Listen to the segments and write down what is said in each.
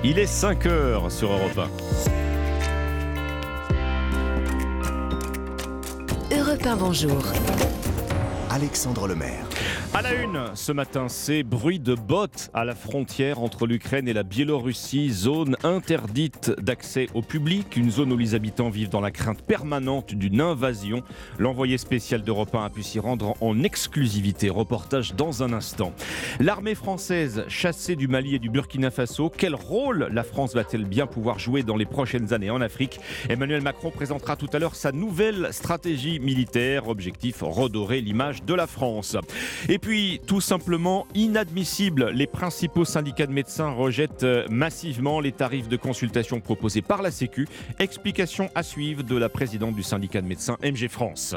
Il est 5h sur Europe 1. Europe 1, bonjour. Alexandre Lemaire. À la une, ce matin, c'est bruit de bottes à la frontière entre l'Ukraine et la Biélorussie, zone interdite d'accès au public, une zone où les habitants vivent dans la crainte permanente d'une invasion. L'envoyé spécial d'Europe 1 a pu s'y rendre en exclusivité. Reportage dans un instant. L'armée française chassée du Mali et du Burkina Faso, quel rôle la France va-t-elle bien pouvoir jouer dans les prochaines années en Afrique ? Emmanuel Macron présentera tout à l'heure sa nouvelle stratégie militaire. Objectif, redorer l'image de la France. Et puis, tout simplement inadmissible. Les principaux syndicats de médecins rejettent massivement les tarifs de consultation proposés par la Sécu. Explication à suivre de la présidente du syndicat de médecins MG France.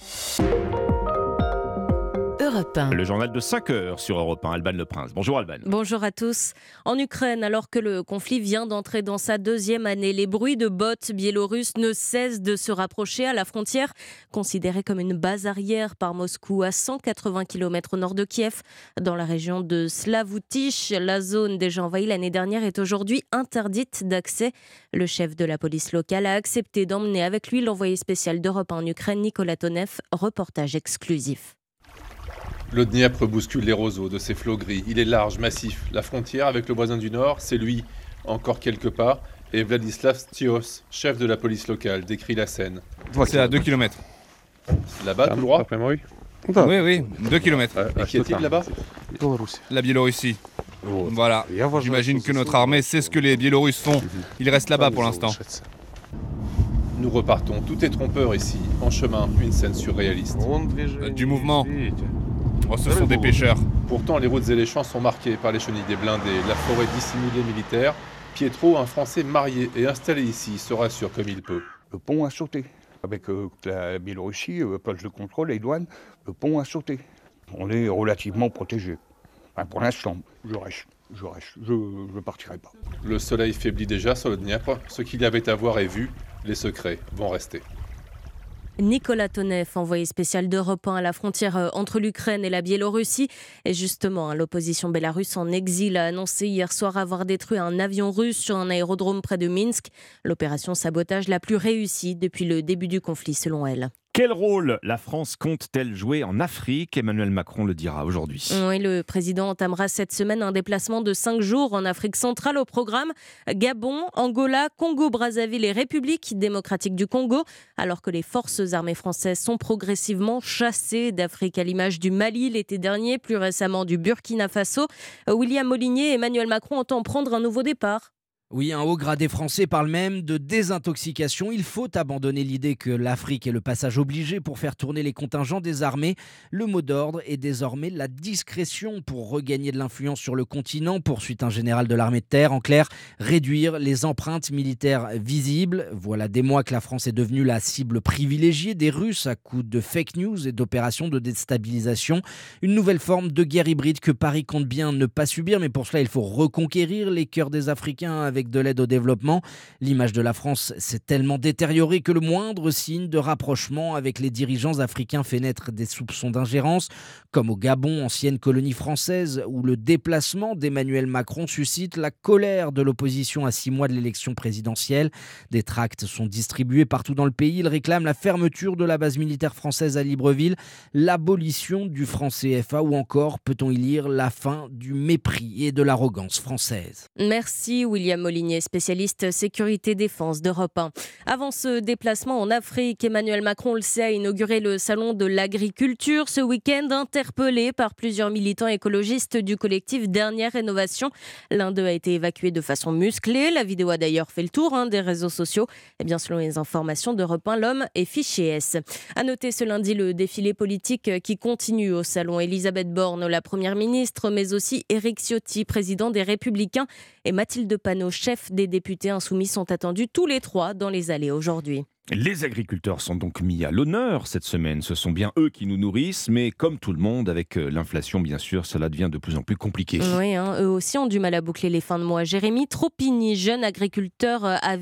Europe 1. Le journal de 5h sur Europe 1, Alban Leprince. Bonjour Alban. Bonjour à tous. En Ukraine, alors que le conflit vient d'entrer dans sa deuxième année, les bruits de bottes biélorusses ne cessent de se rapprocher à la frontière, considérée comme une base arrière par Moscou à 180 km au nord de Kiev. Dans la région de Slavutych, la zone déjà envahie l'année dernière est aujourd'hui interdite d'accès. Le chef de la police locale a accepté d'emmener avec lui l'envoyé spécial d'Europe 1 en Ukraine, Nicolas Tonev. Reportage exclusif. Le Dniepr bouscule les roseaux de ses flots gris. Il est large, massif. La frontière avec le voisin du nord, c'est lui, encore quelques pas. Et Vladislav Stios, chef de la police locale, décrit la scène. C'est à 2 km. Là-bas, tout droit ? Oui, 2 km. Et qui est-il là-bas ? La Biélorussie. Voilà. J'imagine que notre armée sait ce que les Biélorusses font. Ils restent là-bas pour l'instant. Nous repartons. Tout est trompeur ici. En chemin, une scène surréaliste. Du mouvement. Oh, ce sont des pêcheurs. Pourtant, les routes et les champs sont marqués par les chenilles des blindés, la forêt dissimulée militaire. Pietro, un Français marié et installé ici, se rassure comme il peut. Le pont a sauté. Avec la Biélorussie, poste de contrôle et douane, le pont a sauté. On est relativement protégé. Enfin, pour l'instant, je reste. Je ne partirai pas. Le soleil faiblit déjà sur le Dniepr. Ce qu'il y avait à voir est vu. Les secrets vont rester. Nicolas Tonev, envoyé spécial d'Europe 1 à la frontière entre l'Ukraine et la Biélorussie. Et justement, l'opposition bélarusse en exil a annoncé hier soir avoir détruit un avion russe sur un aérodrome près de Minsk. L'opération sabotage la plus réussie depuis le début du conflit, selon elle. Quel rôle la France compte-t-elle jouer en Afrique ? Emmanuel Macron le dira aujourd'hui. Oui, le président entamera cette semaine un déplacement de 5 jours en Afrique centrale. Au programme, Gabon, Angola, Congo-Brazzaville et République démocratique du Congo. Alors que les forces armées françaises sont progressivement chassées d'Afrique à l'image du Mali l'été dernier, plus récemment du Burkina Faso. William Molinier et Emmanuel Macron entendent prendre un nouveau départ. Oui, un haut gradé français parle même de désintoxication. Il faut abandonner l'idée que l'Afrique est le passage obligé pour faire tourner les contingents des armées. Le mot d'ordre est désormais la discrétion pour regagner de l'influence sur le continent, poursuit un général de l'armée de terre. En clair, réduire les empreintes militaires visibles. Voilà des mois que la France est devenue la cible privilégiée des Russes à coups de fake news et d'opérations de déstabilisation. Une nouvelle forme de guerre hybride que Paris compte bien ne pas subir, mais pour cela, il faut reconquérir les cœurs des Africains avec de l'aide au développement. L'image de la France s'est tellement détériorée que le moindre signe de rapprochement avec les dirigeants africains fait naître des soupçons d'ingérence, comme au Gabon, ancienne colonie française, où le déplacement d'Emmanuel Macron suscite la colère de l'opposition à 6 mois de l'élection présidentielle. Des tracts sont distribués partout dans le pays. Ils réclament la fermeture de la base militaire française à Libreville, l'abolition du franc CFA ou encore, peut-on y lire, la fin du mépris et de l'arrogance française. Merci William Molinier, spécialiste sécurité-défense d'Europe 1. Avant ce déplacement en Afrique, Emmanuel Macron, le sait, a inauguré le salon de l'agriculture ce week-end, interpellé par plusieurs militants écologistes du collectif Dernière Rénovation. L'un d'eux a été évacué de façon musclée. La vidéo a d'ailleurs fait le tour des réseaux sociaux. Et bien selon les informations d'Europe 1, l'homme est fiché S. À noter ce lundi le défilé politique qui continue au salon. Elisabeth Borne, la première ministre, mais aussi Éric Ciotti, président des Républicains, et Mathilde Panot, chef des députés insoumis, sont attendus tous les trois dans les allées aujourd'hui. Les agriculteurs sont donc mis à l'honneur cette semaine. Ce sont bien eux qui nous nourrissent, mais comme tout le monde, avec l'inflation, bien sûr, cela devient de plus en plus compliqué. Oui, eux aussi ont du mal à boucler les fins de mois. Jérémy Tropigny, jeune agriculteur à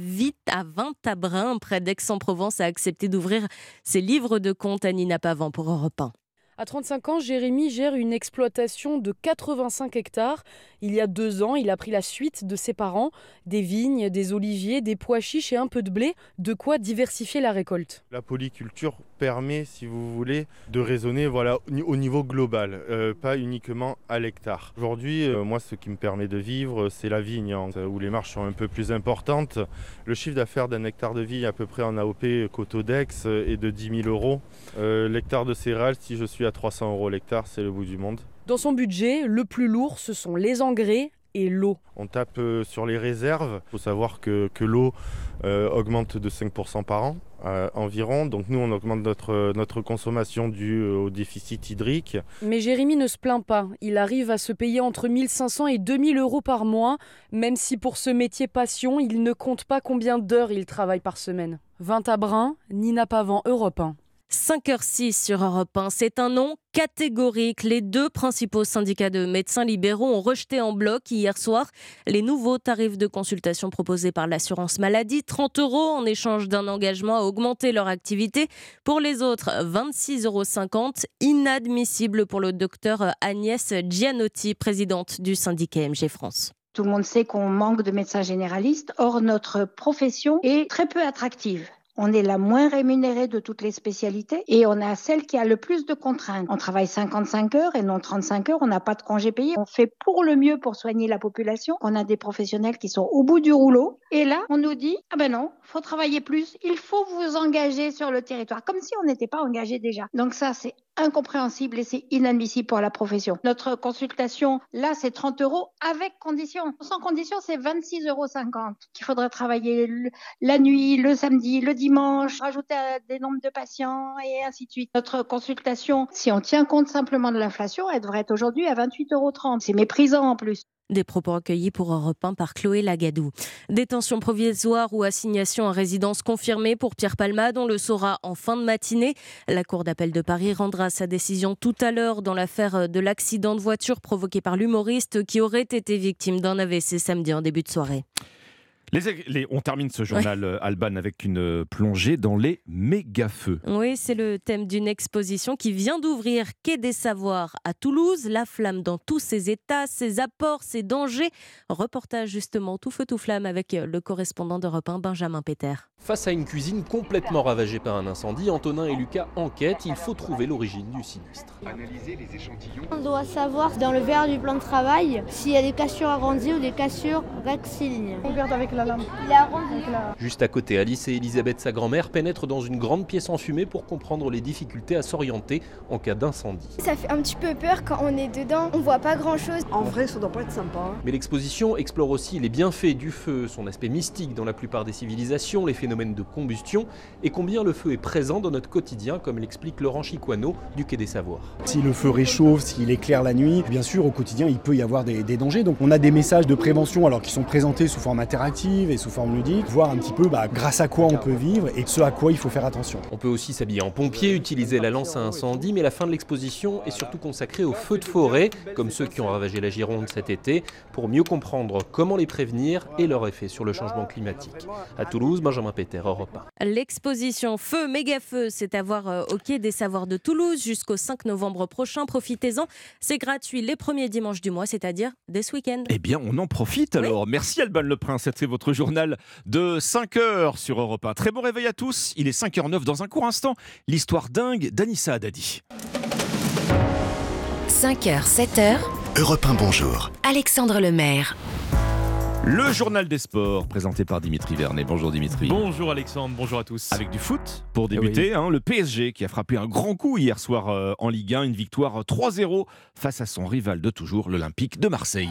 Vintabrin, près d'Aix-en-Provence, a accepté d'ouvrir ses livres de compte à Nina Pavant pour Europe 1. À 35 ans, Jérémy gère une exploitation de 85 hectares. Il y a 2 ans, il a pris la suite de ses parents. Des vignes, des oliviers, des pois chiches et un peu de blé. De quoi diversifier la récolte. La polyculture permet, si vous voulez, de raisonner au niveau global, pas uniquement à l'hectare. Aujourd'hui, moi, ce qui me permet de vivre, c'est la vigne, où les marges sont un peu plus importantes. Le chiffre d'affaires d'un hectare de vigne à peu près en AOP Cotodex est de 10 000 euros. L'hectare de céréales, si je suis à 300 euros l'hectare, c'est le bout du monde. Dans son budget, le plus lourd, ce sont les engrais et l'eau. On tape sur les réserves. Il faut savoir que l'eau augmente de 5% par an environ. Donc nous, on augmente notre consommation due au déficit hydrique. Mais Jérémy ne se plaint pas. Il arrive à se payer entre 1 500 et 2 000 euros par mois, même si pour ce métier passion, il ne compte pas combien d'heures il travaille par semaine. 20 à Brun, Nina Pavan, Europe 1. 5h06 sur Europe 1, c'est un non catégorique. Les 2 principaux syndicats de médecins libéraux ont rejeté en bloc hier soir les nouveaux tarifs de consultation proposés par l'assurance maladie. 30 € en échange d'un engagement à augmenter leur activité. Pour les autres, 26,50 €. Inadmissible pour le docteur Agnès Gianotti, présidente du syndicat MG France. Tout le monde sait qu'on manque de médecins généralistes. Or, notre profession est très peu attractive. On est la moins rémunérée de toutes les spécialités et on a celle qui a le plus de contraintes. On travaille 55 heures et non 35 heures, on n'a pas de congés payés. On fait pour le mieux pour soigner la population. On a des professionnels qui sont au bout du rouleau. Et là, on nous dit, ah ben non, faut travailler plus, il faut vous engager sur le territoire. Comme si on n'était pas engagé déjà. Donc ça, c'est incompréhensible et c'est inadmissible pour la profession. Notre consultation, là, c'est 30 € avec condition. Sans condition, c'est 26,50 € qu'il faudrait travailler la nuit, le samedi, le dimanche, rajouter des nombres de patients et ainsi de suite. Notre consultation, si on tient compte simplement de l'inflation, elle devrait être aujourd'hui à 28,30 €. C'est méprisant en plus. Des propos recueillis pour Europe 1 par Chloé Lagadou. Détention provisoire ou assignation à résidence confirmée pour Pierre Palmade. On le saura en fin de matinée. La Cour d'appel de Paris rendra sa décision tout à l'heure dans l'affaire de l'accident de voiture provoqué par l'humoriste qui aurait été victime d'un AVC samedi en début de soirée. On termine ce journal, Alban, avec une plongée dans les méga-feux. Oui, c'est le thème d'une exposition qui vient d'ouvrir Quai des Savoirs à Toulouse. La flamme dans tous ses états, ses apports, ses dangers. Reportage justement tout feu tout flamme avec le correspondant d'Europe 1, Benjamin Péter. Face à une cuisine complètement ravagée par un incendie, Antonin et Lucas enquêtent. Il faut trouver l'origine du sinistre. Analyser les échantillons. On doit savoir dans le verre du plan de travail s'il y a des cassures arrondies ou des cassures rectilignes. On regarde avec la lampe. Il est arrondi. Juste à côté, Alice et Elisabeth, sa grand-mère, pénètrent dans une grande pièce enfumée pour comprendre les difficultés à s'orienter en cas d'incendie. Ça fait un petit peu peur quand on est dedans, on voit pas grand-chose. En vrai, ça doit pas être sympa. Mais l'exposition explore aussi les bienfaits du feu, son aspect mystique dans la plupart des civilisations, les phénomènes de combustion et combien le feu est présent dans notre quotidien, comme l'explique Laurent Chicoineau du Quai des Savoirs. Si le feu réchauffe, s'il éclaire la nuit, bien sûr, au quotidien, il peut y avoir des dangers. Donc on a des messages de prévention alors qui sont présentés sous forme interactive et sous forme ludique, voir un petit peu grâce à quoi on peut vivre et ce à quoi il faut faire attention. On peut aussi s'habiller en pompier, utiliser la lance à incendie, mais la fin de l'exposition est surtout consacrée aux feux de forêt, comme ceux qui ont ravagé la Gironde cet été, pour mieux comprendre comment les prévenir et leur effet sur le changement climatique. À Toulouse, Benjamin Péter, Europe 1. L'exposition Feu, méga feu, c'est à voir au Quai des Savoirs de Toulouse jusqu'au 5 novembre prochain. Profitez-en, c'est gratuit les premiers dimanches du mois, c'est-à-dire dès ce week-end. Eh bien, on en profite alors. Oui. Merci Alban Le Prince, c'est votre journal de 5h sur Europe 1. Très bon réveil à tous, il est 5h09 dans un court instant. L'histoire dingue d'Anissa Haddadi. 5h, 7h. Europe 1, bonjour. Alexandre Lemaire. Le journal des sports, présenté par Dimitri Vernet. Bonjour Dimitri. Bonjour Alexandre, bonjour à tous. Avec du foot, pour débuter, le PSG qui a frappé un grand coup hier soir en Ligue 1, une victoire 3-0 face à son rival de toujours, l'Olympique de Marseille.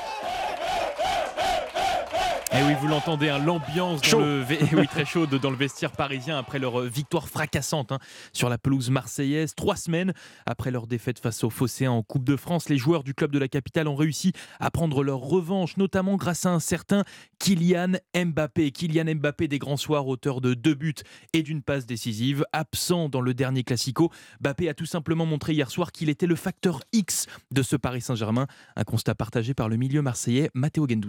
Eh oui, vous l'entendez, l'ambiance très chaude dans le vestiaire parisien après leur victoire fracassante sur la pelouse marseillaise. 3 semaines après leur défaite face aux Phocéens en Coupe de France, les joueurs du club de la capitale ont réussi à prendre leur revanche, notamment grâce à un certain Kylian Mbappé. Kylian Mbappé des grands soirs, auteur de 2 buts et d'une passe décisive. Absent dans le dernier Classico, Mbappé a tout simplement montré hier soir qu'il était le facteur X de ce Paris Saint-Germain. Un constat partagé par le milieu marseillais Matteo Guendouzi.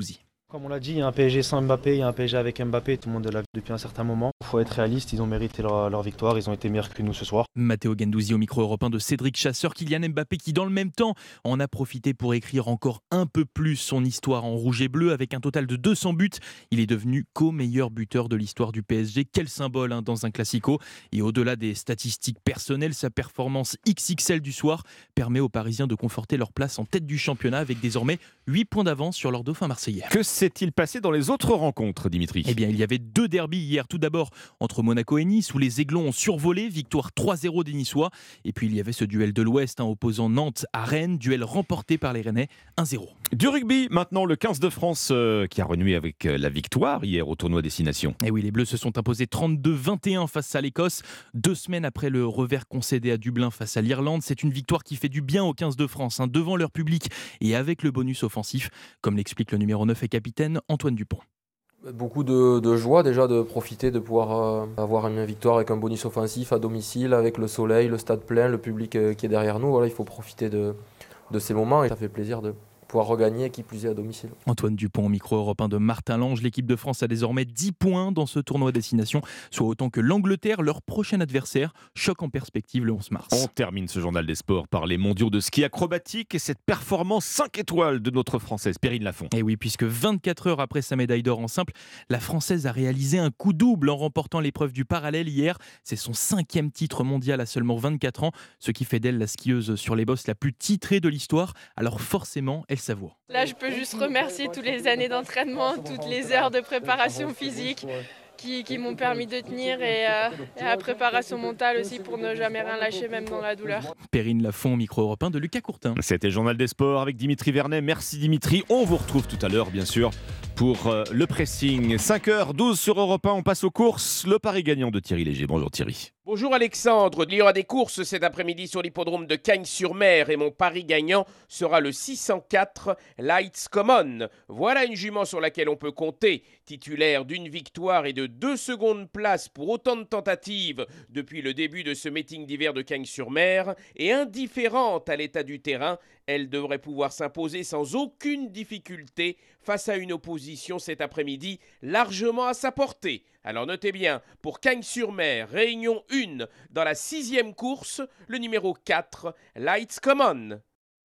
Comme on l'a dit, il y a un PSG sans Mbappé, il y a un PSG avec Mbappé, tout le monde l'a vu depuis un certain moment. Il faut être réaliste, ils ont mérité leur victoire, ils ont été meilleurs que nous ce soir. Matteo Guendouzi au micro européen de Cédric Chasseur, Kylian Mbappé qui dans le même temps en a profité pour écrire encore un peu plus son histoire en rouge et bleu avec un total de 200 buts. Il est devenu co-meilleur buteur de l'histoire du PSG. Quel symbole dans un classico. Et au-delà des statistiques personnelles, sa performance XXL du soir permet aux Parisiens de conforter leur place en tête du championnat avec désormais 8 points d'avance sur leur dauphin marseillais. Que s'est-il passé dans les autres rencontres, Dimitri ? Eh bien, il y avait 2 derbys hier. Tout d'abord, entre Monaco et Nice, où les Aiglons ont survolé, victoire 3-0 des Niçois. Et puis, il y avait ce duel de l'Ouest opposant Nantes à Rennes, duel remporté par les Rennais 1-0. Du rugby, maintenant, le 15 de France qui a renoué avec la victoire hier au tournoi Destination. Et oui, les Bleus se sont imposés 32-21 face à l'Écosse. 2 semaines après le revers concédé à Dublin face à l'Irlande, c'est une victoire qui fait du bien au 15 de France, devant leur public et avec le bonus offensif, comme l'explique le numéro 9 et capitaine Antoine Dupont. Beaucoup de joie déjà de profiter de pouvoir avoir une victoire avec un bonus offensif à domicile, avec le soleil, le stade plein, le public qui est derrière nous. Voilà, il faut profiter de ces moments et ça fait plaisir de pouvoir regagner, qui plus est à domicile. Antoine Dupont au micro européen de Martin Lange. L'équipe de France a désormais 10 points dans ce tournoi Destination, soit autant que l'Angleterre, leur prochain adversaire. Choc en perspective le 11 mars. On termine ce journal des sports par les mondiaux de ski acrobatique et cette performance 5 étoiles de notre Française Perrine Lafont. Et oui, puisque 24 heures après sa médaille d'or en simple, la Française a réalisé un coup double en remportant l'épreuve du parallèle hier. C'est son 5e titre mondial à seulement 24 ans, ce qui fait d'elle la skieuse sur les bosses la plus titrée de l'histoire. Alors forcément, elle savoure. Là, je peux juste remercier toutes les années d'entraînement, toutes les heures de préparation physique qui m'ont permis de tenir et la préparation mentale aussi pour ne jamais rien lâcher, même dans la douleur. Perrine Lafont, micro européen de Lucas Courtin. C'était le journal des sports avec Dimitri Vernet. Merci Dimitri. On vous retrouve tout à l'heure, bien sûr, pour le pressing. 5h12 sur Europe 1, on passe aux courses. Le pari gagnant de Thierry Léger. Bonjour Thierry. Bonjour Alexandre, il y aura des courses cet après-midi sur l'hippodrome de Cagnes-sur-Mer et mon pari gagnant sera le 604 Lights Common. Voilà une jument sur laquelle on peut compter, titulaire d'une victoire et de 2 secondes place pour autant de tentatives depuis le début de ce meeting d'hiver de Cagnes-sur-Mer et indifférente à l'état du terrain, elle devrait pouvoir s'imposer sans aucune difficulté face à une opposition cet après-midi largement à sa portée. Alors notez bien, pour Cagnes-sur-Mer, réunion 1, dans la 6e course, le numéro 4, Lights Common.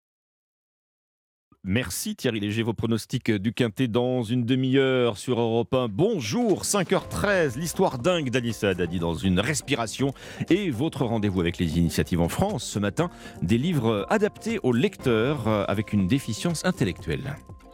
Merci Thierry Léger, vos pronostics du Quintet dans une demi-heure sur Europe 1. Bonjour, 5h13, l'histoire dingue d'Anissa Haddadi dans une respiration et votre rendez-vous avec les initiatives en France. Ce matin, des livres adaptés aux lecteurs avec une déficience intellectuelle.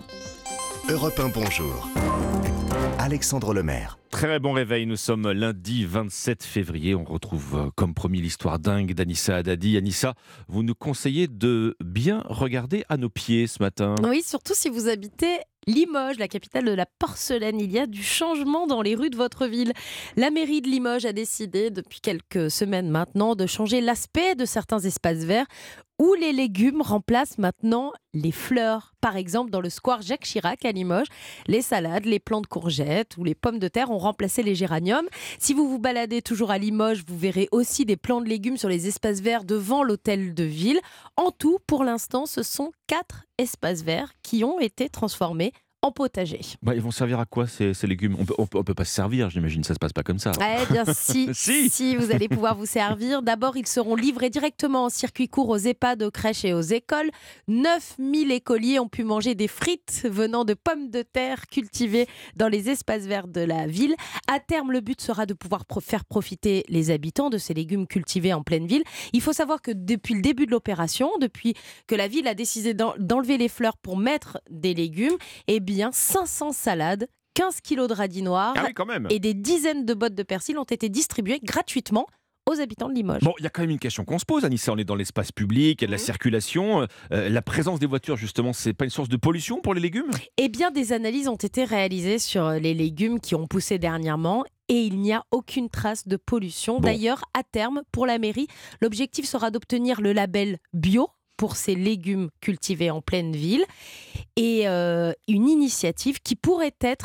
Europe 1, bonjour. Alexandre Lemaire. Très bon réveil, nous sommes lundi 27 février. On retrouve comme promis l'histoire dingue d'Anissa Haddadi. Anissa, vous nous conseillez de bien regarder à nos pieds ce matin. Oui, surtout si vous habitez Limoges, la capitale de la porcelaine. Il y a du changement dans les rues de votre ville. La mairie de Limoges a décidé depuis quelques semaines maintenant de changer l'aspect de certains espaces verts où les légumes remplacent maintenant les fleurs. Par exemple, dans le square Jacques Chirac à Limoges, les salades, les plants de courgettes ou les pommes de terre ont remplacé les géraniums. Si vous vous baladez toujours à Limoges, vous verrez aussi des plants de légumes sur les espaces verts devant l'hôtel de ville. En tout, pour l'instant, ce sont 4 espaces verts qui ont été transformés en potager. Ils vont servir à quoi ces légumes ? On peut pas se servir, j'imagine, ça se passe pas comme ça. Eh bien si, vous allez pouvoir vous servir. D'abord, ils seront livrés directement en circuit court aux EHPAD, aux crèches et aux écoles. 9000 écoliers ont pu manger des frites venant de pommes de terre cultivées dans les espaces verts de la ville. À terme, le but sera de pouvoir faire profiter les habitants de ces légumes cultivés en pleine ville. Il faut savoir que depuis le début de l'opération, depuis que la ville a décidé d'enlever les fleurs pour mettre des légumes, eh bien 500 salades, 15 kilos de radis noirs et des dizaines de bottes de persil ont été distribuées gratuitement aux habitants de Limoges. Bon, il y a quand même une question qu'on se pose, Anissa. On est dans l'espace public, il y a de la circulation. La présence des voitures, justement, c'est pas une source de pollution pour les légumes ? Eh bien, des analyses ont été réalisées sur les légumes qui ont poussé dernièrement. Et il n'y a aucune trace de pollution. Bon. D'ailleurs, à terme, pour la mairie, l'objectif sera d'obtenir le label bio pour ces légumes cultivés en pleine ville et une initiative qui pourrait être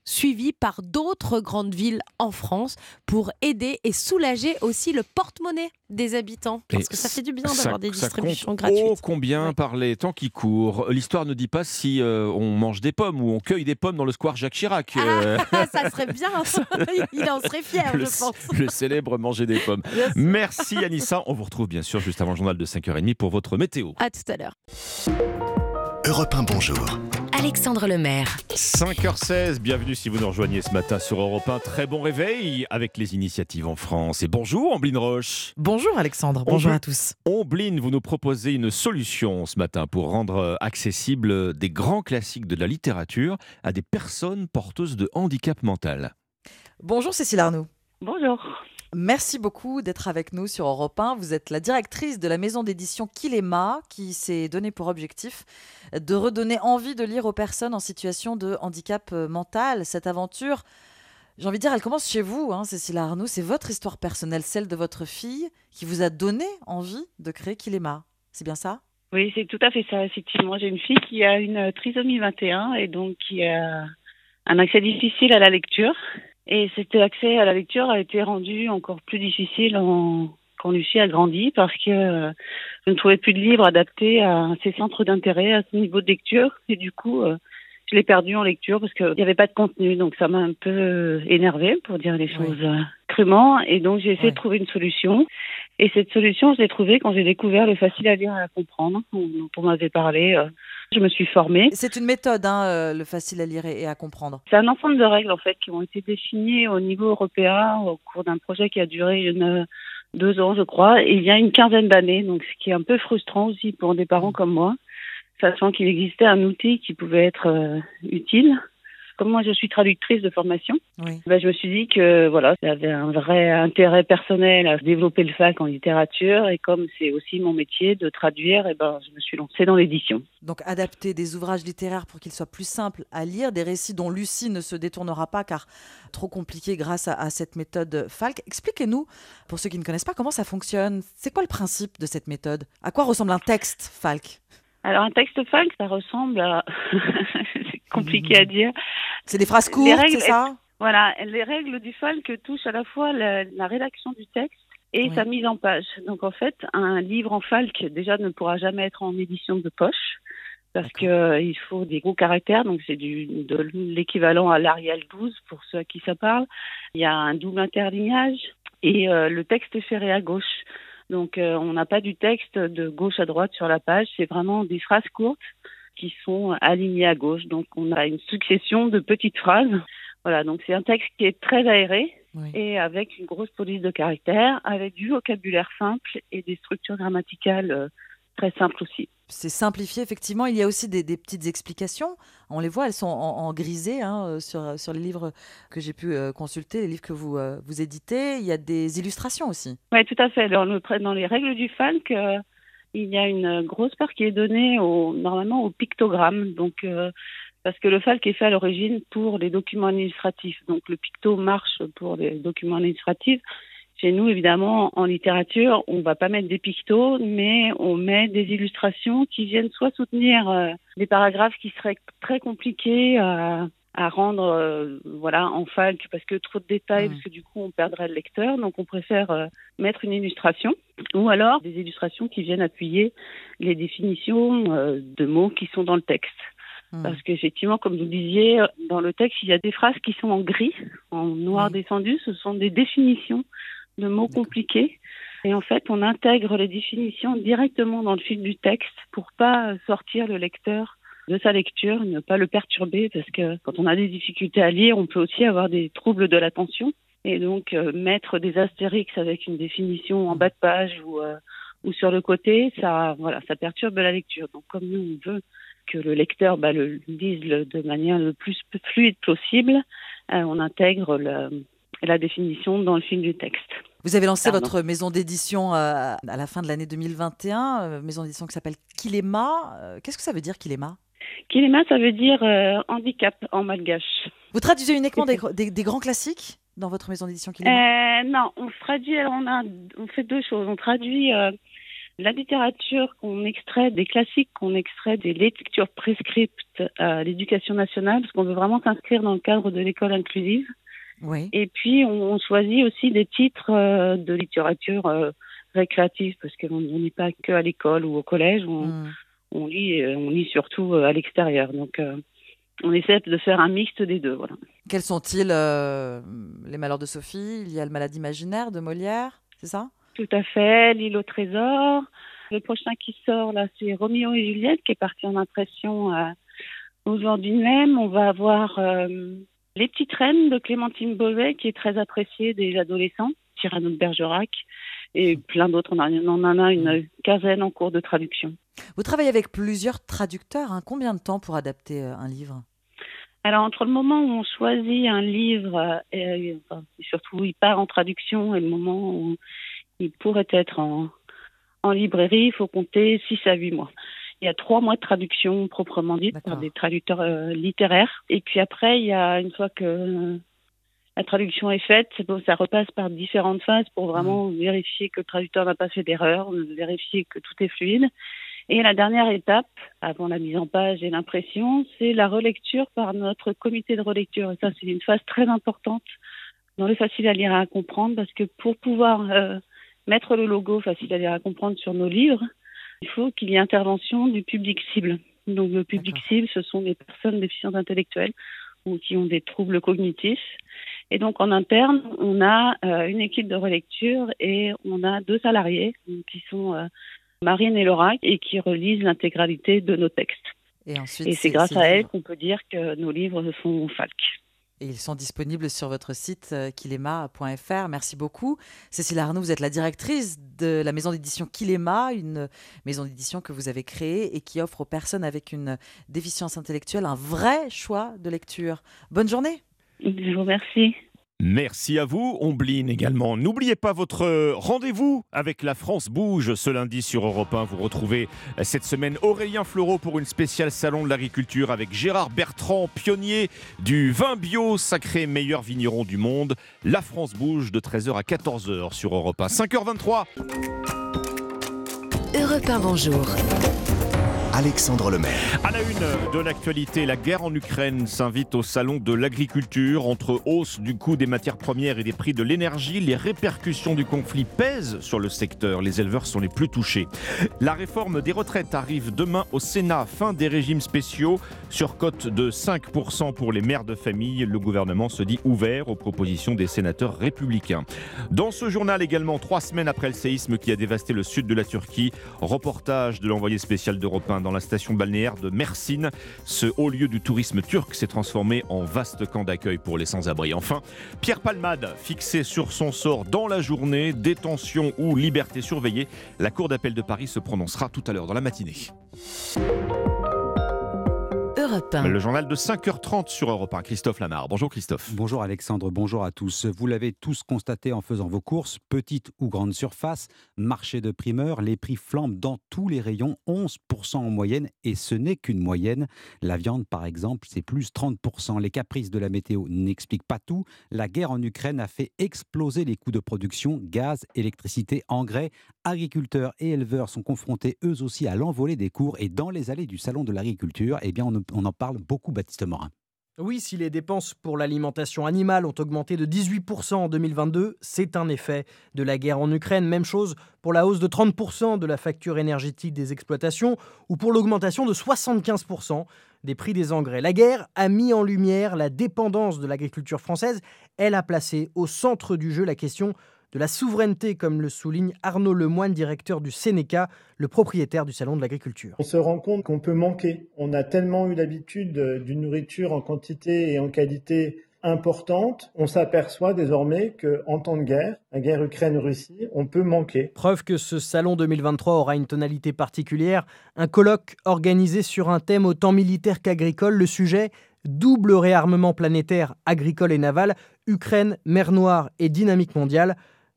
suivi par d'autres grandes villes en France pour aider et soulager aussi le porte-monnaie des habitants. Parce que ça fait du bien d'avoir des distributions gratuites. Oh, combien par les temps qui courent. L'histoire ne dit pas si on mange des pommes ou on cueille des pommes dans le square Jacques Chirac. Ça serait bien, il en serait fier, je pense. Le célèbre manger des pommes. Merci Anissa. On vous retrouve bien sûr juste avant le journal de 5h30 pour votre météo. À tout à l'heure. Europe 1, bonjour. Alexandre Lemaire. 5h16, bienvenue si vous nous rejoignez ce matin sur Europe 1. Très bon réveil avec les initiatives en France. Et bonjour Ambline Roche. Bonjour Alexandre, bonjour à tous. Ambline, vous nous proposez une solution ce matin pour rendre accessible des grands classiques de la littérature à des personnes porteuses de handicap mental. Bonjour Cécile Arnoux. Bonjour. Merci beaucoup d'être avec nous sur Europe 1. Vous êtes la directrice de la maison d'édition Kilema qui s'est donné pour objectif de redonner envie de lire aux personnes en situation de handicap mental. Cette aventure, j'ai envie de dire, elle commence chez vous, Cécile Arnoux. C'est votre histoire personnelle, celle de votre fille, qui vous a donné envie de créer Kilema. C'est bien ça ? Oui, c'est tout à fait ça, effectivement. J'ai une fille qui a une trisomie 21 et donc qui a un accès difficile à la lecture. Et cet accès à la lecture a été rendu encore plus difficile quand Lucie a grandi parce que je ne trouvais plus de livres adaptés à ses centres d'intérêt, à son niveau de lecture. Et du coup, je l'ai perdue en lecture parce qu'il n'y avait pas de contenu. Donc ça m'a un peu énervée, pour dire les choses crûment. Et donc j'ai essayé de trouver une solution. Et cette solution, je l'ai trouvée quand j'ai découvert le facile à lire et à comprendre, dont on m'avait parlé. Je me suis formée. C'est une méthode, le facile à lire et à comprendre. C'est un ensemble de règles en fait qui ont été définies au niveau européen au cours d'un projet qui a duré 2 ans, je crois, et il y a une quinzaine d'années. Donc, ce qui est un peu frustrant aussi pour des parents comme moi, sachant qu'il existait un outil qui pouvait être utile. Comme moi, je suis traductrice de formation, je me suis dit que j'avais un vrai intérêt personnel à développer le FALC en littérature. Et comme c'est aussi mon métier de traduire, je me suis lancée dans l'édition. Donc, adapter des ouvrages littéraires pour qu'ils soient plus simples à lire, des récits dont Lucie ne se détournera pas car trop compliqués grâce à cette méthode FALC. Expliquez-nous, pour ceux qui ne connaissent pas, comment ça fonctionne. C'est quoi le principe de cette méthode ? À quoi ressemble un texte FALC ? Alors, un texte FALC, ça ressemble à... c'est compliqué à dire. C'est des phrases courtes, c'est ça ? Voilà, les règles du FALC touchent à la fois la rédaction du texte et sa mise en page. Donc, en fait, un livre en FALC, déjà, ne pourra jamais être en édition de poche parce qu'il faut des gros caractères. Donc, c'est de l'équivalent à l'Arial 12, pour ceux à qui ça parle. Il y a un double interlignage et le texte est ferré à gauche. Donc, on n'a pas du texte de gauche à droite sur la page. C'est vraiment des phrases courtes qui sont alignées à gauche. Donc, on a une succession de petites phrases. Voilà, donc c'est un texte qui est très aéré et avec une grosse police de caractère, avec du vocabulaire simple et des structures grammaticales très simples aussi. C'est simplifié, effectivement. Il y a aussi des petites explications. On les voit, elles sont en grisé sur les livres que j'ai pu consulter, les livres que vous éditez. Il y a des illustrations aussi. Oui, tout à fait. Dans les règles du FALC, il y a une grosse part qui est donnée normalement au pictogramme. Donc, parce que le FALC est fait à l'origine pour les documents administratifs. Donc, le picto marche pour les documents administratifs. Chez nous, évidemment, en littérature, on ne va pas mettre des pictos, mais on met des illustrations qui viennent soit soutenir des paragraphes qui seraient très compliqués à rendre en FALC, parce que trop de détails, parce que du coup, on perdrait le lecteur. Donc, on préfère mettre une illustration, ou alors des illustrations qui viennent appuyer les définitions de mots qui sont dans le texte. Parce qu'effectivement, comme vous disiez, dans le texte, il y a des phrases qui sont en gris, en noir descendu. Ce sont des définitions de mots compliqués. Et en fait, on intègre les définitions directement dans le fil du texte pour pas sortir le lecteur de sa lecture, ne pas le perturber, parce que quand on a des difficultés à lire, on peut aussi avoir des troubles de l'attention. Et donc, mettre des astérix avec une définition en bas de page ou sur le côté, ça perturbe la lecture. Donc, comme nous, on veut que le lecteur le lise de manière le plus fluide possible, on intègre la définition dans le fil du texte. Vous avez lancé votre maison d'édition à la fin de l'année 2021, maison d'édition qui s'appelle Kilema. Qu'est-ce que ça veut dire, Kilema ? Kilema, ça veut dire handicap en malgache. Vous traduisez uniquement des grands classiques dans votre maison d'édition Kilema ? Non, on traduit, on fait 2 choses. On traduit La littérature qu'on extrait, des classiques qu'on extrait des lectures prescrites à l'éducation nationale, parce qu'on veut vraiment s'inscrire dans le cadre de l'école inclusive. Oui. Et puis, on choisit aussi des titres de littérature récréative, parce qu'on n'est pas que à l'école ou au collège, on lit surtout à l'extérieur. Donc, on essaie de faire un mixte des deux. Voilà. Quels sont-ils Les Malheurs de Sophie, il y a Le Malade imaginaire de Molière, c'est ça ? Tout à fait, L'île au trésor. Le prochain qui sort, là, c'est Roméo et Juliette, qui est parti en impression aujourd'hui même. On va avoir Les Petites Reines de Clémentine Beauvais, qui est très appréciée des adolescents, Cyrano de Bergerac, et plein d'autres. On en a une quinzaine en cours de traduction. Vous travaillez avec plusieurs traducteurs. Combien de temps pour adapter un livre ? Alors, entre le moment où on choisit un livre, et surtout il part en traduction, et le moment où il pourrait être en librairie, il faut compter 6 à 8 mois. Il y a 3 mois de traduction proprement dite par des traducteurs littéraires. Et puis après, il y a, une fois que la traduction est faite, ça repasse par différentes phases pour vraiment vérifier que le traducteur n'a pas fait d'erreur, vérifier que tout est fluide. Et la dernière étape, avant la mise en page et l'impression, c'est la relecture par notre comité de relecture. Et ça, c'est une phase très importante dans le facile à lire et à comprendre, parce que pour pouvoir mettre le logo facile à lire et à comprendre sur nos livres, il faut qu'il y ait intervention du public cible. Donc le public cible, ce sont des personnes déficientes intellectuelles ou qui ont des troubles cognitifs. Et donc en interne, on a une équipe de relecture et on a 2 salariés qui sont Marine et Laura, et qui relisent l'intégralité de nos textes. Et c'est grâce à elles qu'on peut dire que nos livres sont Falck. Et ils sont disponibles sur votre site kilema.fr. Merci beaucoup. Cécile Arnoux, vous êtes la directrice de la maison d'édition Kilema, une maison d'édition que vous avez créée et qui offre aux personnes avec une déficience intellectuelle un vrai choix de lecture. Bonne journée. Je vous remercie. Merci à vous, Ombline également. N'oubliez pas votre rendez-vous avec La France Bouge ce lundi sur Europe 1. Vous retrouvez cette semaine Aurélien Fleureau pour une spéciale salon de l'agriculture avec Gérard Bertrand, pionnier du vin bio, sacré meilleur vigneron du monde. La France Bouge de 13h à 14h sur Europe 1. 5h23. Europe 1, bonjour. Alexandre Lemaire. À la une de l'actualité, la guerre en Ukraine s'invite au salon de l'agriculture. Entre hausse du coût des matières premières et des prix de l'énergie, les répercussions du conflit pèsent sur le secteur. Les éleveurs sont les plus touchés. La réforme des retraites arrive demain au Sénat. Fin des régimes spéciaux, surcote de 5% pour les mères de famille. Le gouvernement se dit ouvert aux propositions des sénateurs républicains. Dans ce journal également, 3 semaines après le séisme qui a dévasté le sud de la Turquie, reportage de l'envoyé spécial d'Europe 1 dans la station balnéaire de Mersin. Ce haut lieu du tourisme turc s'est transformé en vaste camp d'accueil pour les sans-abri. Enfin, Pierre Palmade, fixé sur son sort dans la journée, détention ou liberté surveillée. La Cour d'appel de Paris se prononcera tout à l'heure dans la matinée. Le journal de 5h30 sur Europe 1. Christophe Lamar. Bonjour Christophe. Bonjour Alexandre, bonjour à tous. Vous l'avez tous constaté en faisant vos courses, petites ou grandes surfaces, marché de primeur, les prix flambent dans tous les rayons, 11% en moyenne, et ce n'est qu'une moyenne. La viande par exemple, c'est plus 30%. Les caprices de la météo n'expliquent pas tout. La guerre en Ukraine a fait exploser les coûts de production, gaz, électricité, engrais. Agriculteurs et éleveurs sont confrontés eux aussi à l'envolée des cours, et dans les allées du salon de l'agriculture, eh bien on en parle beaucoup, Baptiste Morin. Oui, si les dépenses pour l'alimentation animale ont augmenté de 18% en 2022, c'est un effet de la guerre en Ukraine. Même chose pour la hausse de 30% de la facture énergétique des exploitations ou pour l'augmentation de 75% des prix des engrais. La guerre a mis en lumière la dépendance de l'agriculture française. Elle a placé au centre du jeu la question de la souveraineté, comme le souligne Arnaud Lemoine, directeur du Sénéca, le propriétaire du Salon de l'Agriculture. On se rend compte qu'on peut manquer. On a tellement eu l'habitude d'une nourriture en quantité et en qualité importante, on s'aperçoit désormais qu'en temps de guerre, la guerre Ukraine-Russie, on peut manquer. Preuve que ce Salon 2023 aura une tonalité particulière. Un colloque organisé sur un thème autant militaire qu'agricole. Le sujet, double réarmement planétaire agricole et naval, Ukraine, mer Noire et dynamique mondiale.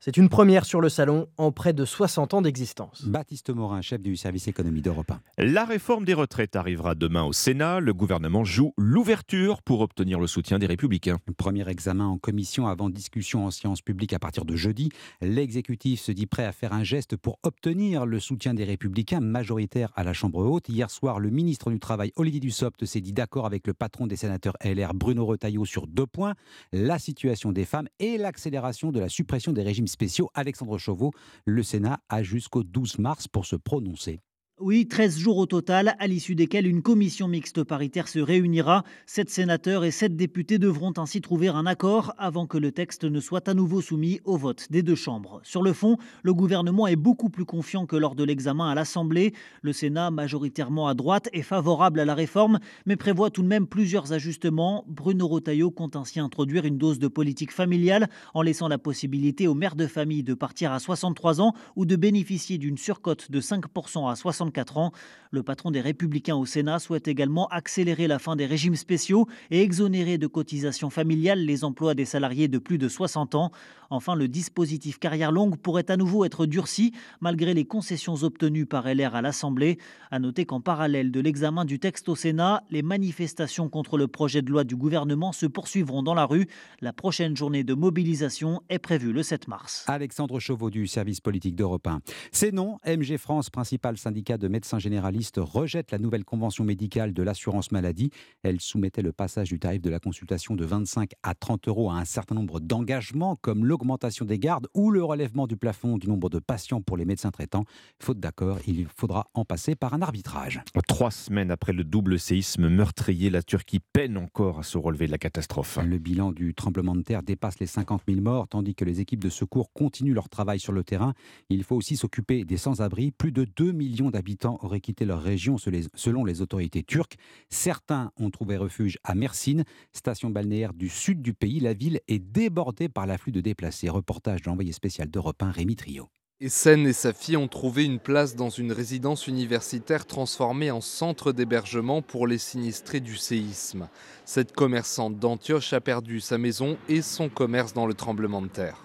C'est une première sur le salon en près de 60 ans d'existence. Baptiste Morin, chef du service économie d'Europe 1. La réforme des retraites arrivera demain au Sénat. Le gouvernement joue l'ouverture pour obtenir le soutien des Républicains. Premier examen en commission avant discussion en séance publique à partir de jeudi. L'exécutif se dit prêt à faire un geste pour obtenir le soutien des Républicains majoritaires à la Chambre haute. Hier soir, le ministre du Travail, Olivier Dussopt, s'est dit d'accord avec le patron des sénateurs LR, Bruno Retailleau, sur 2 points. La situation des femmes et l'accélération de la suppression des régimes spéciaux. Alexandre Chauveau, le Sénat a jusqu'au 12 mars pour se prononcer. Oui, 13 jours au total, à l'issue desquels une commission mixte paritaire se réunira. 7 sénateurs et 7 députés devront ainsi trouver un accord avant que le texte ne soit à nouveau soumis au vote des 2 chambres. Sur le fond, le gouvernement est beaucoup plus confiant que lors de l'examen à l'Assemblée. Le Sénat, majoritairement à droite, est favorable à la réforme, mais prévoit tout de même plusieurs ajustements. Bruno Retailleau compte ainsi introduire une dose de politique familiale en laissant la possibilité aux mères de famille de partir à 63 ans ou de bénéficier d'une surcote de 5% à 64 ans. Le patron des Républicains au Sénat souhaite également accélérer la fin des régimes spéciaux et exonérer de cotisations familiales les emplois des salariés de plus de 60 ans. Enfin, le dispositif carrière longue pourrait à nouveau être durci malgré les concessions obtenues par LR à l'Assemblée. À noter qu'en parallèle de l'examen du texte au Sénat, les manifestations contre le projet de loi du gouvernement se poursuivront dans la rue. La prochaine journée de mobilisation est prévue le 7 mars. Alexandre Chauveau du service politique d'Europe 1. C'est non, MG France, principal syndicat de médecins généralistes, rejette la nouvelle convention médicale de l'assurance maladie. Elle soumettait le passage du tarif de la consultation de 25 à 30 € à un certain nombre d'engagements, comme l'augmentation des gardes ou le relèvement du plafond du nombre de patients pour les médecins traitants. Faute d'accord, il faudra en passer par un arbitrage. 3 semaines après le double séisme meurtrier, la Turquie peine encore à se relever de la catastrophe. Le bilan du tremblement de terre dépasse les 50 000 morts, tandis que les équipes de secours continuent leur travail sur le terrain. Il faut aussi s'occuper des sans-abri. Plus de 2 millions d'habitants auraient quitté leur région selon les autorités turques. Certains ont trouvé refuge à Mersin, station balnéaire du sud du pays. La ville est débordée par l'afflux de déplacés. Reportage de l'envoyé spécial d'Europe 1, Rémi Trio. Essen et sa fille ont trouvé une place dans une résidence universitaire transformée en centre d'hébergement pour les sinistrés du séisme. Cette commerçante d'Antioche a perdu sa maison et son commerce dans le tremblement de terre.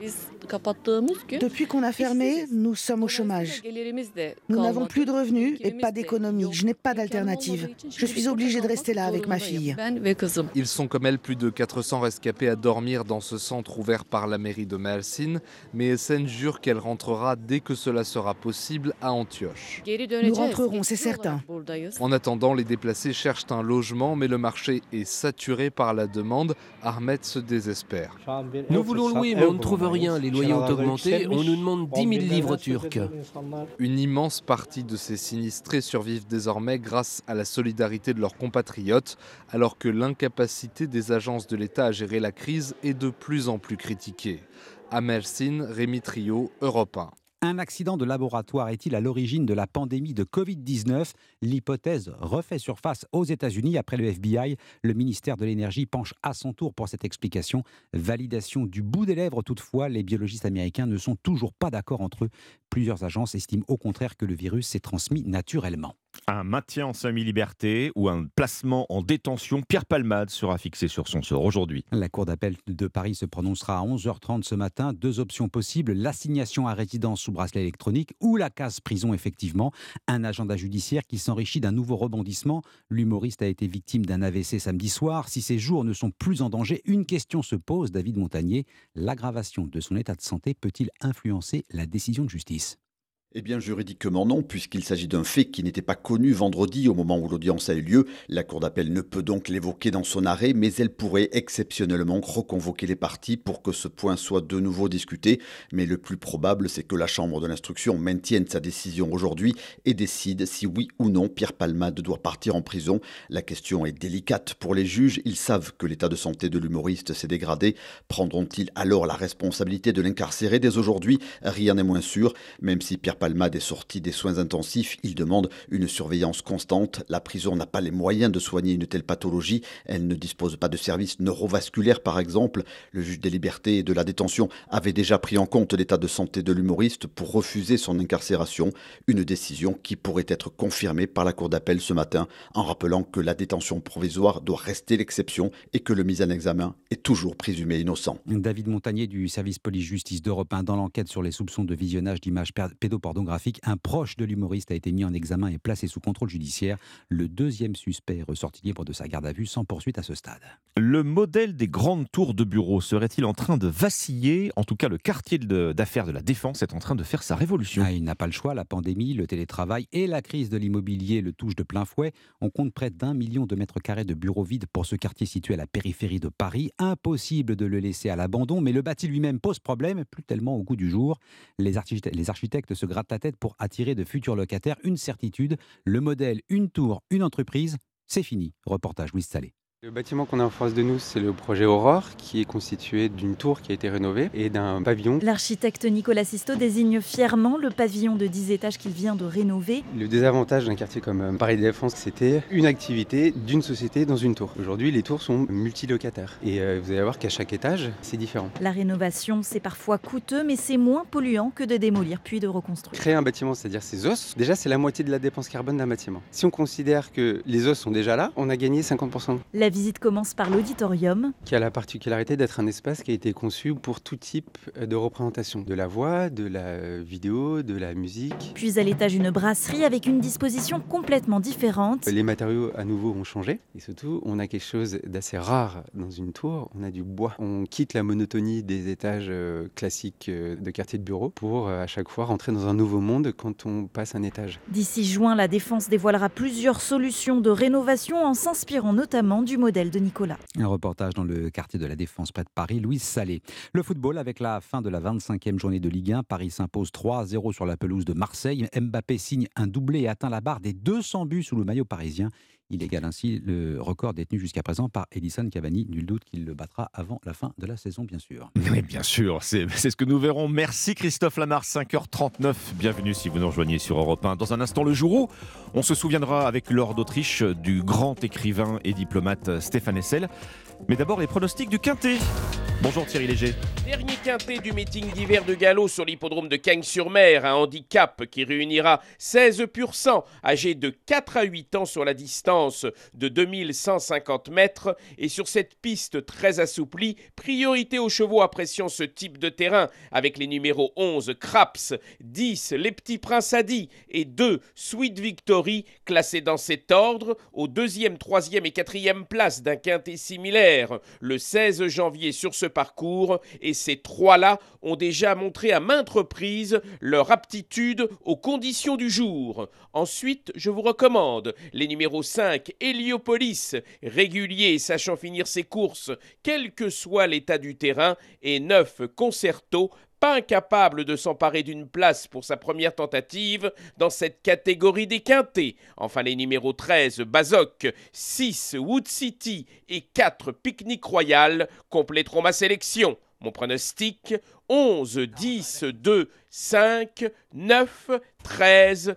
Depuis qu'on a fermé, nous sommes au chômage. Nous n'avons plus de revenus et pas d'économie. Je n'ai pas d'alternative. Je suis obligée de rester là avec ma fille. Ils sont comme elle plus de 400 rescapés à dormir dans ce centre ouvert par la mairie de Mersin, mais Essen jure qu'elle rentrera dès que cela sera possible à Antioche. Nous rentrerons, c'est certain. En attendant, les déplacés cherchent un logement, mais le marché est saturé par la demande. Ahmed se désespère. Nous voulons louer, mais on ne trouve rien. Les loyers ont augmenté. On nous demande 10 000 livres turques. Une immense partie de ces sinistrés survivent désormais grâce à la solidarité de leurs compatriotes, alors que l'incapacité des agences de l'État à gérer la crise est de plus en plus critiquée. À Mersin, Rémi Trio, Europe 1. Un accident de laboratoire est-il à l'origine de la pandémie de Covid-19 ? L'hypothèse refait surface aux États-Unis après le FBI. Le ministère de l'Énergie penche à son tour pour cette explication. Validation du bout des lèvres toutefois, les biologistes américains ne sont toujours pas d'accord entre eux. Plusieurs agences estiment au contraire que le virus s'est transmis naturellement. Un maintien en semi-liberté ou un placement en détention, Pierre Palmade sera fixé sur son sort aujourd'hui. La Cour d'appel de Paris se prononcera à 11h30 ce matin. 2 options possibles, l'assignation à résidence sous bracelet électronique ou la case prison effectivement. Un agenda judiciaire qui s'enrichit d'un nouveau rebondissement. L'humoriste a été victime d'un AVC samedi soir. Si ses jours ne sont plus en danger, une question se pose, David Montagnier. L'aggravation de son état de santé peut-il influencer la décision de justice ? Eh bien, juridiquement non, puisqu'il s'agit d'un fait qui n'était pas connu vendredi au moment où l'audience a eu lieu. La Cour d'appel ne peut donc l'évoquer dans son arrêt, mais elle pourrait exceptionnellement reconvoquer les parties pour que ce point soit de nouveau discuté. Mais le plus probable, c'est que la Chambre de l'instruction maintienne sa décision aujourd'hui et décide si oui ou non Pierre Palmade doit partir en prison. La question est délicate pour les juges. Ils savent que l'état de santé de l'humoriste s'est dégradé. Prendront-ils alors la responsabilité de l'incarcérer dès aujourd'hui ? Rien n'est moins sûr, même si Pierre Pierre Palmade est sorti des soins intensifs. Il demande une surveillance constante. La prison n'a pas les moyens de soigner une telle pathologie. Elle ne dispose pas de services neurovasculaires, par exemple. Le juge des libertés et de la détention avait déjà pris en compte l'état de santé de l'humoriste pour refuser son incarcération. Une décision qui pourrait être confirmée par la cour d'appel ce matin, en rappelant que la détention provisoire doit rester l'exception et que le mis en examen est toujours présumé innocent. David Montagnier du service police-justice d'Europe 1, dans l'enquête sur les soupçons de visionnage d'images pédopornographiques, un proche de l'humoriste a été mis en examen et placé sous contrôle judiciaire. Le deuxième suspect est ressorti libre de sa garde à vue sans poursuite à ce stade. Le modèle des grandes tours de bureaux serait-il en train de vaciller ? En tout cas, le quartier d'affaires de la Défense est en train de faire sa révolution. Il n'a pas le choix. La pandémie, le télétravail et la crise de l'immobilier le touchent de plein fouet. On compte près d'1 million de mètres carrés de bureaux vides pour ce quartier situé à la périphérie de Paris. Impossible de le laisser à l'abandon, mais le bâti lui-même pose problème, plus tellement au goût du jour. Les architectes se grattent la tête pour attirer de futurs locataires. Une certitude, le modèle une tour, une entreprise, c'est fini. Reportage Louis Salé. Le bâtiment qu'on a en face de nous, c'est le projet Aurore, qui est constitué d'une tour qui a été rénovée et d'un pavillon. L'architecte Nicolas Sisto désigne fièrement le pavillon de 10 étages qu'il vient de rénover. Le désavantage d'un quartier comme Paris Défense, c'était une activité d'une société dans une tour. Aujourd'hui, les tours sont multilocataires et vous allez voir qu'à chaque étage, c'est différent. La rénovation, c'est parfois coûteux, mais c'est moins polluant que de démolir puis de reconstruire. Créer un bâtiment, c'est-à-dire ses os, déjà c'est la moitié de la dépense carbone d'un bâtiment. Si on considère que les os sont déjà là, on a gagné 50%. La visite commence par l'auditorium, qui a la particularité d'être un espace qui a été conçu pour tout type de représentation. De la voix, de la vidéo, de la musique. Puis à l'étage, une brasserie avec une disposition complètement différente. Les matériaux à nouveau ont changé et surtout on a quelque chose d'assez rare dans une tour, on a du bois. On quitte la monotonie des étages classiques de quartier de bureau pour à chaque fois rentrer dans un nouveau monde quand on passe un étage. D'ici juin, la Défense dévoilera plusieurs solutions de rénovation en s'inspirant notamment du modèle de Nicolas. Un reportage dans le quartier de la Défense près de Paris, Louise Salé. Le football avec la fin de la 25e journée de Ligue 1. Paris s'impose 3-0 sur la pelouse de Marseille. Mbappé signe un doublé et atteint la barre des 200 buts sous le maillot parisien. Il égale ainsi le record détenu jusqu'à présent par Edinson Cavani. Nul doute qu'il le battra avant la fin de la saison, bien sûr. Oui, bien sûr, c'est ce que nous verrons. Merci Christophe Lamar, 5h39. Bienvenue si vous nous rejoignez sur Europe 1. Dans un instant, le jour où on se souviendra avec Laure d'Autriche du grand écrivain et diplomate Stéphane Hessel. Mais d'abord, les pronostics du Quintet. Bonjour Thierry Léger. Dernier quintet du meeting d'hiver de galop sur l'hippodrome de Cagnes-sur-Mer, un handicap qui réunira 16 pur sang âgés de 4 à 8 ans sur la distance de 2150 mètres. Et sur cette piste très assouplie, priorité aux chevaux appréciant ce type de terrain avec les numéros 11 Craps, 10 Les Petits Princes Adi et 2 Sweet Victory classés dans cet ordre aux 2e, 3e et 4e places d'un quintet similaire le 16 janvier sur ce parcours, et ces trois-là ont déjà montré à maintes reprises leur aptitude aux conditions du jour. Ensuite, je vous recommande les numéros 5 Héliopolis, régulier et sachant finir ses courses, quel que soit l'état du terrain, et 9 Concerto, pas incapable de s'emparer d'une place pour sa première tentative dans cette catégorie des quintés. Enfin, les numéros 13 Bazoc, 6 Wood City et 4 Picnic Royal compléteront ma sélection. Mon pronostic, 11, 10, 2, 5, 9, 13,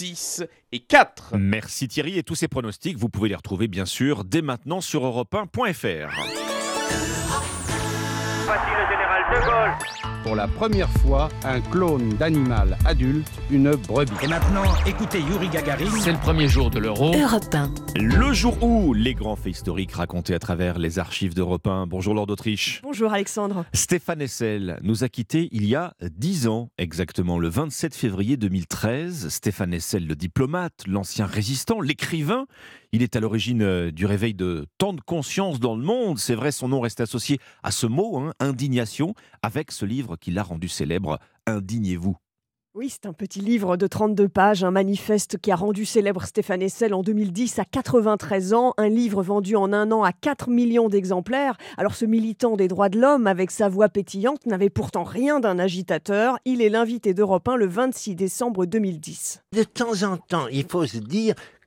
6 et 4. Merci Thierry, et tous ces pronostics, vous pouvez les retrouver bien sûr dès maintenant sur europe1.fr. Voici le général de Gaulle. Pour la première fois, un clone d'animal adulte, une brebis. Et maintenant, écoutez Yuri Gagarin. C'est le premier jour de l'Euro. Europe 1. Le jour où les grands faits historiques racontés à travers les archives d'Europe 1. Bonjour Laure d'Autriche. Bonjour Alexandre. Stéphane Hessel nous a quittés il y a 10 ans, exactement le 27 février 2013. Stéphane Hessel, le diplomate, l'ancien résistant, l'écrivain. Il est à l'origine du réveil de tant de conscience dans le monde. C'est vrai, son nom reste associé à ce mot, indignation, avec ce livre qui l'a rendu célèbre, Indignez-vous. Oui, c'est un petit livre de 32 pages, un manifeste qui a rendu célèbre Stéphane Hessel en 2010 à 93 ans, un livre vendu en un an à 4 millions d'exemplaires. Alors ce militant des droits de l'homme, avec sa voix pétillante, n'avait pourtant rien d'un agitateur. Il est l'invité d'Europe 1 le 26 décembre 2010. De temps en temps, il faut se dire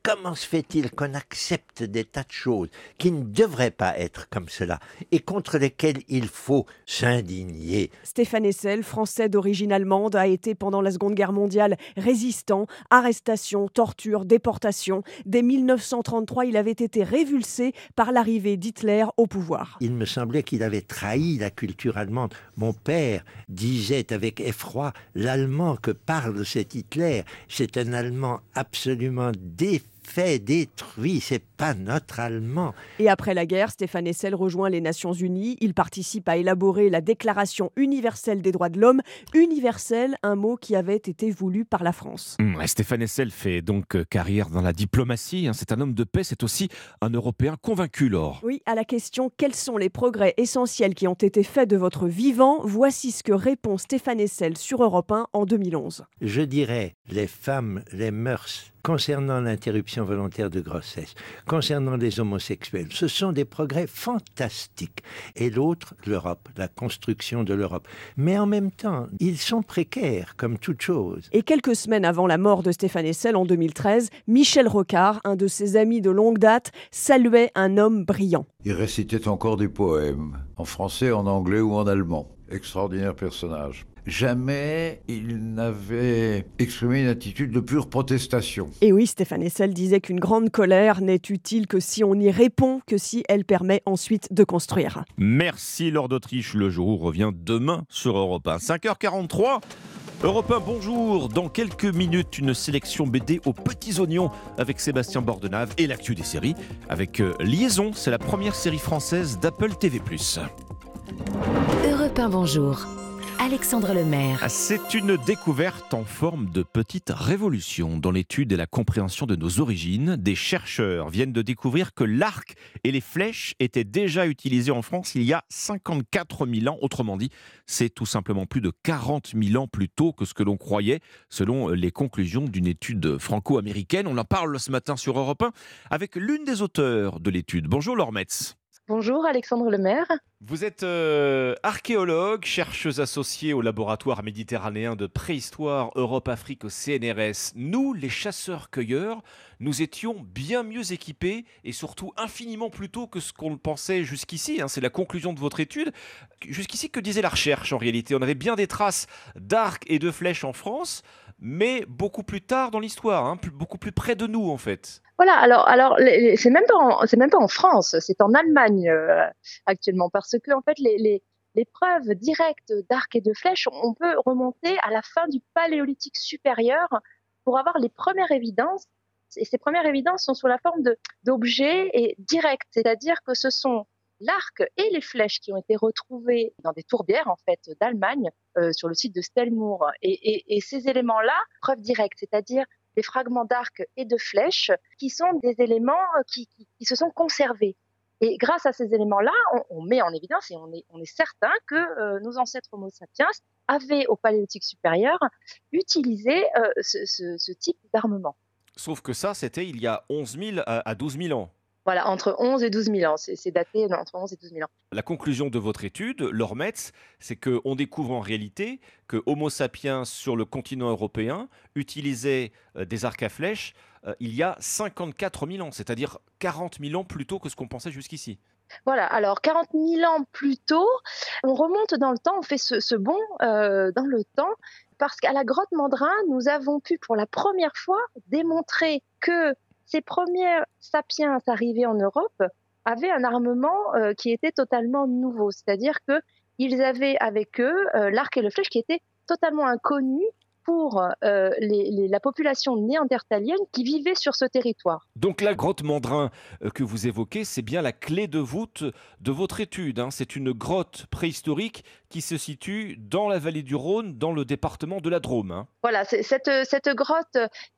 comment se fait-il qu'on accepte des tas de choses qui ne devraient pas être comme cela et contre lesquelles il faut s'indigner? Stéphane Hessel, français d'origine allemande, a été pendant la Seconde Guerre mondiale résistant, arrestation, torture, déportation. Dès 1933, il avait été révulsé par l'arrivée d'Hitler au pouvoir. Il me semblait qu'il avait trahi la culture allemande. Mon père disait avec effroi, l'allemand que parle cet Hitler, c'est un allemand absolument détruit, c'est pas notre allemand. Et après la guerre, Stéphane Hessel rejoint les Nations Unies. Il participe à élaborer la Déclaration universelle des droits de l'homme. Universel, un mot qui avait été voulu par la France. Stéphane Hessel fait donc carrière dans la diplomatie. C'est un homme de paix, c'est aussi un Européen convaincu, Laure. Oui, à la question « Quels sont les progrès essentiels qui ont été faits de votre vivant ?» Voici ce que répond Stéphane Hessel sur Europe 1 en 2011. Je dirais les femmes, les mœurs, concernant l'interruption volontaire de grossesse, concernant les homosexuels, ce sont des progrès fantastiques. Et l'autre, l'Europe, la construction de l'Europe. Mais en même temps, ils sont précaires, comme toute chose. Et quelques semaines avant la mort de Stéphane Hessel en 2013, Michel Rocard, un de ses amis de longue date, saluait un homme brillant. Il récitait encore des poèmes, en français, en anglais ou en allemand. Extraordinaire personnage. Jamais il n'avait exprimé une attitude de pure protestation. Et oui, Stéphane Hessel disait qu'une grande colère n'est utile que si on y répond, que si elle permet ensuite de construire. Merci Laure d'Autriche. Le jour revient demain sur Europe 1. 5h43. Europe 1, bonjour. Dans quelques minutes, une sélection BD aux petits oignons avec Sébastien Bordenave et l'actu des séries avec Liaison. C'est la première série française d'Apple TV+. Europe 1, bonjour. Alexandre Lemaire. C'est une découverte en forme de petite révolution. Dans l'étude et la compréhension de nos origines, des chercheurs viennent de découvrir que l'arc et les flèches étaient déjà utilisés en France il y a 54 000 ans. Autrement dit, c'est tout simplement plus de 40 000 ans plus tôt que ce que l'on croyait, selon les conclusions d'une étude franco-américaine. On en parle ce matin sur Europe 1 avec l'une des auteurs de l'étude. Bonjour Laure Metz. Bonjour Alexandre Lemaire. Vous êtes archéologue, chercheuse associée au laboratoire méditerranéen de préhistoire Europe-Afrique au CNRS. Nous, les chasseurs-cueilleurs, nous étions bien mieux équipés et surtout infiniment plus tôt que ce qu'on le pensait jusqu'ici. C'est la conclusion de votre étude. Jusqu'ici, que disait la recherche en réalité? On avait bien des traces d'arcs et de flèches en France, mais beaucoup plus tard dans l'histoire, beaucoup plus près de nous en fait. Voilà, alors c'est même pas en France, c'est en Allemagne actuellement, parce que en fait les preuves directes d'arcs et de flèches, on peut remonter à la fin du Paléolithique supérieur pour avoir les premières évidences. Et ces premières évidences sont sous la forme d'objets et directs, c'est-à-dire que ce sont l'arc et les flèches qui ont été retrouvés dans des tourbières en fait d'Allemagne sur le site de Stelmoor. Et ces éléments-là, preuves directes, c'est-à-dire des fragments d'arc et de flèches qui sont des éléments qui se sont conservés. Et grâce à ces éléments-là, on met en évidence et on est certain que nos ancêtres Homo sapiens avaient au Paléolithique supérieur utilisé ce type d'armement. Sauf que ça, c'était il y a 11 000 à 12 000 ans. Voilà, entre 11 et 12 000 ans. C'est daté entre 11 et 12 000 ans. La conclusion de votre étude, Laure Metz, c'est qu'on découvre en réalité que Homo sapiens sur le continent européen utilisait des arcs à flèches il y a 54 000 ans, c'est-à-dire 40 000 ans plus tôt que ce qu'on pensait jusqu'ici. Voilà, alors 40 000 ans plus tôt, on remonte dans le temps, on fait ce bond dans le temps, parce qu'à la grotte Mandrin, nous avons pu pour la première fois démontrer que ces premiers sapiens arrivés en Europe avaient un armement qui était totalement nouveau, c'est-à-dire qu'ils avaient avec eux l'arc et le flèche qui étaient totalement inconnus pour la population néandertalienne qui vivait sur ce territoire. Donc la grotte Mandrin que vous évoquez, c'est bien la clé de voûte de votre étude. C'est une grotte préhistorique qui se situe dans la vallée du Rhône, dans le département de la Drôme. Voilà, cette grotte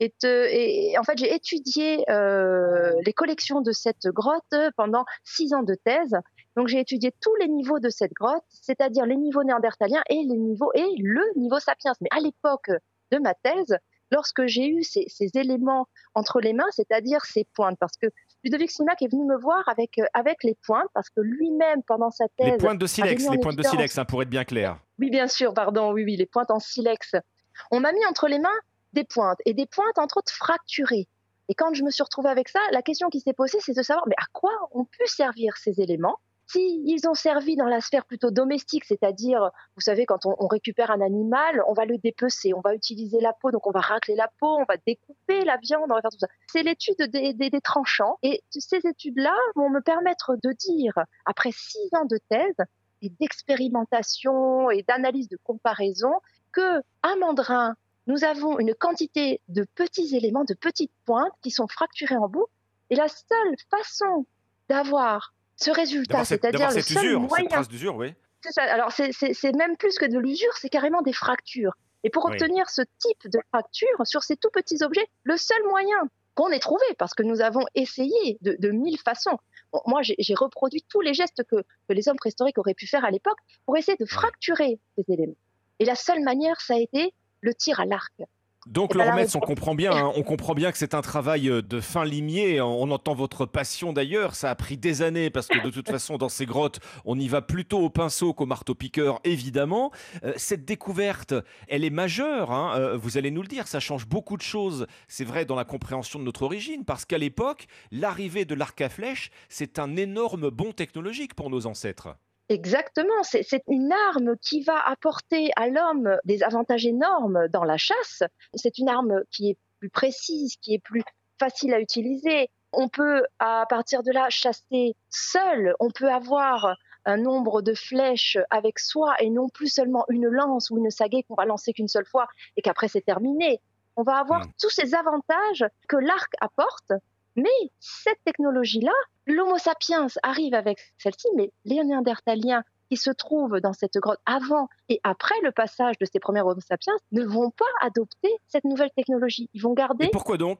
en fait, j'ai étudié les collections de cette grotte pendant 6 ans de thèse. Donc j'ai étudié tous les niveaux de cette grotte, c'est-à-dire les niveaux néandertaliens et le niveau sapiens. Mais à l'époque de ma thèse, lorsque j'ai eu ces éléments entre les mains, c'est-à-dire ces pointes, parce que Ludovic Simac est venu me voir avec les pointes, parce que lui-même, pendant sa thèse... Les pointes de silex, pour être bien clair. Oui, bien sûr, pardon, oui, les pointes en silex. On m'a mis entre les mains des pointes, et des pointes, entre autres, fracturées. Et quand je me suis retrouvée avec ça, la question qui s'est posée, c'est de savoir mais à quoi ont pu servir ces éléments. S'ils ont servi dans la sphère plutôt domestique, c'est-à-dire, vous savez, quand on récupère un animal, on va le dépecer, on va utiliser la peau, donc on va racler la peau, on va découper la viande, on va faire tout ça. C'est l'étude des tranchants. Et ces études-là vont me permettre de dire, après 6 ans de thèse et d'expérimentation et d'analyse de comparaison, qu'à Mandrin, nous avons une quantité de petits éléments, de petites pointes qui sont fracturées en bout. Et la seule façon d'avoir ce résultat, c'est-à-dire le seul moyen... Cette trace d'usure, oui. C'est ça. Alors, c'est même plus que de l'usure, c'est carrément des fractures. Et pour obtenir ce type de fracture sur ces tout petits objets, le seul moyen qu'on ait trouvé, parce que nous avons essayé de 1000 façons. Bon, moi, j'ai reproduit tous les gestes que les hommes préhistoriques auraient pu faire à l'époque pour essayer de fracturer ces éléments. Et la seule manière, ça a été le tir à l'arc. Donc, Laure-Metz, on comprend bien que c'est un travail de fin limier. On entend votre passion d'ailleurs. Ça a pris des années parce que de toute façon, dans ces grottes, on y va plutôt au pinceau qu'au marteau-piqueur, évidemment. Cette découverte, elle est majeure. Vous allez nous le dire, ça change beaucoup de choses. C'est vrai dans la compréhension de notre origine parce qu'à l'époque, l'arrivée de l'arc à flèche, c'est un énorme bond technologique pour nos ancêtres. Exactement, c'est une arme qui va apporter à l'homme des avantages énormes dans la chasse. C'est une arme qui est plus précise, qui est plus facile à utiliser. On peut, à partir de là, chasser seul. On peut avoir un nombre de flèches avec soi et non plus seulement une lance ou une sagaie qu'on va lancer qu'une seule fois et qu'après c'est terminé. On va avoir tous ces avantages que l'arc apporte. Mais cette technologie-là, l'Homo sapiens arrive avec celle-ci, mais les Néandertaliens qui se trouvent dans cette grotte avant et après le passage de ces premiers Homo sapiens ne vont pas adopter cette nouvelle technologie. Ils vont garder. Et pourquoi donc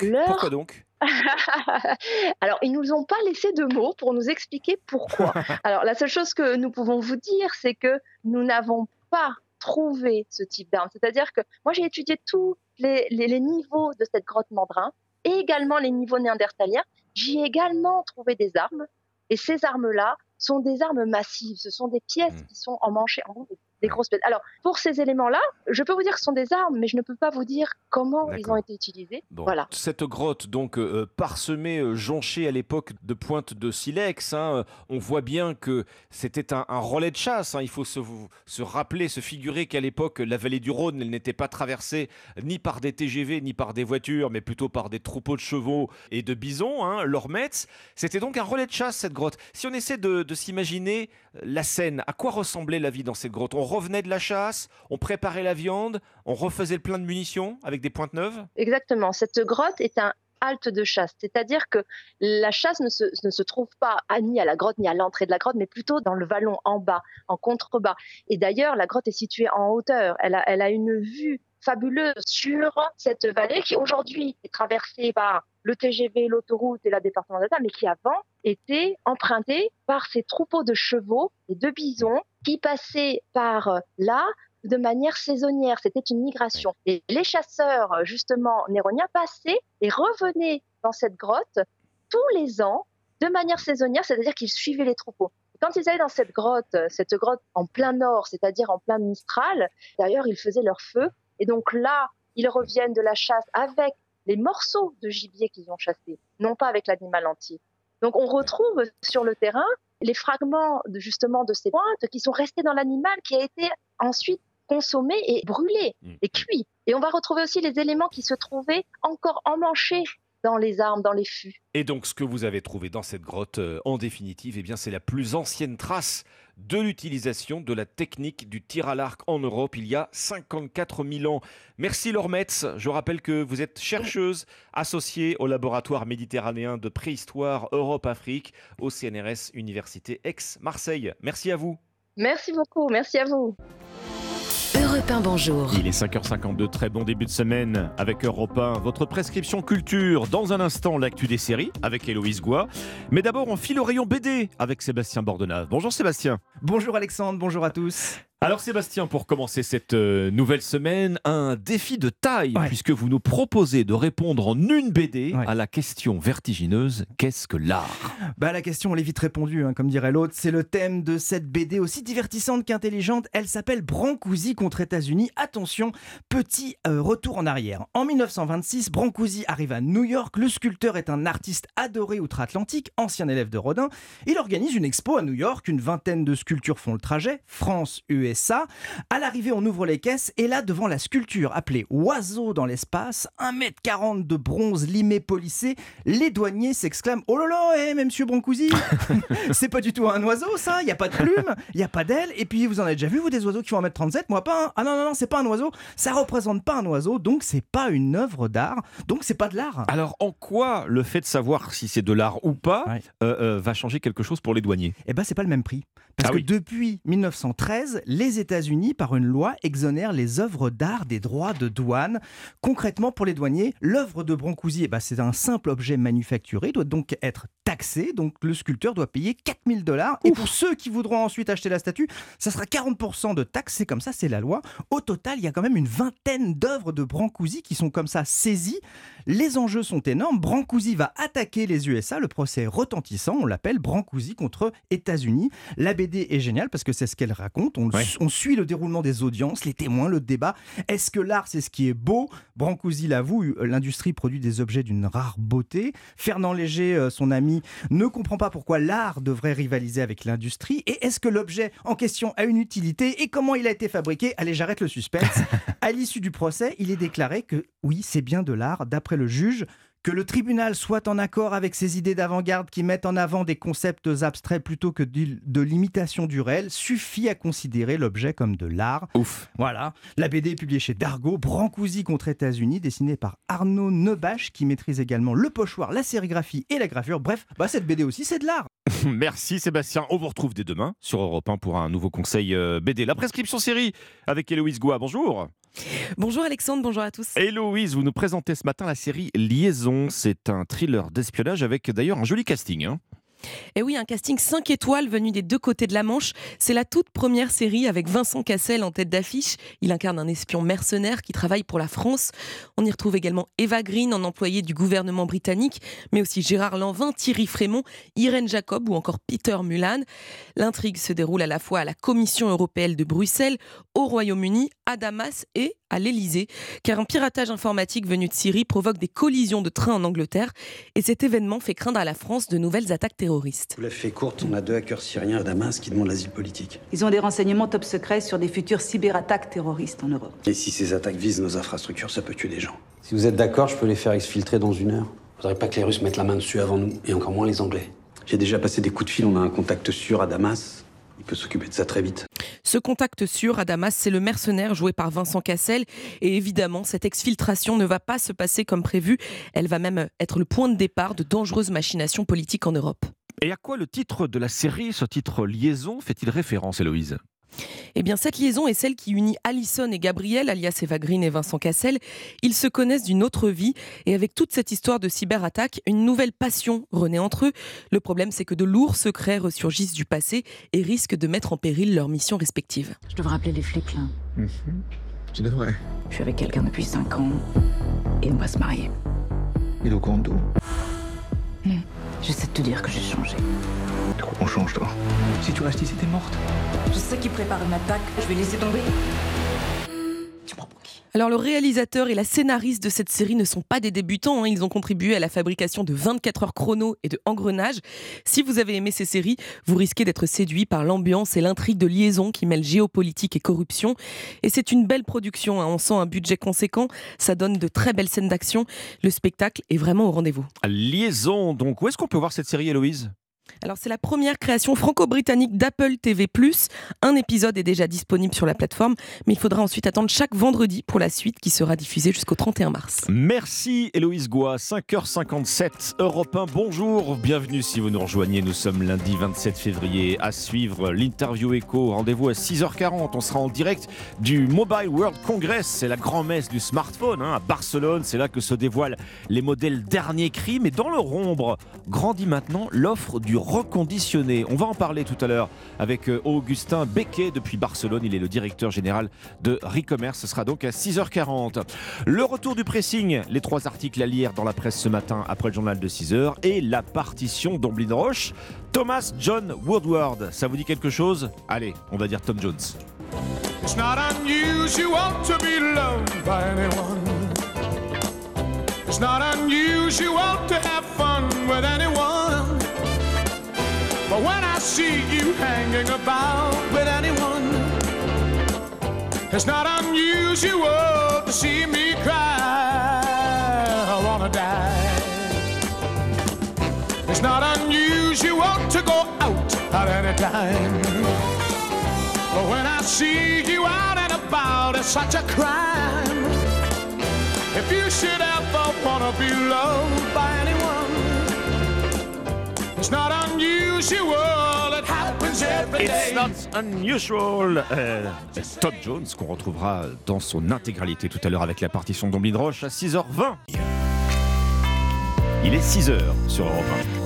Alors, ils ne nous ont pas laissé de mots pour nous expliquer pourquoi. Alors, la seule chose que nous pouvons vous dire, c'est que nous n'avons pas trouvé ce type d'arme. C'est-à-dire que moi, j'ai étudié tous les niveaux de cette grotte Mandrin, et également les niveaux néandertaliens. J'y ai également trouvé des armes, et ces armes-là sont des armes massives, ce sont des pièces qui sont emmanchées en bout, des grosses pièces. Alors, pour ces éléments-là, je peux vous dire que ce sont des armes, mais je ne peux pas vous dire comment ils ont été utilisés. Bon. Voilà. Cette grotte, donc parsemée, jonchée à l'époque de pointes de silex, on voit bien que c'était un relais de chasse. Il faut se rappeler, se figurer qu'à l'époque, la vallée du Rhône, elle n'était pas traversée ni par des TGV, ni par des voitures, mais plutôt par des troupeaux de chevaux et de bisons. Laure-Metz, c'était donc un relais de chasse, cette grotte. Si on essaie de s'imaginer la scène, à quoi ressemblait la vie dans cette grotte ? On revenait de la chasse, on préparait la viande, on refaisait le plein de munitions avec des pointes neuves ? Exactement. Cette grotte est un halte de chasse, c'est-à-dire que la chasse ne se trouve pas ni à la grotte ni à l'entrée de la grotte, mais plutôt dans le vallon en bas, en contrebas. Et d'ailleurs, la grotte est située en hauteur. Elle a une vue fabuleuse sur cette vallée qui aujourd'hui est traversée par le TGV, l'autoroute et la départementale, mais qui avant était empruntée par ces troupeaux de chevaux et de bisons qui passaient par là de manière saisonnière. C'était une migration. Et les chasseurs, justement, néroniens, passaient et revenaient dans cette grotte tous les ans de manière saisonnière, c'est-à-dire qu'ils suivaient les troupeaux. Quand ils allaient dans cette grotte en plein nord, c'est-à-dire en plein Mistral, d'ailleurs, ils faisaient leur feu. Et donc là, ils reviennent de la chasse avec les morceaux de gibier qu'ils ont chassés, non pas avec l'animal entier. Donc on retrouve sur le terrain les fragments de ces pointes qui sont restés dans l'animal, qui a été ensuite consommé et brûlé et cuit. Et on va retrouver aussi les éléments qui se trouvaient encore emmanchés dans les armes, dans les fûts. Et donc ce que vous avez trouvé dans cette grotte, en définitive, c'est la plus ancienne trace de l'utilisation de la technique du tir à l'arc en Europe il y a 54 000 ans. Merci Laure-Metz. Je rappelle que vous êtes chercheuse associée au laboratoire méditerranéen de préhistoire Europe-Afrique au CNRS Université Aix-Marseille. Merci à vous. Merci beaucoup, merci à vous. Europe 1, bonjour. Il est 5h52, très bon début de semaine avec Europe 1. Votre prescription culture, dans un instant l'actu des séries avec Héloïse Goua. Mais d'abord on file au rayon BD avec Sébastien Bordenave. Bonjour Sébastien. Bonjour Alexandre, bonjour à tous. Alors Sébastien, pour commencer cette nouvelle semaine, un défi de taille, puisque vous nous proposez de répondre en une BD à la question vertigineuse, qu'est-ce que l'art ? La question, elle est vite répondue, comme dirait l'autre. C'est le thème de cette BD aussi divertissante qu'intelligente. Elle s'appelle Brancusi contre États-Unis. Attention, petit retour en arrière. En 1926, Brancusi arrive à New York. Le sculpteur est un artiste adoré outre-Atlantique, ancien élève de Rodin. Il organise une expo à New York. Une vingtaine de sculptures font le trajet. France, USA. À l'arrivée, on ouvre les caisses et là, devant la sculpture appelée Oiseau dans l'espace, 1m40 de bronze limé polissé, les douaniers s'exclament « Oh là là, monsieur Brancusi, c'est pas du tout un oiseau ça, il n'y a pas de plume, il n'y a pas d'aile, et puis vous en avez déjà vu vous des oiseaux qui font 1m37, moi pas, ah non, c'est pas un oiseau, ça représente pas un oiseau, donc c'est pas une œuvre d'art, donc c'est pas de l'art. » Alors en quoi le fait de savoir si c'est de l'art ou pas va changer quelque chose pour les douaniers ? C'est pas le même prix. Parce que depuis 1913, les États-Unis, par une loi, exonèrent les œuvres d'art des droits de douane. Concrètement, pour les douaniers, l'œuvre de Brancusi, c'est un simple objet manufacturé, doit donc être taxé. Donc le sculpteur doit payer $4 000. Et pour ceux qui voudront ensuite acheter la statue, ça sera 40% de taxes. C'est comme ça, c'est la loi. Au total, il y a quand même une vingtaine d'œuvres de Brancusi qui sont comme ça saisies. Les enjeux sont énormes. Brancusi va attaquer les USA. Le procès est retentissant. On l'appelle Brancusi contre États-Unis. La BD est géniale parce que c'est ce qu'elle raconte. On suit le déroulement des audiences, les témoins, le débat. Est-ce que l'art, c'est ce qui est beau ? Brancusi l'avoue, l'industrie produit des objets d'une rare beauté. Fernand Léger, son ami, ne comprend pas pourquoi l'art devrait rivaliser avec l'industrie. Et est-ce que l'objet en question a une utilité ? Et comment il a été fabriqué ? Allez, j'arrête le suspense. À l'issue du procès, il est déclaré que oui, c'est bien de l'art, d'après le juge. Que le tribunal soit en accord avec ces idées d'avant-garde qui mettent en avant des concepts abstraits plutôt que de l'imitation du réel suffit à considérer l'objet comme de l'art. Ouf. Voilà. La BD est publiée chez Dargaud, Brancusi contre États-Unis, dessinée par Arnaud Neubach, qui maîtrise également le pochoir, la sérigraphie et la gravure. Bref, cette BD aussi, c'est de l'art. Merci Sébastien. On vous retrouve dès demain sur Europe 1 pour un nouveau conseil BD. La prescription série avec Héloïse Goua. Bonjour. Bonjour Alexandre, bonjour à tous. Héloïse, vous nous présentez ce matin la série Liaison. C'est un thriller d'espionnage avec d'ailleurs un joli casting. Et oui, un casting 5 étoiles venu des deux côtés de la Manche. C'est la toute première série avec Vincent Cassel en tête d'affiche. Il incarne un espion mercenaire qui travaille pour la France. On y retrouve également Eva Green, en employé du gouvernement britannique, mais aussi Gérard Lanvin, Thierry Frémont, Irène Jacob ou encore Peter Mullan. L'intrigue se déroule à la fois à la Commission européenne de Bruxelles, au Royaume-Uni, à Damas et à l'Elysée, car un piratage informatique venu de Syrie provoque des collisions de trains en Angleterre et cet événement fait craindre à la France de nouvelles attaques terroristes. Vous la fait courte, on a 2 hackers syriens à Damas qui demandent l'asile politique. Ils ont des renseignements top secrets sur des futures cyberattaques terroristes en Europe. Et si ces attaques visent nos infrastructures, ça peut tuer des gens. Si vous êtes d'accord, je peux les faire exfiltrer dans 1 heure. Faudrait pas que les Russes mettent la main dessus avant nous, et encore moins les Anglais. J'ai déjà passé des coups de fil, on a un contact sûr à Damas. Il peut s'occuper de ça très vite. Ce contact sûr à Damas, c'est le mercenaire joué par Vincent Cassel. Et évidemment, cette exfiltration ne va pas se passer comme prévu. Elle va même être le point de départ de dangereuses machinations politiques en Europe. Et à quoi le titre de la série, ce titre Liaison, fait-il référence, Héloïse ? Eh bien, cette liaison est celle qui unit Alison et Gabriel, alias Eva Green et Vincent Cassel. Ils se connaissent d'une autre vie et avec toute cette histoire de cyberattaque, une nouvelle passion renaît entre eux. Le problème, c'est que de lourds secrets ressurgissent du passé et risquent de mettre en péril leurs missions respectives. Je devrais appeler les flics là. Tu devrais. Je suis avec quelqu'un depuis 5 ans et on va se marier. Il est au condo. J'essaie de te dire que j'ai changé. On change, toi. Si tu restes ici, t'es morte. Je sais qu'il prépare une attaque, je vais laisser tomber. Alors le réalisateur et la scénariste de cette série ne sont pas des débutants, Ils ont contribué à la fabrication de 24 heures chrono et de Engrenage. Si vous avez aimé ces séries, vous risquez d'être séduit par l'ambiance et l'intrigue de liaison qui mêle géopolitique et corruption. Et c'est une belle production, On sent un budget conséquent, ça donne de très belles scènes d'action. Le spectacle est vraiment au rendez-vous. Liaison, donc où est-ce qu'on peut voir cette série, Héloïse ? Alors c'est la première création franco-britannique d'Apple TV+. Un épisode est déjà disponible sur la plateforme, mais il faudra ensuite attendre chaque vendredi pour la suite qui sera diffusée jusqu'au 31 mars. Merci Héloïse Goua, 5h57, Europe 1, bonjour, bienvenue si vous nous rejoignez, nous sommes lundi 27 février, à suivre l'interview écho, rendez-vous à 6h40, on sera en direct du Mobile World Congress, c'est la grand-messe du smartphone à Barcelone, c'est là que se dévoilent les modèles dernier cri, mais dans leur ombre grandit maintenant l'offre du du reconditionné. On va en parler tout à l'heure avec Augustin Becquet depuis Barcelone. Il est le directeur général de Recommerce. Ce sera donc à 6h40. Le retour du pressing, les 3 articles à lire dans la presse ce matin après le journal de 6h et la partition d'Omblin Roche. Thomas John Woodward, ça vous dit quelque chose? Allez, on va dire Tom Jones. It's not unusual to be loved by anyone. It's not unusual to have fun with anyone. But when I see you hanging about with anyone, it's not unusual to see me cry. I wanna die. It's not unusual to go out at any time. But when I see you out and about, it's such a crime. If you should ever wanna be loved by anyone, it's not unusual, it happens every day. It's not unusual. Tom Jones, qu'on retrouvera dans son intégralité tout à l'heure avec la partition d'Omblin Roche à 6h20. Il est 6h sur Europe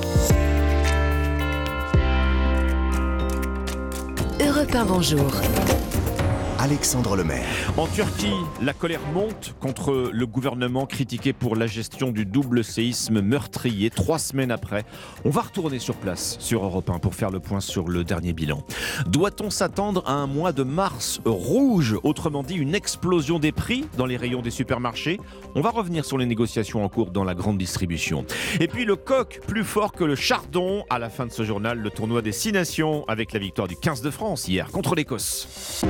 1. Europe 1, bonjour. Alexandre Lemaire. En Turquie, la colère monte contre le gouvernement critiqué pour la gestion du double séisme meurtrier. 3 semaines après, on va retourner sur place sur Europe 1 pour faire le point sur le dernier bilan. Doit-on s'attendre à un mois de mars rouge, autrement dit une explosion des prix dans les rayons des supermarchés? On va revenir sur les négociations en cours dans la grande distribution. Et puis le coq plus fort que le chardon. À la fin de ce journal, le tournoi des 6 nations avec la victoire du 15 de France hier contre l'Écosse.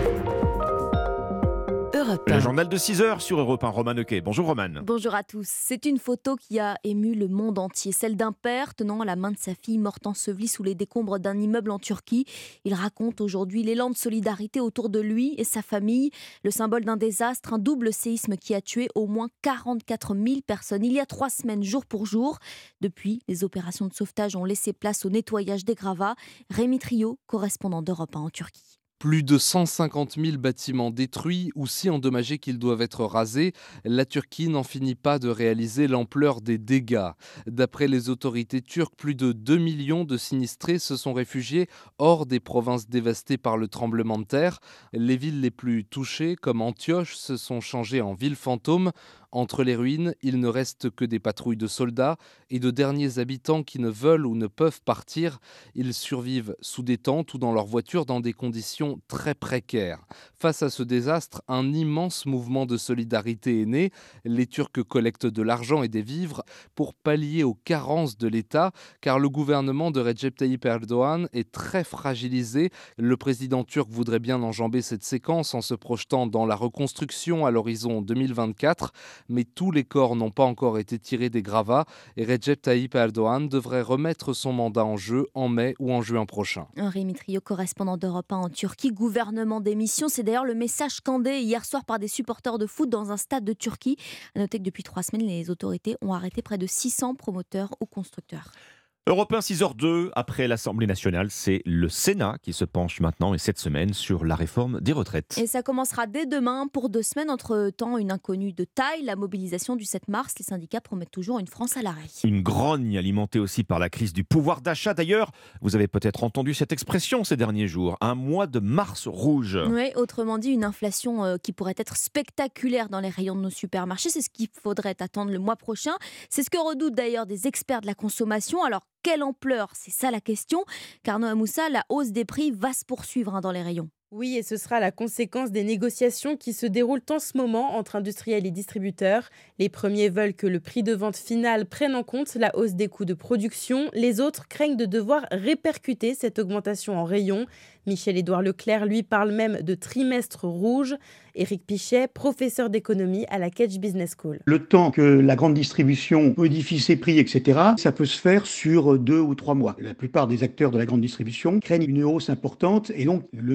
Le journal de 6h sur Europe 1, Roman Neuquet. Bonjour Roman. Bonjour à tous. C'est une photo qui a ému le monde entier. Celle d'un père tenant la main de sa fille morte ensevelie sous les décombres d'un immeuble en Turquie. Il raconte aujourd'hui l'élan de solidarité autour de lui et sa famille. Le symbole d'un désastre, un double séisme qui a tué au moins 44 000 personnes il y a 3 semaines, jour pour jour. Depuis, les opérations de sauvetage ont laissé place au nettoyage des gravats. Rémi Trio, correspondant d'Europe 1 en Turquie. Plus de 150 000 bâtiments détruits ou si endommagés qu'ils doivent être rasés, la Turquie n'en finit pas de réaliser l'ampleur des dégâts. D'après les autorités turques, plus de 2 millions de sinistrés se sont réfugiés hors des provinces dévastées par le tremblement de terre. Les villes les plus touchées, comme Antioche, se sont changées en villes fantômes. Entre les ruines, il ne reste que des patrouilles de soldats et de derniers habitants qui ne veulent ou ne peuvent partir. Ils survivent sous des tentes ou dans leurs voitures dans des conditions très précaires. Face à ce désastre, un immense mouvement de solidarité est né. Les Turcs collectent de l'argent et des vivres pour pallier aux carences de l'État, car le gouvernement de Recep Tayyip Erdogan est très fragilisé. Le président turc voudrait bien enjamber cette séquence en se projetant dans la reconstruction à l'horizon 2024. Mais tous les corps n'ont pas encore été tirés des gravats et Recep Tayyip Erdogan devrait remettre son mandat en jeu en mai ou en juin prochain. Rémi Trio, correspondant d'Europe 1 en Turquie, gouvernement démission, c'est d'ailleurs le message scandé hier soir par des supporters de foot dans un stade de Turquie. À noter que depuis 3 semaines, les autorités ont arrêté près de 600 promoteurs ou constructeurs. Europe 1, 6h02, après l'Assemblée nationale, c'est le Sénat qui se penche maintenant et cette semaine sur la réforme des retraites. Et ça commencera dès demain pour 2 semaines. Entre-temps, une inconnue de taille, la mobilisation du 7 mars. Les syndicats promettent toujours une France à l'arrêt. Une grogne alimentée aussi par la crise du pouvoir d'achat. D'ailleurs, vous avez peut-être entendu cette expression ces derniers jours, un mois de mars rouge. Oui, autrement dit, une inflation qui pourrait être spectaculaire dans les rayons de nos supermarchés. C'est ce qu'il faudrait attendre le mois prochain. C'est ce que redoutent d'ailleurs des experts de la consommation. Alors, quelle ampleur? C'est ça la question. Car Noa Moussa, la hausse des prix va se poursuivre dans les rayons. Oui, et ce sera la conséquence des négociations qui se déroulent en ce moment entre industriels et distributeurs. Les premiers veulent que le prix de vente final prenne en compte la hausse des coûts de production. Les autres craignent de devoir répercuter cette augmentation en rayon. Michel-Édouard Leclerc, lui, parle même de trimestre rouge. Éric Pichet, professeur d'économie à la Kedge Business School. Le temps que la grande distribution modifie ses prix, etc., ça peut se faire sur 2 ou 3 mois. La plupart des acteurs de la grande distribution craignent une hausse importante et donc le mécontentement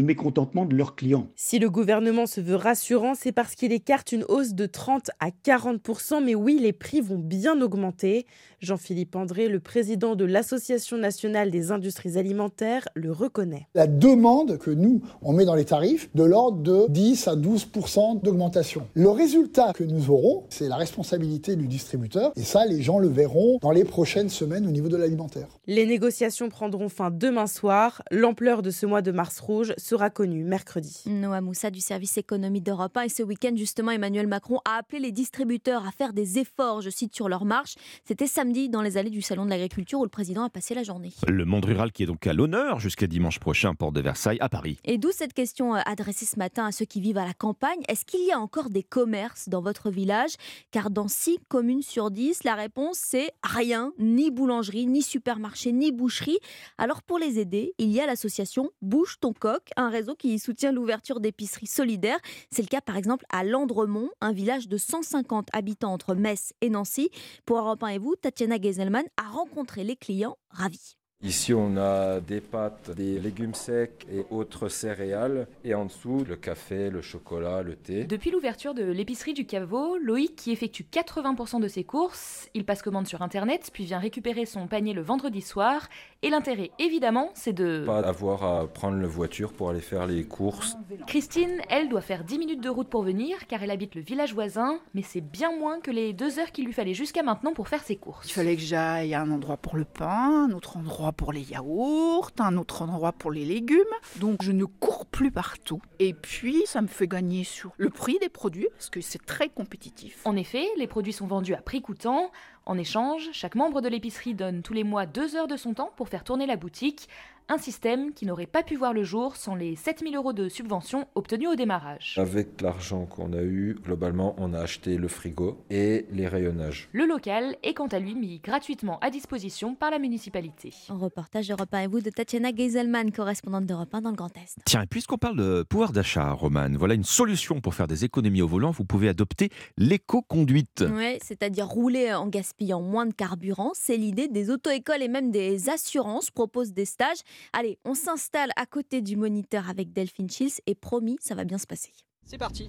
mécontentement de leurs clients. Si le gouvernement se veut rassurant, c'est parce qu'il écarte une hausse de 30 à 40%. Mais oui, les prix vont bien augmenter. Jean-Philippe André, le président de l'Association nationale des industries alimentaires, le reconnaît. La demande que nous, on met dans les tarifs, de l'ordre de 10 à 12% d'augmentation. Le résultat que nous aurons, c'est la responsabilité du distributeur. Et ça, les gens le verront dans les prochaines semaines au niveau de l'alimentaire. Les négociations prendront fin demain soir. L'ampleur de ce mois de mars rouge sera connue mercredi. Noah Moussa du service économie d'Europe 1. Et ce week-end, justement, Emmanuel Macron a appelé les distributeurs à faire des efforts, je cite, sur leur marche. C'était samedi dans les allées du Salon de l'Agriculture où le président a passé la journée. Le monde rural qui est donc à l'honneur jusqu'à dimanche prochain, porte de Versailles, à Paris. Et d'où cette question adressée ce matin à ceux qui vivent à la campagne. Est-ce qu'il y a encore des commerces dans votre village ? Car dans 6 communes sur 10, la réponse c'est rien, ni boulangerie, ni supermarché, ni boucherie. Alors pour les aider, il y a l'association Bouge ton coq, un réseau qui soutient l'ouverture d'épiceries solidaires. C'est le cas par exemple à Landremont, un village de 150 habitants entre Metz et Nancy. Pour Europe 1 et vous, Tatiana Geselman a rencontré les clients ravis. Ici, on a des pâtes, des légumes secs et autres céréales. Et en dessous, le café, le chocolat, le thé. Depuis l'ouverture de l'épicerie du Caveau, Loïc, qui effectue 80% de ses courses, il passe commande sur Internet, puis vient récupérer son panier le vendredi soir. Et l'intérêt, évidemment, c'est de... Pas avoir à prendre la voiture pour aller faire les courses. Christine, elle, doit faire 10 minutes de route pour venir, car elle habite le village voisin. Mais c'est bien moins que les 2 heures qu'il lui fallait jusqu'à maintenant pour faire ses courses. Il fallait que j'aille à un endroit pour le pain, un autre endroit pour les yaourts, un autre endroit pour les légumes. Donc je ne cours plus partout. Et puis ça me fait gagner sur le prix des produits parce que c'est très compétitif. En effet, les produits sont vendus à prix coûtant. En échange, chaque membre de l'épicerie donne tous les mois 2 heures de son temps pour faire tourner la boutique. Un système qui n'aurait pas pu voir le jour sans les 7 000 € de subventions obtenues au démarrage. Avec l'argent qu'on a eu, globalement, on a acheté le frigo et les rayonnages. Le local est quant à lui mis gratuitement à disposition par la municipalité. Un reportage Europe 1 et vous de Tatiana Geselman, correspondante d'Europe 1 dans le Grand Est. Tiens, et puisqu'on parle de pouvoir d'achat, Romane, voilà une solution pour faire des économies au volant. Vous pouvez adopter l'éco-conduite. Oui, c'est-à-dire rouler en gaspillant moins de carburant. C'est l'idée des auto-écoles et même des assurances proposent des stages. Allez, on s'installe à côté du moniteur avec Delphine Schills et promis, ça va bien se passer. C'est parti.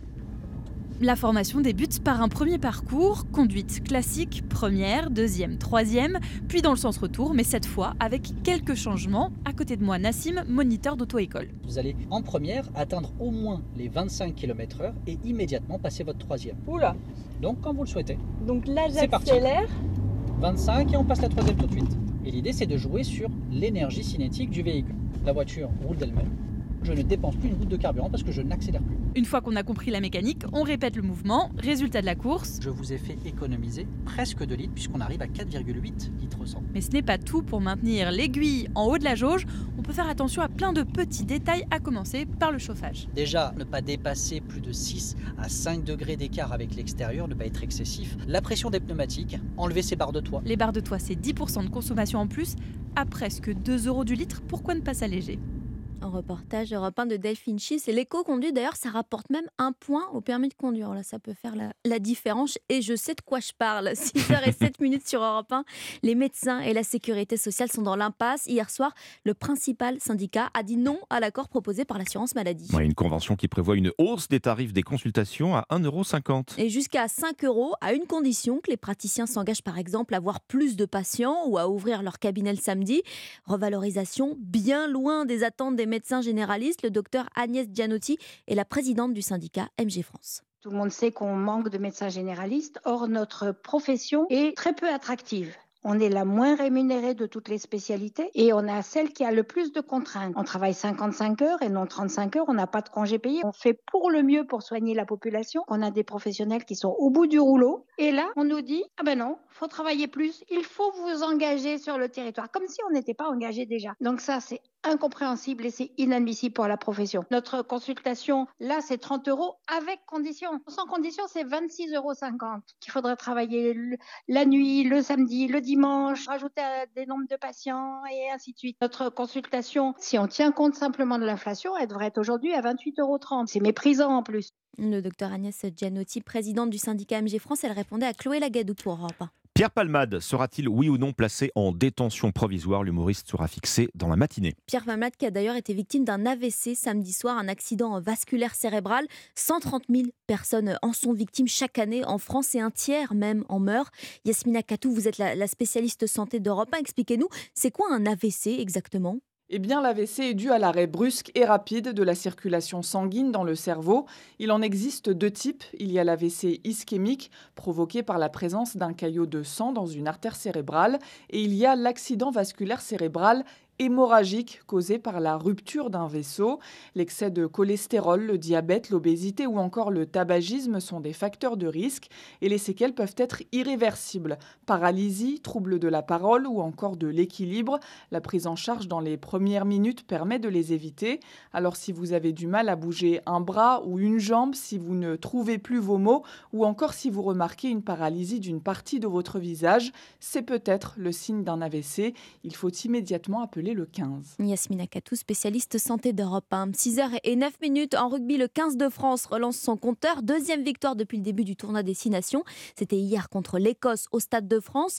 La formation débute par un premier parcours, conduite classique, première, deuxième, troisième, puis dans le sens retour, mais cette fois avec quelques changements. À côté de moi, Nassim, moniteur d'auto-école. Vous allez en première atteindre au moins les 25 km/h et immédiatement passer votre troisième. Oula. Donc quand vous le souhaitez. Donc là, j'accélère. 25 et on passe la troisième tout de suite. Et l'idée, c'est de jouer sur l'énergie cinétique du véhicule. La voiture roule d'elle-même. Je ne dépense plus une goutte de carburant parce que je n'accélère plus. Une fois qu'on a compris la mécanique, on répète le mouvement. Résultat de la course. Je vous ai fait économiser presque 2 litres puisqu'on arrive à 4,8 litres au 100. Mais ce n'est pas tout. Pour maintenir l'aiguille en haut de la jauge, on peut faire attention à plein de petits détails, à commencer par le chauffage. Déjà, ne pas dépasser plus de 6 à 5 degrés d'écart avec l'extérieur, ne pas être excessif. La pression des pneumatiques, enlever ces barres de toit. Les barres de toit, c'est 10% de consommation en plus, à presque 2 € du litre. Pourquoi ne pas s'alléger ? Un reportage Europe 1 de Delphine Schills. Et l'éco-conduite, d'ailleurs, ça rapporte même 1 point au permis de conduire. Là, ça peut faire la différence. Et je sais de quoi je parle. 6h07 sur Europe 1. Les médecins et la sécurité sociale sont dans l'impasse. Hier soir, le principal syndicat a dit non à l'accord proposé par l'assurance maladie. Une convention qui prévoit une hausse des tarifs des consultations à 1,50 €. Et jusqu'à 5 € à une condition, que les praticiens s'engagent par exemple à voir plus de patients ou à ouvrir leur cabinet le samedi. Revalorisation bien loin des attentes des médecins généralistes. Le docteur Agnès Gianotti est la présidente du syndicat MG France. Tout le monde sait qu'on manque de médecins généralistes. Or, notre profession est très peu attractive. On est la moins rémunérée de toutes les spécialités et on a celle qui a le plus de contraintes. On travaille 55 heures et non 35 heures, on n'a pas de congés payés. On fait pour le mieux pour soigner la population. On a des professionnels qui sont au bout du rouleau et là, on nous dit « Ah ben non, il faut travailler plus, il faut vous engager sur le territoire », comme si on n'était pas engagé déjà. Donc ça, c'est incompréhensible et c'est inadmissible pour la profession. Notre consultation, là, c'est 30 € avec condition. Sans condition, c'est 26,50 € qu'il faudrait travailler la nuit, le samedi, le dimanche, rajouter des nombres de patients et ainsi de suite. Notre consultation, si on tient compte simplement de l'inflation, elle devrait être aujourd'hui à 28,30 €. C'est méprisant en plus. Le docteur Agnès Gianotti, présidente du syndicat MG France, elle répondait à Chloé Lagadou pour Europe 1. Pierre Palmade sera-t-il oui ou non placé en détention provisoire? L'humoriste sera fixé dans la matinée. Pierre Palmade qui a d'ailleurs été victime d'un AVC samedi soir, un accident vasculaire cérébral. 130 000 personnes en sont victimes chaque année en France et un tiers même en meurt. Yasmina Katou, vous êtes la spécialiste santé d'Europe 1. Expliquez-nous, c'est quoi un AVC exactement ? Eh bien, l'AVC est dû à l'arrêt brusque et rapide de la circulation sanguine dans le cerveau. Il en existe 2 types. Il y a l'AVC ischémique, provoqué par la présence d'un caillot de sang dans une artère cérébrale. Et il y a l'accident vasculaire cérébral hémorragique causé par la rupture d'un vaisseau. L'excès de cholestérol, le diabète, l'obésité ou encore le tabagisme sont des facteurs de risque et les séquelles peuvent être irréversibles. Paralysie, troubles de la parole ou encore de l'équilibre. La prise en charge dans les premières minutes permet de les éviter. Alors si vous avez du mal à bouger un bras ou une jambe, si vous ne trouvez plus vos mots ou encore si vous remarquez une paralysie d'une partie de votre visage, c'est peut-être le signe d'un AVC. Il faut immédiatement appeler le 15. Yasmina Katou, spécialiste santé d'Europe 1. 6h09 en rugby, le 15 de France relance son compteur. 2e victoire depuis le début du tournoi Destination. C'était hier contre l'Écosse au Stade de France.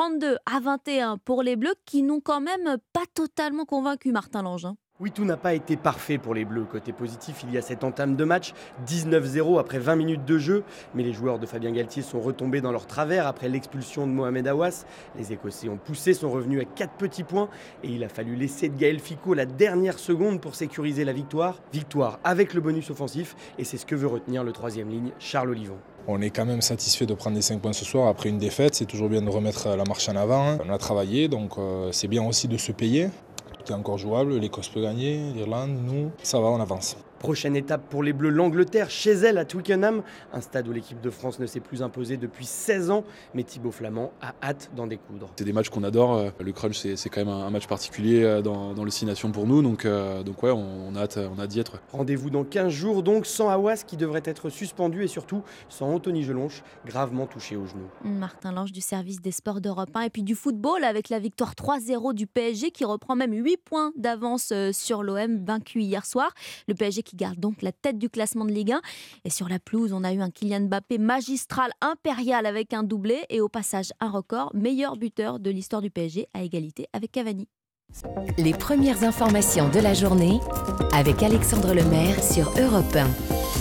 32-21 pour les Bleus qui n'ont quand même pas totalement convaincu Martin Lange. Oui, tout n'a pas été parfait pour les Bleus. Côté positif, il y a cette entame de match, 19-0 après 20 minutes de jeu. Mais les joueurs de Fabien Galtier sont retombés dans leur travers après l'expulsion de Mohamed Aouas. Les Écossais ont poussé, sont revenus à 4 petits points. Et il a fallu l'essai de Gaël Ficot la dernière seconde pour sécuriser la victoire. Victoire avec le bonus offensif. Et c'est ce que veut retenir le 3e ligne, Charles Olivon. On est quand même satisfait de prendre les 5 points ce soir après une défaite. C'est toujours bien de remettre la marche en avant. On a travaillé, donc c'est bien aussi de se payer. Tout est encore jouable, l'Écosse peut gagner, l'Irlande, nous, ça va, on avance. Prochaine étape pour les Bleus, l'Angleterre, chez elle à Twickenham, un stade où l'équipe de France ne s'est plus imposée depuis 16 ans, mais Thibaut Flamand a hâte d'en découdre. C'est des matchs qu'on adore, le crunch c'est quand même un match particulier dans le 6 Nations pour nous, donc ouais, on a hâte d'y être. Rendez-vous dans 15 jours donc, sans Aouas qui devrait être suspendu et surtout sans Anthony Gelonche, gravement touché au genou. Martin Lange du service des sports d'Europe 1 et puis du football avec la victoire 3-0 du PSG qui reprend même 8 points d'avance sur l'OM vaincu hier soir. Le PSG qui garde donc la tête du classement de Ligue 1. Et sur la pelouse, on a eu un Kylian Mbappé magistral, impérial avec un doublé et au passage un record, meilleur buteur de l'histoire du PSG à égalité avec Cavani. Les premières informations de la journée avec Alexandre Lemaire sur Europe 1.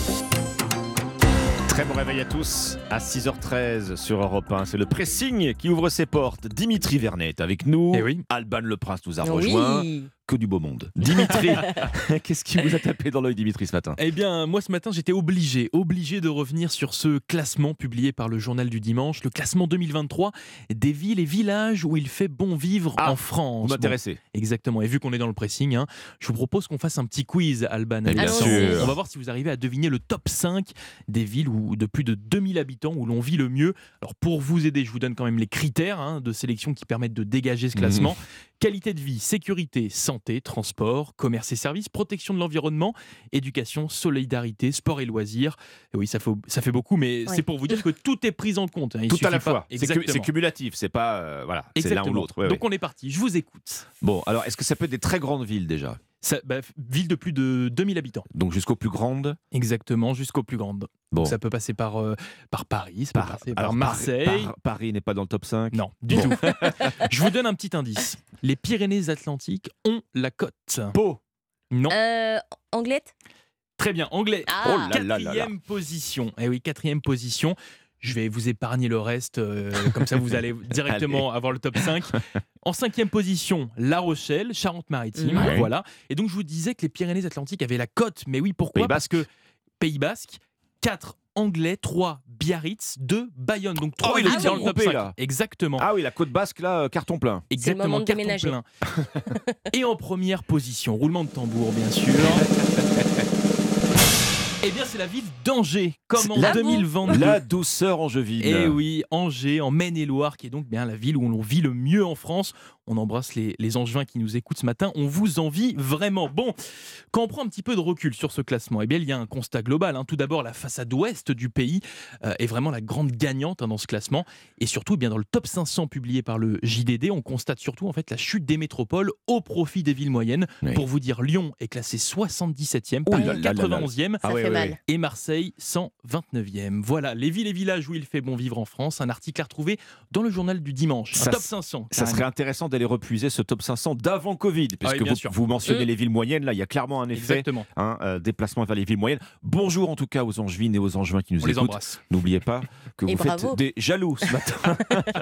Très bon réveil à tous, à 6h13 sur Europe 1. C'est le pressing qui ouvre ses portes. Dimitri Vernet est avec nous. Eh oui. Alban Le Prince nous a rejoint. Que du beau monde. Dimitri, qu'est-ce qui vous a tapé dans l'œil, Dimitri, ce matin ? Eh bien, moi, ce matin, j'étais obligé de revenir sur ce classement publié par le Journal du Dimanche, le classement 2023 des villes et villages où il fait bon vivre en France. Vous m'intéressez. Bon, exactement. Et vu qu'on est dans le pressing, je vous propose qu'on fasse un petit quiz, Alban. Bien sûr. On va voir si vous arrivez à deviner le top 5 des villes de plus de 2000 habitants où l'on vit le mieux. Alors, pour vous aider, je vous donne quand même les critères de sélection qui permettent de dégager ce classement. Qualité de vie, sécurité, santé, transport, commerce et services, protection de l'environnement, éducation, solidarité, sport et loisirs. Et oui, ça fait beaucoup, mais c'est pour vous dire que tout est pris en compte. Tout à la fois. C'est cumulatif, c'est pas c'est l'un ou l'autre. Ouais, donc on est parti, je vous écoute. Bon, alors est-ce que ça peut être des très grandes villes déjà ? Ville de plus de 2000 habitants. Donc jusqu'aux plus grandes ? Exactement, jusqu'aux plus grandes. Bon. Donc ça peut passer par Paris, ça peut passer par Marseille. Paris n'est pas dans le top 5 ? Non, du tout. Je vous donne un petit indice. Les Pyrénées-Atlantiques ont la côte. Pau ? Non. Anglette ? Très bien, Anglais. Ah. Quatrième position. Eh oui, 4e position. Je vais vous épargner le reste, comme ça vous allez directement avoir le top 5. En 5e position, La Rochelle, Charente-Maritime, voilà. Et donc je vous disais que les Pyrénées-Atlantiques avaient la côte, mais oui, pourquoi ? Parce que Pays Basque, 4 Anglais, 3 Biarritz, 2 Bayonne, donc 3 dans le top 5. Là. Exactement. Ah oui, la côte basque là, carton plein. Exactement, carton plein. Et en première position, roulement de tambour bien sûr. Eh bien, c'est la ville d'Angers, comme en 2022. La douceur angevine. Eh oui, Angers, en Maine-et-Loire, qui est donc bien la ville où l'on vit le mieux en France. On embrasse les Angevins qui nous écoutent ce matin. On vous envie vraiment. Bon, quand on prend un petit peu de recul sur ce classement, eh bien, il y a un constat global. Tout d'abord, la façade ouest du pays est vraiment la grande gagnante dans ce classement. Et surtout, eh bien, dans le top 500 publié par le JDD, on constate surtout en fait, la chute des métropoles au profit des villes moyennes. Oui. Pour vous dire, Lyon est classé 77e, Paris 91e et Marseille 129e. Voilà, les villes et villages où il fait bon vivre en France. Un article à retrouver dans le journal du dimanche. Un top 500. Ça serait intéressant d'aller repuiser ce top 500 d'avant Covid, puisque vous mentionnez les villes moyennes. Là, il y a clairement un effet déplacement vers les villes moyennes. Bonjour en tout cas aux Angevines et aux Angevins qui nous écoutent. N'oubliez pas que vous faites des jaloux ce matin.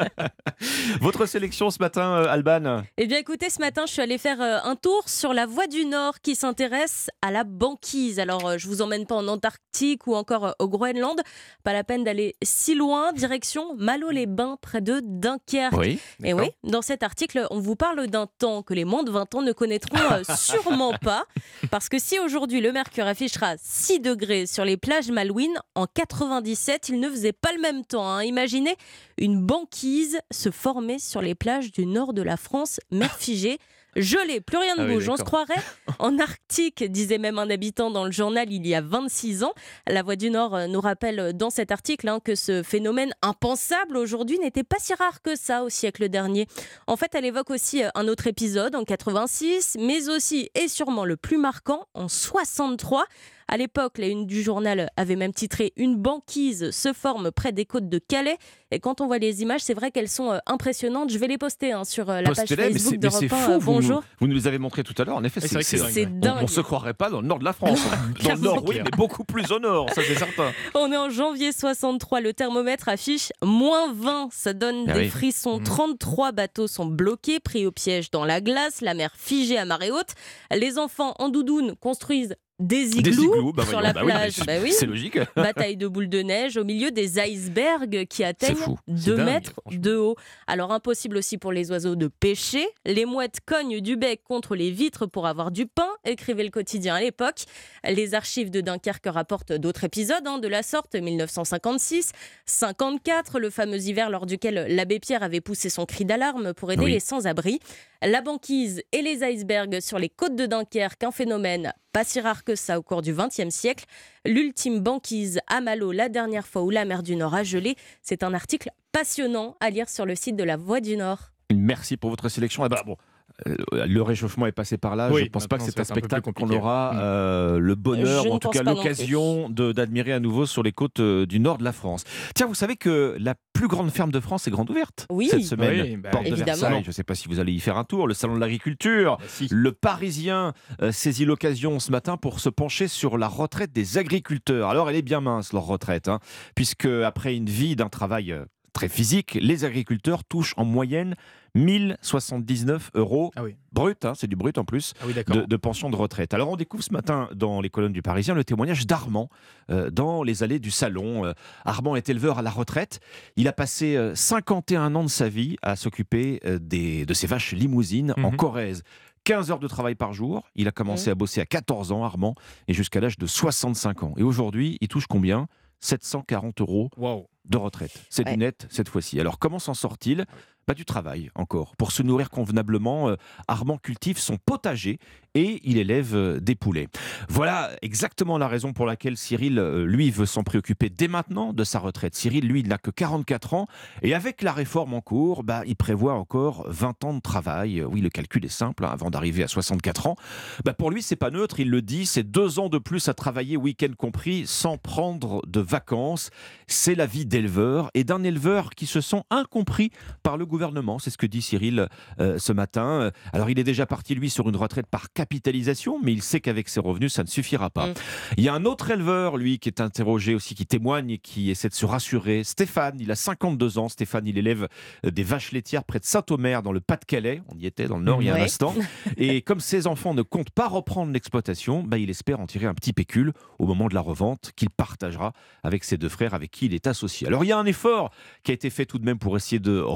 Votre sélection ce matin, Alban? Eh bien écoutez, ce matin je suis allée faire un tour sur la Voie du Nord qui s'intéresse à la banquise. Alors je vous emmène pas en Antarctique ou encore au Groenland, pas la peine d'aller si loin, direction Malo-les-Bains près de Dunkerque. Oui, et oui, dans cet article on vous parle d'un temps que les moins de 20 ans ne connaîtront sûrement pas, parce que si aujourd'hui le mercure affichera 6 degrés sur les plages malouines, en 97 il ne faisait pas le même temps. Imaginez une banquise se former sur les plages du nord de la France, mer figée, gelée, plus rien ne bouge. On se croirait en Arctique, disait même un habitant dans le journal il y a 26 ans. La Voix du Nord nous rappelle dans cet article que ce phénomène impensable aujourd'hui n'était pas si rare que ça au siècle dernier. En fait, elle évoque aussi un autre épisode en 86, mais aussi et sûrement le plus marquant en 63. À l'époque, la une du journal avait même titré « Une banquise se forme près des côtes de Calais ». Et quand on voit les images, c'est vrai qu'elles sont impressionnantes. Je vais les poster sur la page Facebook d'Europe 1. Bonjour. Vous nous les avez montrées tout à l'heure. En effet, c'est dingue. On ne se croirait pas dans le nord de la France. Dans le nord, oui, mais beaucoup plus au nord, ça c'est certain. On est en janvier 63. Le thermomètre affiche -20. Ça donne des frissons. 33 bateaux sont bloqués, pris au piège dans la glace. La mer figée à marée haute. Les enfants en doudoune construisent des igloos sur la plage. C'est logique. Bataille de boules de neige au milieu des icebergs qui atteignent 2 mètres de haut. Alors impossible aussi pour les oiseaux de pêcher. Les mouettes cognent du bec contre les vitres pour avoir du pain, écrivait le quotidien à l'époque. Les archives de Dunkerque rapportent d'autres épisodes de la sorte. 1956, 54, le fameux hiver lors duquel l'abbé Pierre avait poussé son cri d'alarme pour aider les sans-abri. La banquise et les icebergs sur les côtes de Dunkerque, un phénomène pas si rare que ça au cours du XXe siècle. L'ultime banquise à Malo, la dernière fois où la mer du Nord a gelé. C'est un article passionnant à lire sur le site de la Voix du Nord. Merci pour votre sélection. Le réchauffement est passé par là. Je ne pense pas que c'est un spectacle qu'on aura le bonheur, ou en tout cas l'occasion d'admirer à nouveau sur les côtes du nord de la France. Tiens, vous savez que la plus grande ferme de France est grande ouverte cette semaine. Porte de Versailles. Je ne sais pas si vous allez y faire un tour. Le salon de l'agriculture. Le Parisien saisit l'occasion ce matin pour se pencher sur la retraite des agriculteurs. Alors, elle est bien mince, leur retraite, puisque après une vie d'un travail très physique, les agriculteurs touchent en moyenne 1079 € brut, c'est du brut en plus, de pension de retraite. Alors on découvre ce matin dans les colonnes du Parisien le témoignage d'Armand dans les allées du salon. Armand est éleveur à la retraite. Il a passé 51 ans de sa vie à s'occuper de ses vaches limousines en Corrèze. 15 heures de travail par jour. Il a commencé à bosser à 14 ans, Armand, et jusqu'à l'âge de 65 ans. Et aujourd'hui, il touche combien ? 740 € de retraite. C'est du net cette fois-ci. Alors comment s'en sort-il ? Du travail encore. Pour se nourrir convenablement, Armand cultive son potager et il élève des poulets. Voilà exactement la raison pour laquelle Cyril, lui, veut s'en préoccuper dès maintenant de sa retraite. Cyril, lui, il n'a que 44 ans et avec la réforme en cours, il prévoit encore 20 ans de travail. Oui, le calcul est simple, avant d'arriver à 64 ans. Pour lui, c'est pas neutre, il le dit, c'est 2 ans de plus à travailler, week-end compris, sans prendre de vacances. C'est la vie d'éleveur et d'un éleveur qui se sent incompris par le gouvernement, c'est ce que dit Cyril ce matin. Alors il est déjà parti lui sur une retraite par capitalisation, mais il sait qu'avec ses revenus ça ne suffira pas. Il y a un autre éleveur lui qui est interrogé aussi, qui témoigne et qui essaie de se rassurer. Stéphane, il a 52 ans. Stéphane, il élève des vaches laitières près de Saint-Omer dans le Pas-de-Calais. On y était dans le Nord il y a un instant. Et comme ses enfants ne comptent pas reprendre l'exploitation, il espère en tirer un petit pécule au moment de la revente qu'il partagera avec ses 2 frères avec qui il est associé. Alors il y a un effort qui a été fait tout de même pour essayer de revaloriser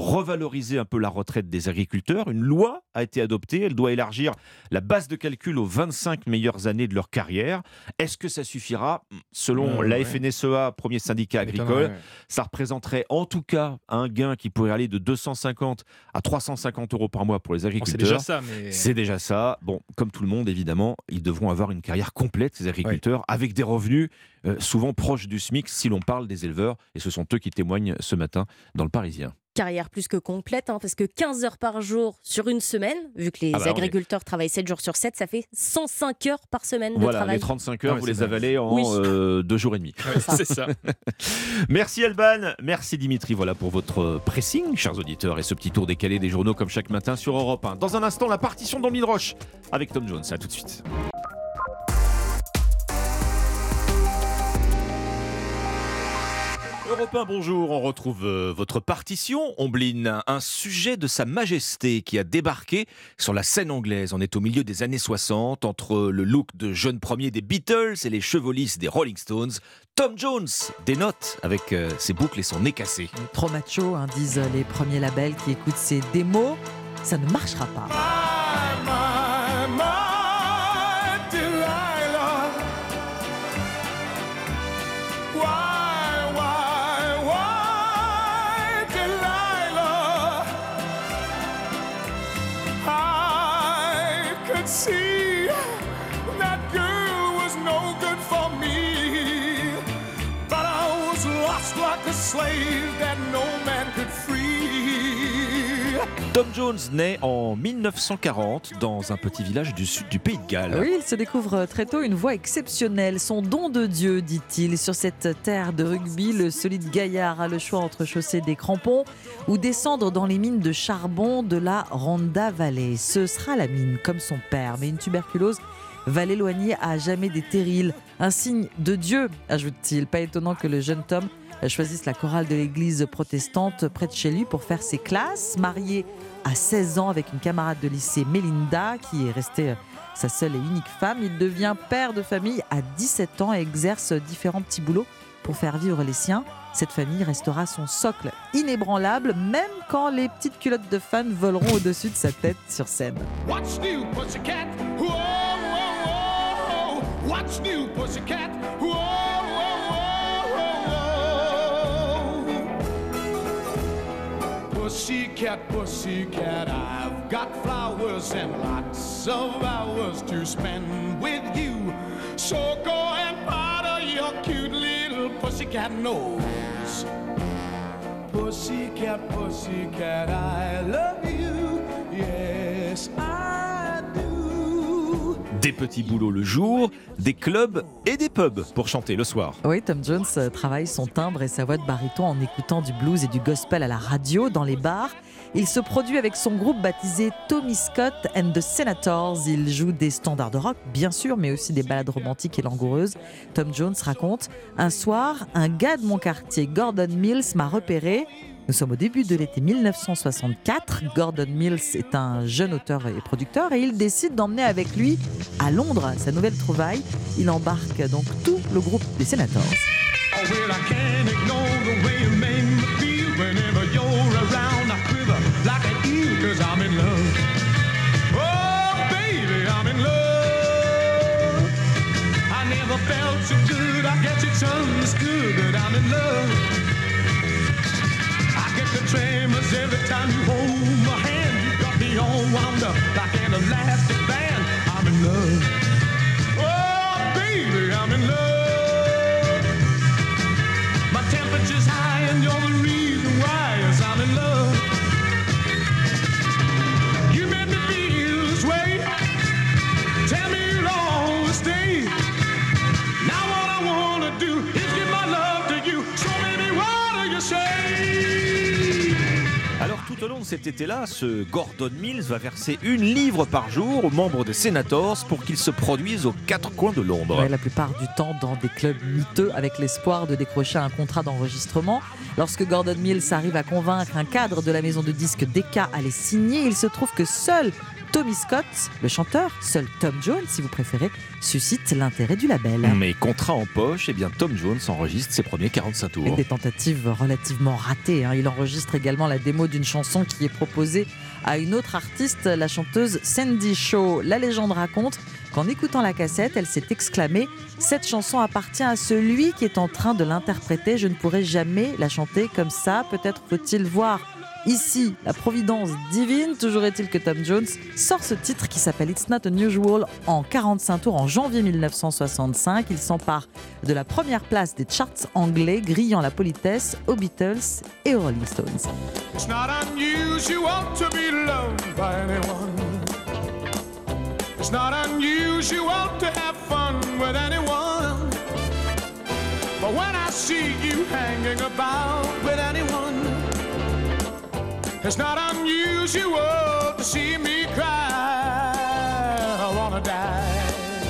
revaloriser un peu la retraite des agriculteurs. Une loi a été adoptée. Elle doit élargir la base de calcul aux 25 meilleures années de leur carrière. Est-ce que ça suffira ? Selon la FNSEA, premier syndicat agricole, ça représenterait en tout cas un gain qui pourrait aller de 250 à 350 euros par mois pour les agriculteurs. C'est déjà ça. C'est déjà ça. Bon, comme tout le monde, évidemment, ils devront avoir une carrière complète, ces agriculteurs, avec des revenus souvent proches du SMIC si l'on parle des éleveurs. Et ce sont eux qui témoignent ce matin dans le Parisien. Carrière plus que complète, parce que 15 heures par jour sur une semaine, vu que les agriculteurs travaillent 7 jours sur 7, ça fait 105 heures par semaine de travail. Voilà, les 35 heures, vous les avalez en 2 jours et demi. C'est ça. Merci Alban, merci Dimitri, voilà pour votre pressing, chers auditeurs, et ce petit tour décalé des journaux comme chaque matin sur Europe 1. Dans un instant, la partition d'Amblin Roche avec Tom Jones. À tout de suite. Europe 1, bonjour, on retrouve votre partition. Amblin, un sujet de Sa Majesté qui a débarqué sur la scène anglaise. On est au milieu des années 60, entre le look de jeune premier des Beatles et les cheveux lisses des Rolling Stones. Tom Jones dénote avec ses boucles et son nez cassé. Trop macho, disent les premiers labels qui écoutent ces démos. Ça ne marchera pas. See that girl was no good for me, but I was lost like a slave that no man could free. Tom Jones naît en 1940 dans un petit village du sud du Pays de Galles. Oui, il se découvre très tôt une voix exceptionnelle, son don de Dieu, dit-il. Sur cette terre de rugby, le solide gaillard a le choix entre chausser des crampons ou descendre dans les mines de charbon de la Rhondda Valley. Ce sera la mine, comme son père, mais une tuberculose va l'éloigner à jamais des terrils. Un signe de Dieu, ajoute-t-il. Pas étonnant que le jeune Tom choisisse la chorale de l'église protestante près de chez lui pour faire ses classes. Marié à 16 ans avec une camarade de lycée, Melinda, qui est restée sa seule et unique femme, il devient père de famille à 17 ans et exerce différents petits boulots pour faire vivre les siens. Cette famille restera son socle inébranlable, même quand les petites culottes de fans voleront au-dessus de sa tête sur scène. What's new, pussycat? Whoa, whoa, whoa. What's new, pussycat? Whoa, whoa, whoa. Pussycat, pussycat, I've got flowers and lots of hours to spend with you. So go and powder your cute little pussycat nose. Pussycat, pussycat, I love you. Yes, I do. Des petits boulots le jour, des clubs et des pubs pour chanter le soir. Oui, Tom Jones travaille son timbre et sa voix de baryton en écoutant du blues et du gospel à la radio, dans les bars. Il se produit avec son groupe baptisé Tommy Scott and the Senators. Il joue des standards de rock, bien sûr, mais aussi des ballades romantiques et langoureuses. Tom Jones raconte « Un soir, un gars de mon quartier, Gordon Mills, m'a repéré. Nous sommes au début de l'été 1964. Gordon Mills est un jeune auteur et producteur et il décide d'emmener avec lui à Londres sa nouvelle trouvaille. Il embarque donc tout le groupe des Senators. Oh, well, I can't ignore the way you make me feel whenever you're around. I quiver like an eel 'cause I'm in love. Oh, baby, I'm in love. I never felt so good. I guess it's understood that I'm in love. I get the tremors every time you hold my hand. You got me all wound up like an elastic band. I'm in love. Oh, baby, I'm in love. My temperature's high and you're the reason why, yes, I'm in love. You made me feel this way. Tell me you'll always stay. Now what I wanna do is give my love to you. So baby, what do you say? Alors tout au long de cet été-là, ce Gordon Mills va verser 1 livre par jour aux membres des Senators pour qu'ils se produisent aux 4 coins de Londres. Ouais, la plupart du temps dans des clubs miteux avec l'espoir de décrocher un contrat d'enregistrement. Lorsque Gordon Mills arrive à convaincre un cadre de la maison de disques Decca à les signer, il se trouve que seul Tommy Scott, le chanteur, seul Tom Jones si vous préférez, suscite l'intérêt du label. Mais contrat en poche, Tom Jones enregistre ses premiers 45 tours. Et des tentatives relativement ratées. Il enregistre également la démo d'une chanson qui est proposée à une autre artiste, la chanteuse Sandy Shaw. La légende raconte qu'en écoutant la cassette, elle s'est exclamée « Cette chanson appartient à celui qui est en train de l'interpréter, je ne pourrai jamais la chanter comme ça, peut-être faut-il voir ici la providence divine ». Toujours est-il que Tom Jones sort ce titre qui s'appelle It's Not Unusual en 45 tours en janvier 1965. Il s'empare de la première place des charts anglais, grillant la politesse aux Beatles et aux Rolling Stones. It's not unusual to be loved by anyone. It's not unusual to have fun with anyone. But when I see you hanging about with anyone, it's not unusual to see me cry. I wanna die.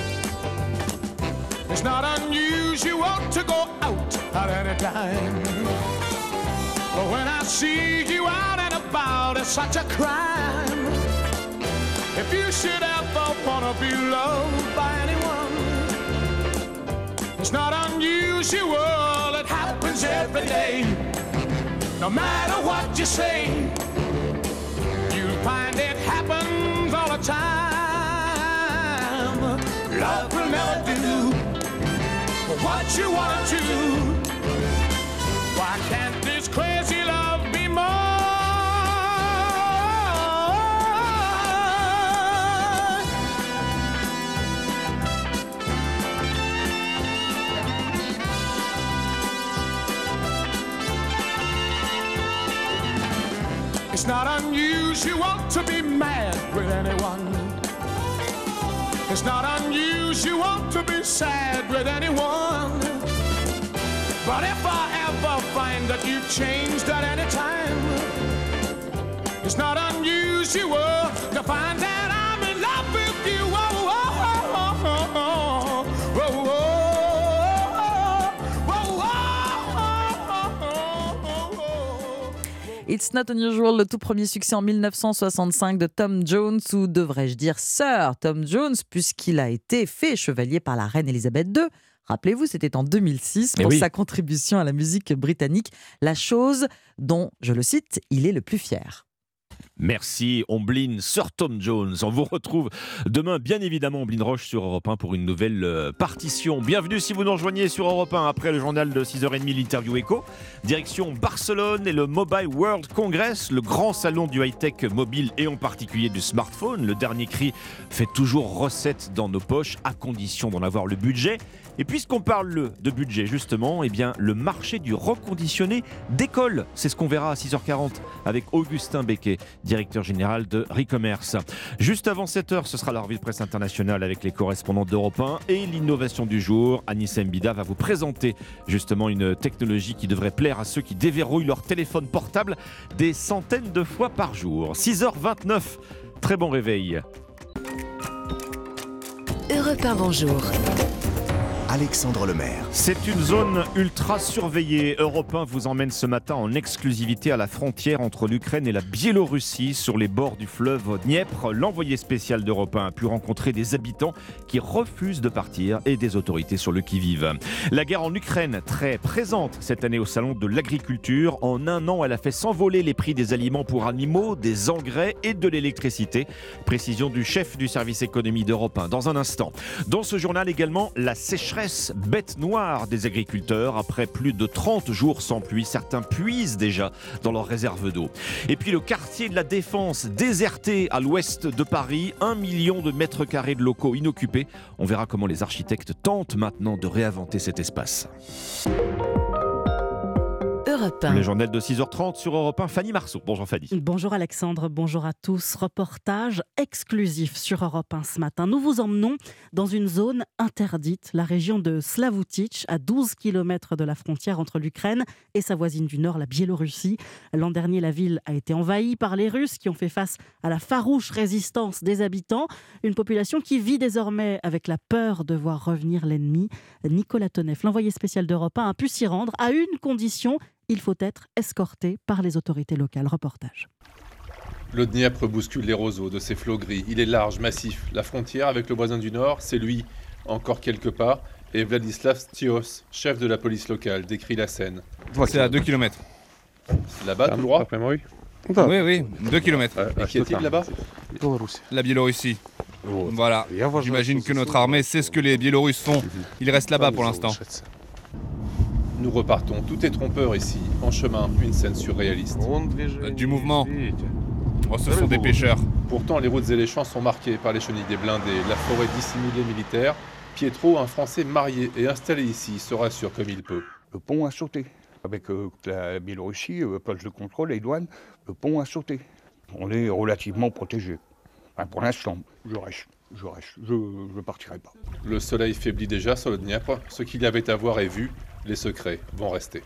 It's not unusual to go out at any time. But when I see you out and about, it's such a crime. If you should ever wanna be loved by anyone, it's not unusual, it happens every day. No matter what you say, you'll find it happens all the time. Love will never do what you wanna do. Why can't this crazy love be more? It's not unusual to be mad with anyone. It's not unusual to be sad with anyone. But if I ever find that you've changed at any time, it's not unusual to find that I'm in love with you. Oh, oh, oh, oh, oh, oh, oh, oh. It's Not Unusual, le tout premier succès en 1965 de Tom Jones, ou devrais-je dire Sir Tom Jones, puisqu'il a été fait chevalier par la reine Elisabeth II. Rappelez-vous, c'était en 2006 pour sa contribution à la musique britannique, la chose dont, je le cite, il est le plus fier. Merci Omblin, Sir Tom Jones. On vous retrouve demain, bien évidemment, Omblin Roche sur Europe 1 pour une nouvelle partition. Bienvenue si vous nous rejoignez sur Europe 1 après le journal de 6h30, l'interview écho. Direction Barcelone et le Mobile World Congress, le grand salon du high-tech mobile et en particulier du smartphone. Le dernier cri fait toujours recette dans nos poches, à condition d'en avoir le budget. Et puisqu'on parle de budget justement, eh bien, le marché du reconditionné décolle. C'est ce qu'on verra à 6h40 avec Augustin Becquet, directeur général de Recommerce. Juste avant 7h, ce sera la revue de presse internationale avec les correspondants d'Europe 1 et l'innovation du jour. Anissa Mbida va vous présenter justement une technologie qui devrait plaire à ceux qui déverrouillent leur téléphone portable des centaines de fois par jour. 6h29, très bon réveil. Europe 1, bonjour. Alexandre Lemaire. C'est une zone ultra surveillée. Europe 1 vous emmène ce matin en exclusivité à la frontière entre l'Ukraine et la Biélorussie, sur les bords du fleuve Dniepr. L'envoyé spécial d'Europe 1 a pu rencontrer des habitants qui refusent de partir et des autorités sur le qui-vive. La guerre en Ukraine, très présente cette année au salon de l'agriculture. En un an, elle a fait s'envoler les prix des aliments pour animaux, des engrais et de l'électricité. Précision du chef du service économie d'Europe 1 dans un instant. Dans ce journal également, la sécheresse, bête noire des agriculteurs. Après plus de 30 jours sans pluie, certains puisent déjà dans leurs réserves d'eau. Et puis le quartier de la Défense, déserté à l'ouest de Paris, 1 million de mètres carrés de locaux inoccupés. On verra comment les architectes tentent maintenant de réinventer cet espace. Europe 1. Le journal de 6h30 sur Europe 1, Fanny Marceau. Bonjour Fanny. Bonjour Alexandre, bonjour à tous. Reportage exclusif sur Europe 1 ce matin. Nous vous emmenons dans une zone interdite, la région de Slavoutitch, à 12 km de la frontière entre l'Ukraine et sa voisine du nord, la Biélorussie. L'an dernier, la ville a été envahie par les Russes qui ont fait face à la farouche résistance des habitants. Une population qui vit désormais avec la peur de voir revenir l'ennemi. Nicolas Toneff, l'envoyé spécial d'Europe 1, a pu s'y rendre à une condition: il faut être escorté par les autorités locales. Reportage. Le Dniepr bouscule les roseaux de ses flots gris. Il est large, massif. La frontière avec le voisin du nord, c'est lui, encore quelques pas, et Vladislav Stios, chef de la police locale, décrit la scène. C'est à 2 km. C'est là-bas, tout droit? Oui, 2 km. Et qui est-il là-bas? La Biélorussie. Voilà. J'imagine que notre armée sait ce que les Biélorusses font. Ils restent là-bas pour l'instant. Nous repartons. Tout est trompeur ici. En chemin, une scène surréaliste. Du mouvement. Oh, ce sont des pêcheurs. Pourtant, les routes et les champs sont marqués par les chenilles des blindés, la forêt dissimulée militaire. Pietro, un Français marié et installé ici, se rassure comme il peut. Le pont a sauté. Avec la Biélorussie, poste de contrôle et douane, le pont a sauté. On est relativement protégé. Enfin, pour l'instant, je reste. Je ne partirai pas. Le soleil faiblit déjà sur le Dniepr. Ce qu'il y avait à voir est vu. Les secrets vont rester.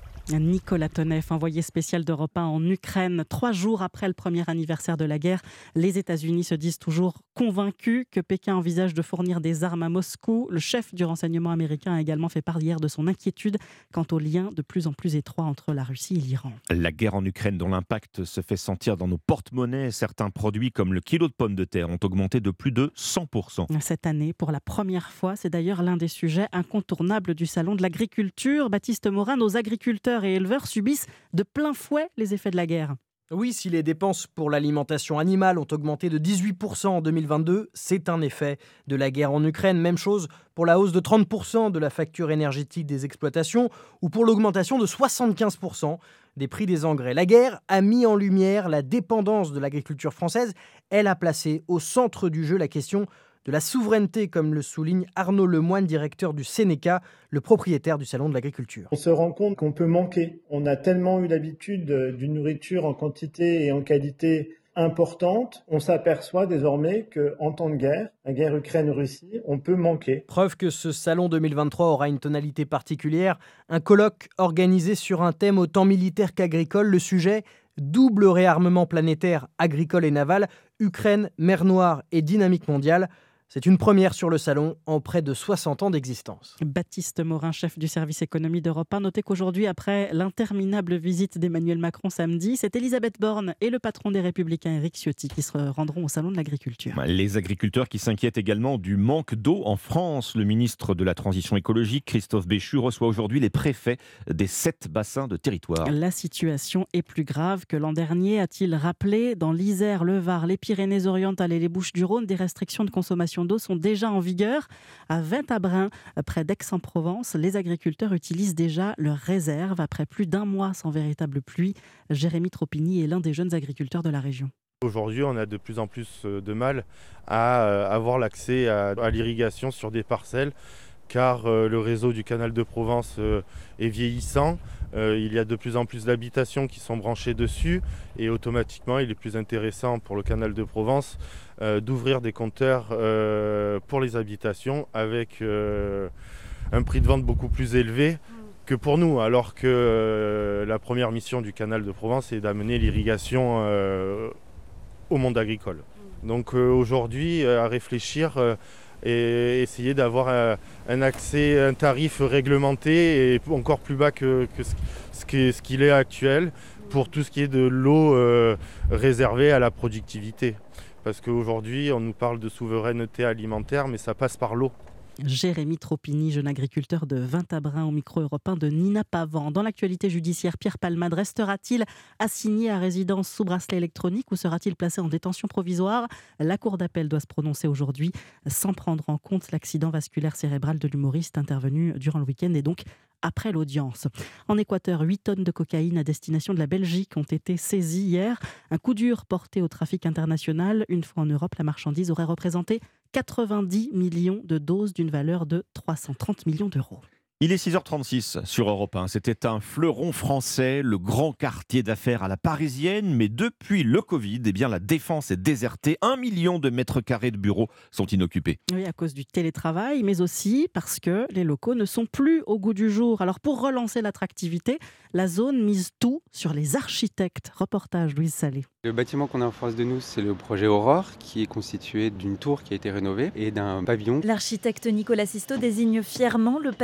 Nicolas Toneff, envoyé spécial d'Europe 1 en Ukraine. 3 jours après le premier anniversaire de la guerre, les États-Unis se disent toujours convaincus que Pékin envisage de fournir des armes à Moscou. Le chef du renseignement américain a également fait part hier de son inquiétude quant aux liens de plus en plus étroits entre la Russie et l'Iran. La guerre en Ukraine dont l'impact se fait sentir dans nos porte-monnaies. Certains produits comme le kilo de pommes de terre ont augmenté de plus de 100%. Cette année, pour la première fois, c'est d'ailleurs l'un des sujets incontournables du Salon de l'agriculture. Baptiste Morin, nos agriculteurs et éleveurs subissent de plein fouet les effets de la guerre. Oui, si les dépenses pour l'alimentation animale ont augmenté de 18% en 2022, c'est un effet de la guerre en Ukraine. Même chose pour la hausse de 30% de la facture énergétique des exploitations ou pour l'augmentation de 75% des prix des engrais. La guerre a mis en lumière la dépendance de l'agriculture française. Elle a placé au centre du jeu la question de la souveraineté, comme le souligne Arnaud Lemoine, directeur du Sénéca, le propriétaire du Salon de l'agriculture. On se rend compte qu'on peut manquer. On a tellement eu l'habitude d'une nourriture en quantité et en qualité importante, on s'aperçoit désormais qu'en temps de guerre, la guerre Ukraine-Russie, on peut manquer. Preuve que ce Salon 2023 aura une tonalité particulière. Un colloque organisé sur un thème autant militaire qu'agricole. Le sujet, double réarmement planétaire agricole et naval, Ukraine, mer Noire et dynamique mondiale. C'est une première sur le salon en près de 60 ans d'existence. Baptiste Morin, chef du service économie d'Europe 1. Notez qu'aujourd'hui, après l'interminable visite d'Emmanuel Macron samedi, c'est Elisabeth Borne et le patron des Républicains, Éric Ciotti, qui se rendront au salon de l'agriculture. Les agriculteurs qui s'inquiètent également du manque d'eau en France. Le ministre de la Transition écologique, Christophe Béchu, reçoit aujourd'hui les préfets des 7 bassins de territoire. La situation est plus grave que l'an dernier, a-t-il rappelé. Dans l'Isère, le Var, les Pyrénées-Orientales et les Bouches-du-Rhône, des restrictions de consommation d'eau sont déjà en vigueur. À Ventabren, près d'Aix-en-Provence, les agriculteurs utilisent déjà leurs réserves après plus d'1 mois sans véritable pluie. Jérémy Tropigny est l'un des jeunes agriculteurs de la région. Aujourd'hui, on a de plus en plus de mal à avoir l'accès à l'irrigation sur des parcelles car le réseau du canal de Provence est vieillissant. Il y a de plus en plus d'habitations qui sont branchées dessus et automatiquement, il est plus intéressant pour le canal de Provence d'ouvrir des compteurs pour les habitations avec un prix de vente beaucoup plus élevé que pour nous, alors que la première mission du canal de Provence est d'amener l'irrigation au monde agricole. Donc aujourd'hui, à réfléchir et essayer d'avoir un accès, un tarif réglementé et encore plus bas que ce qu'il est actuel pour tout ce qui est de l'eau réservée à la productivité. Parce qu'aujourd'hui, on nous parle de souveraineté alimentaire, mais ça passe par l'eau. Jérémy Tropigny, jeune agriculteur de Ventabren, au micro européen de Nina Pavant. Dans l'actualité judiciaire, Pierre Palmade restera-t-il assigné à résidence sous bracelet électronique ou sera-t-il placé en détention provisoire ? La cour d'appel doit se prononcer aujourd'hui sans prendre en compte l'accident vasculaire cérébral de l'humoriste intervenu durant le week-end et donc après l'audience. En Équateur, 8 tonnes de cocaïne à destination de la Belgique ont été saisies hier. Un coup dur porté au trafic international. Une fois en Europe, la marchandise aurait représenté 90 millions de doses d'une valeur de 330 millions d'euros. Il est 6h36 sur Europe 1. C'était un fleuron français, le grand quartier d'affaires à la parisienne. Mais depuis le Covid, la Défense est désertée. 1 million de mètres carrés de bureaux sont inoccupés. Oui, à cause du télétravail, mais aussi parce que les locaux ne sont plus au goût du jour. Alors pour relancer l'attractivité, la zone mise tout sur les architectes. Reportage Louise Salé. Le bâtiment qu'on a en face de nous, c'est le projet Aurore, qui est constitué d'une tour qui a été rénovée et d'un pavillon. L'architecte Nicolas Sisto désigne fièrement le pavillon de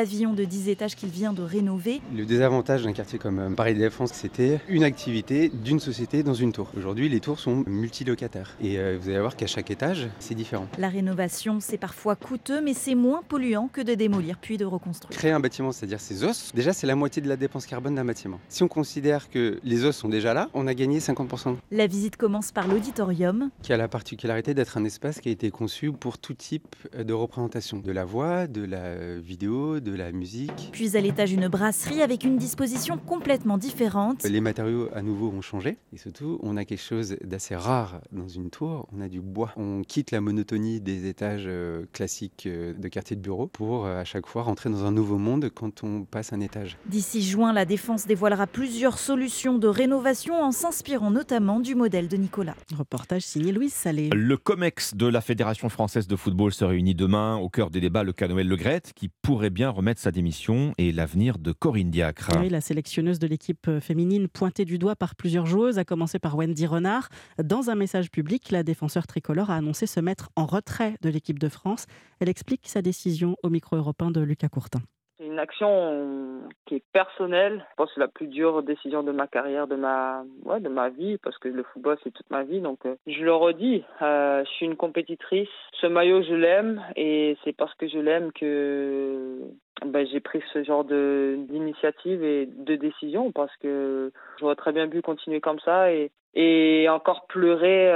de 10 étages qu'il vient de rénover. Le désavantage d'un quartier comme Paris Défense, c'était une activité d'une société dans une tour. Aujourd'hui, les tours sont multilocataires. Et vous allez voir qu'à chaque étage, c'est différent. La rénovation, c'est parfois coûteux, mais c'est moins polluant que de démolir puis de reconstruire. Créer un bâtiment, c'est-à-dire ses os, déjà c'est la moitié de la dépense carbone d'un bâtiment. Si on considère que les os sont déjà là, on a gagné 50%. La visite commence par l'auditorium, Qui a la particularité d'être un espace qui a été conçu pour tout type de représentation. De la voix, de la vidéo, de la musique. puis à l'étage une brasserie avec une disposition complètement différente. Les matériaux à nouveau ont changé et surtout on a quelque chose d'assez rare dans une tour, on a du bois. On quitte la monotonie des étages classiques de quartier de bureau pour à chaque fois rentrer dans un nouveau monde quand on passe un étage. D'ici juin, la Défense dévoilera plusieurs solutions de rénovation en s'inspirant notamment du modèle de Nicolas. Reportage signé Louise Salé. Le COMEX de la Fédération française de football se réunit demain. Au cœur des débats, le cas Noël Le Graët qui pourrait bien remettre sa démission et l'avenir de Corinne Diacre. Oui, la sélectionneuse de l'équipe féminine pointée du doigt par plusieurs joueuses, à commencer par Wendy Renard. Dans un message public, la défenseur tricolore a annoncé se mettre en retrait de l'équipe de France. Elle explique sa décision au micro européen de Lucas Courtin. C'est une action qui est personnelle. Je pense que c'est la plus dure décision de ma carrière, de ma vie, parce que le football, c'est toute ma vie. Donc, je le redis, je suis une compétitrice. Ce maillot, je l'aime et c'est parce que je l'aime que j'ai pris ce genre d'initiative et de décision parce que j'aurais très bien pu continuer comme ça et encore pleurer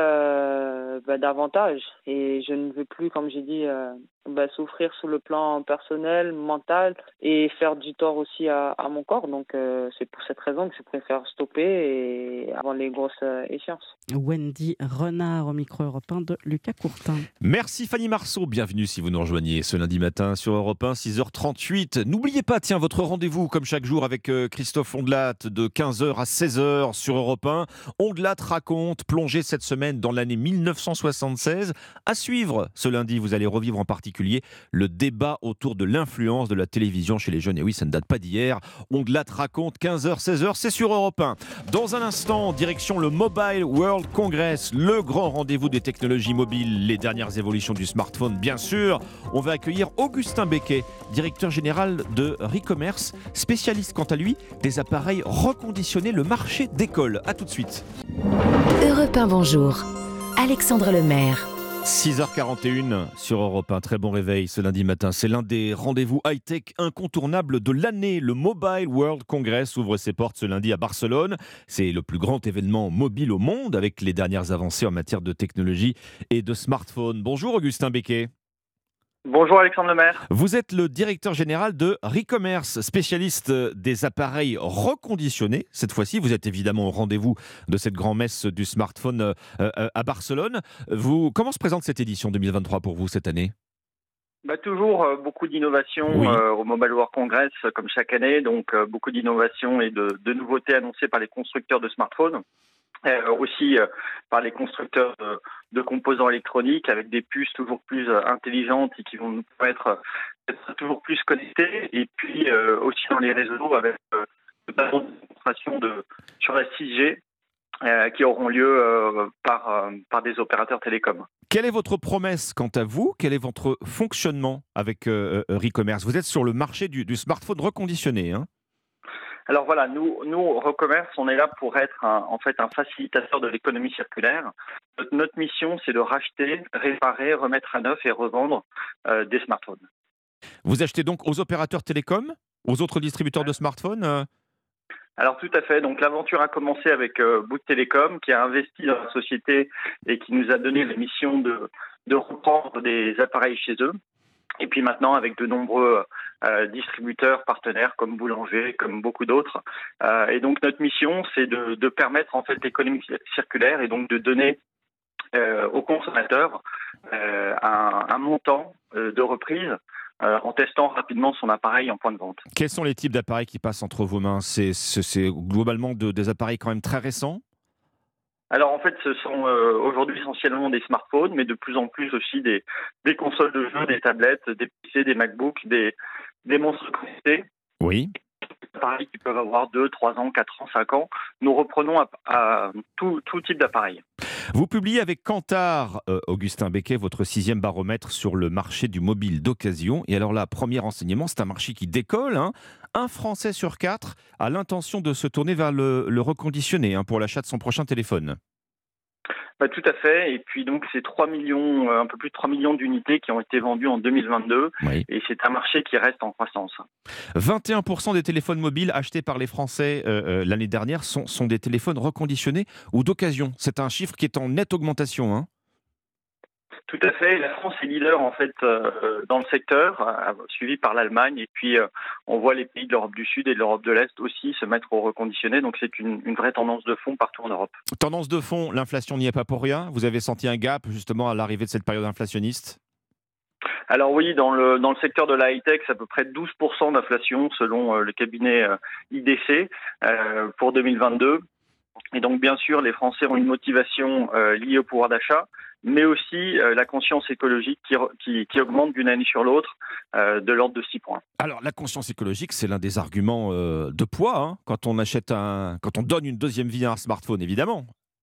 davantage. Et je ne veux plus, comme j'ai dit, souffrir sur le plan personnel, mental et faire du tort aussi à mon corps. Donc c'est pour cette raison que je préfère stopper et avant les grosses échéances. Wendy Renard au micro européen de Lucas Courtin. Merci Fanny Marceau, bienvenue si vous nous rejoignez ce lundi matin sur Europe 1, 6h38. N'oubliez pas, votre rendez-vous comme chaque jour avec Christophe Ondelat de 15h à 16h sur Europe 1. Ondelat raconte, plongé cette semaine dans l'année 1976. À suivre ce lundi, vous allez revivre en particulier le débat autour de l'influence de la télévision chez les jeunes. Et oui, ça ne date pas d'hier. Ondelat raconte, 15h, 16h, c'est sur Europe 1. Dans un instant, direction le Mobile World Congress, le grand rendez-vous des technologies mobiles, les dernières évolutions du smartphone, bien sûr. On va accueillir Augustin Becquet, directeur général de Recommerce, spécialiste quant à lui des appareils reconditionnés, le marché décolle. A tout de suite. Europe 1, bonjour. Alexandre Lemaire. 6h41 sur Europe 1, très bon réveil ce lundi matin. C'est l'un des rendez-vous high-tech incontournables de l'année. Le Mobile World Congress ouvre ses portes ce lundi à Barcelone. C'est le plus grand événement mobile au monde avec les dernières avancées en matière de technologie et de smartphone. Bonjour Augustin Becquet. Bonjour Alexandre Lemaire. Vous êtes le directeur général de Recommerce, spécialiste des appareils reconditionnés. Cette fois-ci, vous êtes évidemment au rendez-vous de cette grand-messe du smartphone à Barcelone. Comment se présente cette édition 2023 pour vous cette année ? Toujours beaucoup d'innovations au Mobile World Congress comme chaque année, donc beaucoup d'innovations et de nouveautés annoncées par les constructeurs de smartphones. Aussi par les constructeurs de composants électroniques avec des puces toujours plus intelligentes et qui vont nous permettre d'être toujours plus connectés. Et puis aussi dans les réseaux avec notamment des démonstrations sur la 6G qui auront lieu par des opérateurs télécoms. Quelle est votre promesse quant à vous ? Quel est votre fonctionnement avec Recommerce ? Vous êtes sur le marché du smartphone reconditionné, hein ? Alors voilà, nous Recommerce, on est là pour être un facilitateur de l'économie circulaire. Notre mission, c'est de racheter, réparer, remettre à neuf et revendre des smartphones. Vous achetez donc aux opérateurs télécoms, aux autres distributeurs de smartphones Alors tout à fait. Donc l'aventure a commencé avec Bouygues Télécom qui a investi dans la société et qui nous a donné la mission de reprendre des appareils chez eux. Et puis maintenant, avec de nombreux distributeurs, partenaires comme Boulanger, comme beaucoup d'autres. Et donc notre mission, c'est de permettre en fait l'économie circulaire et donc de donner aux consommateurs un montant de reprise en testant rapidement son appareil en point de vente. Quels sont les types d'appareils qui passent entre vos mains ? C'est globalement des appareils quand même très récents ? Alors en fait, ce sont aujourd'hui essentiellement des smartphones, mais de plus en plus aussi des consoles de jeux, des tablettes, des PC, des MacBooks, des monstres connectés. Oui. appareils qui peuvent avoir 2, 3 ans, 4 ans, 5 ans. Nous reprenons à tout type d'appareils. Vous publiez avec Kantar, Augustin Becquet, votre 6e baromètre sur le marché du mobile d'occasion. Et alors là, premier renseignement, c'est un marché qui décolle. Un Français sur 4 a l'intention de se tourner vers le reconditionné pour l'achat de son prochain téléphone. Tout à fait. Et puis donc c'est 3 millions, un peu plus de 3 millions d'unités qui ont été vendues en 2022. Oui. Et c'est un marché qui reste en croissance. 21% des téléphones mobiles achetés par les Français l'année dernière sont des téléphones reconditionnés ou d'occasion. C'est un chiffre qui est en nette augmentation. Tout à fait. La France est leader en fait dans le secteur, suivi par l'Allemagne. Et puis on voit les pays de l'Europe du Sud et de l'Europe de l'Est aussi se mettre au reconditionné. Donc c'est une vraie tendance de fond partout en Europe. Tendance de fond, l'inflation n'y est pas pour rien. Vous avez senti un gap justement à l'arrivée de cette période inflationniste? Alors oui, dans le secteur de la high-tech, c'est à peu près 12% d'inflation selon le cabinet IDC pour 2022. Et donc bien sûr, les Français ont une motivation liée au pouvoir d'achat, mais aussi la conscience écologique qui augmente d'une année sur l'autre de l'ordre de 6 points. Alors la conscience écologique, c'est l'un des arguments de poids quand on donne une deuxième vie à un smartphone, évidemment.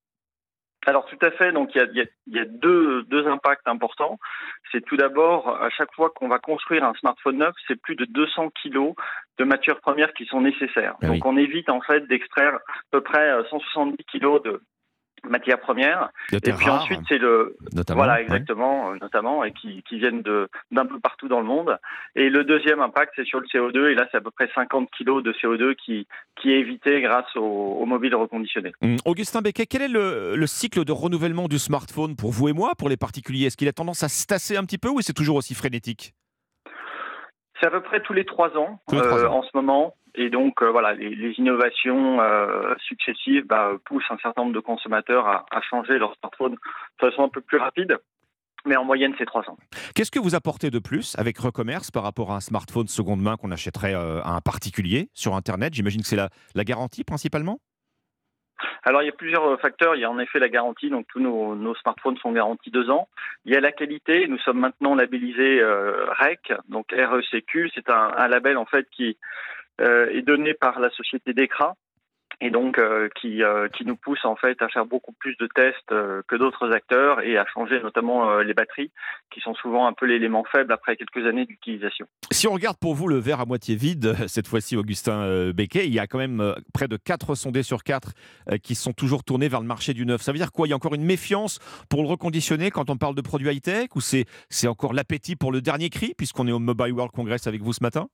Alors tout à fait, donc il y a deux impacts importants. C'est tout d'abord, à chaque fois qu'on va construire un smartphone neuf, c'est plus de 200 kilos de matières premières qui sont nécessaires. Ah donc oui. on évite en fait d'extraire à peu près 170 kilos de matières premières. De Et terres puis rares, ensuite c'est le notamment, voilà ouais. exactement, notamment et qui viennent d'un peu partout dans le monde. Et le deuxième impact c'est sur le CO2 et là c'est à peu près 50 kilos de CO2 qui est évité grâce aux mobiles reconditionnés. Augustin Becquet, quel est le cycle de renouvellement du smartphone pour vous et moi, pour les particuliers? Est-ce qu'il a tendance à se tasser un petit peu ou c'est toujours aussi frénétique? C'est à peu près tous les 3 ans, Tous les 3 ans. en ce moment. Et donc, voilà, les innovations successives poussent un certain nombre de consommateurs à changer leur smartphone de façon un peu plus rapide. Mais en moyenne, c'est 3 ans. Qu'est-ce que vous apportez de plus avec Recommerce par rapport à un smartphone seconde main qu'on achèterait à un particulier sur Internet? J'imagine que c'est la garantie principalement? Alors, il y a plusieurs facteurs. Il y a en effet la garantie. Donc, tous nos smartphones sont garantis 2 ans. Il y a la qualité. Nous sommes maintenant labellisés REC, donc RECQ. C'est un label, en fait, qui est donné par la société Decra. Et donc, qui nous pousse, en fait, à faire beaucoup plus de tests que d'autres acteurs et à changer notamment les batteries, qui sont souvent un peu l'élément faible après quelques années d'utilisation. Si on regarde pour vous le verre à moitié vide, cette fois-ci Augustin Becquet, il y a quand même près de 4 sondés sur 4 qui sont toujours tournés vers le marché du neuf. Ça veut dire quoi? Il y a encore une méfiance pour le reconditionner quand on parle de produits high-tech, ou c'est encore l'appétit pour le dernier cri, puisqu'on est au Mobile World Congress avec vous ce matin?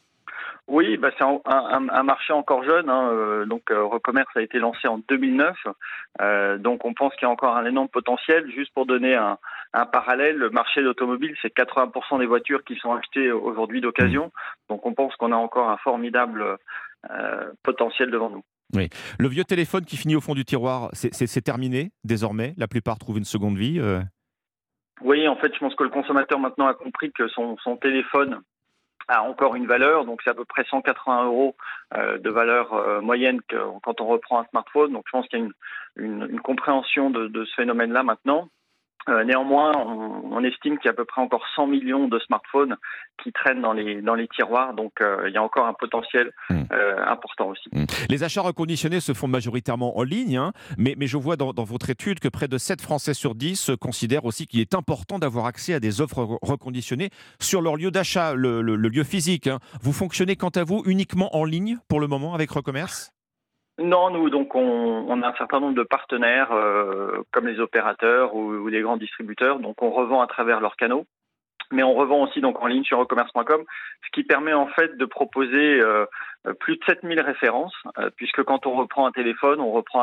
Oui, c'est un marché encore jeune. Donc, Recommerce a été lancé en 2009. Donc, on pense qu'il y a encore un énorme potentiel. Juste pour donner un parallèle, le marché de l'automobile, c'est 80% des voitures qui sont achetées aujourd'hui d'occasion. Donc, on pense qu'on a encore un formidable potentiel devant nous. Oui. Le vieux téléphone qui finit au fond du tiroir, c'est terminé désormais? La plupart trouvent une seconde vie Oui, en fait, je pense que le consommateur maintenant a compris que son téléphone a encore une valeur, donc c'est à peu près 180 € de valeur moyenne quand on reprend un smartphone. Donc je pense qu'il y a une compréhension de ce phénomène-là maintenant. Néanmoins, on estime qu'il y a à peu près encore 100 millions de smartphones qui traînent dans les tiroirs, donc il y a encore un potentiel important aussi. Les achats reconditionnés se font majoritairement en ligne, mais je vois dans votre étude que près de 7 Français sur 10 considèrent aussi qu'il est important d'avoir accès à des offres reconditionnées sur leur lieu d'achat, le lieu physique. Vous fonctionnez quant à vous uniquement en ligne pour le moment avec Recommerce? Non, nous, donc, on a un certain nombre de partenaires, comme les opérateurs ou les grands distributeurs. Donc, on revend à travers leurs canaux. Mais on revend aussi donc en ligne sur recommerce.com, ce qui permet en fait de proposer plus de 7000 références, puisque quand on reprend un téléphone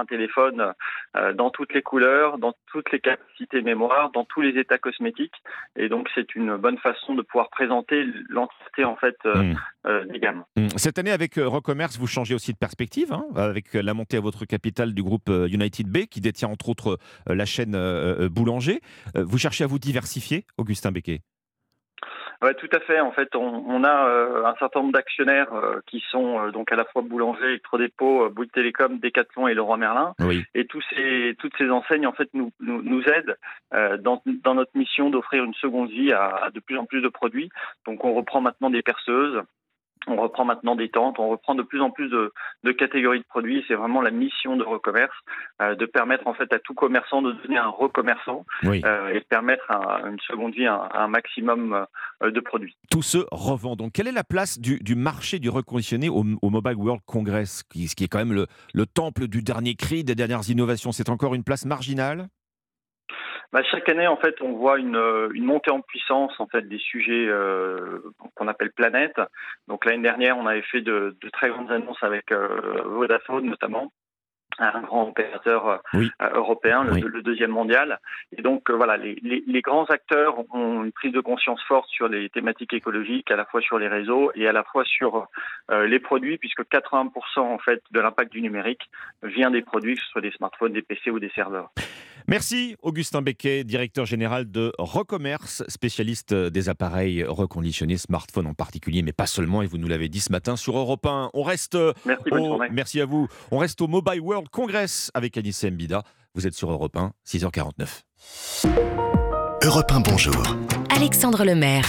dans toutes les couleurs, dans toutes les capacités mémoire, dans tous les états cosmétiques. Et donc c'est une bonne façon de pouvoir présenter l'entièreté en fait des gammes. Cette année avec Recommerce, vous changez aussi de perspective, avec la montée à votre capital du groupe United Bay, qui détient entre autres la chaîne Boulanger. Vous cherchez à vous diversifier, Augustin Becquet? Ouais, tout à fait. En fait, on a un certain nombre d'actionnaires qui sont donc à la fois Boulanger, Electrodépôt, Bouygues Télécom, Decathlon et Leroy Merlin. Oui. Et toutes ces enseignes en fait nous aident dans notre mission d'offrir une seconde vie à de plus en plus de produits. Donc, on reprend maintenant des perceuses. On reprend maintenant des tentes, on reprend de plus en plus de catégories de produits. C'est vraiment la mission de Recommerce, de permettre en fait à tout commerçant de devenir un recommerçant et de permettre une seconde vie à un maximum de produits. Tout se revend. Donc, quelle est la place du marché du reconditionné au Mobile World Congress, ce qui est quand même le temple du dernier cri, des dernières innovations? C'est encore une place marginale? Chaque année, en fait, on voit une montée en puissance en fait des sujets qu'on appelle planète. Donc l'année dernière, on avait fait de très grandes annonces avec Vodafone notamment, un grand opérateur européen, le deuxième mondial. Et donc voilà, les grands acteurs ont une prise de conscience forte sur les thématiques écologiques, à la fois sur les réseaux et à la fois sur les produits, puisque 80% en fait de l'impact du numérique vient des produits, que ce soit des smartphones, des PC ou des serveurs. Merci Augustin Becquet, directeur général de Recommerce, spécialiste des appareils reconditionnés, smartphones en particulier, mais pas seulement, et vous nous l'avez dit ce matin sur Europe 1. On reste Merci à vous. On reste au Mobile World Congress avec Anissé Mbida. Vous êtes sur Europe 1, 6h49. Europe 1, bonjour. Alexandre Lemaire.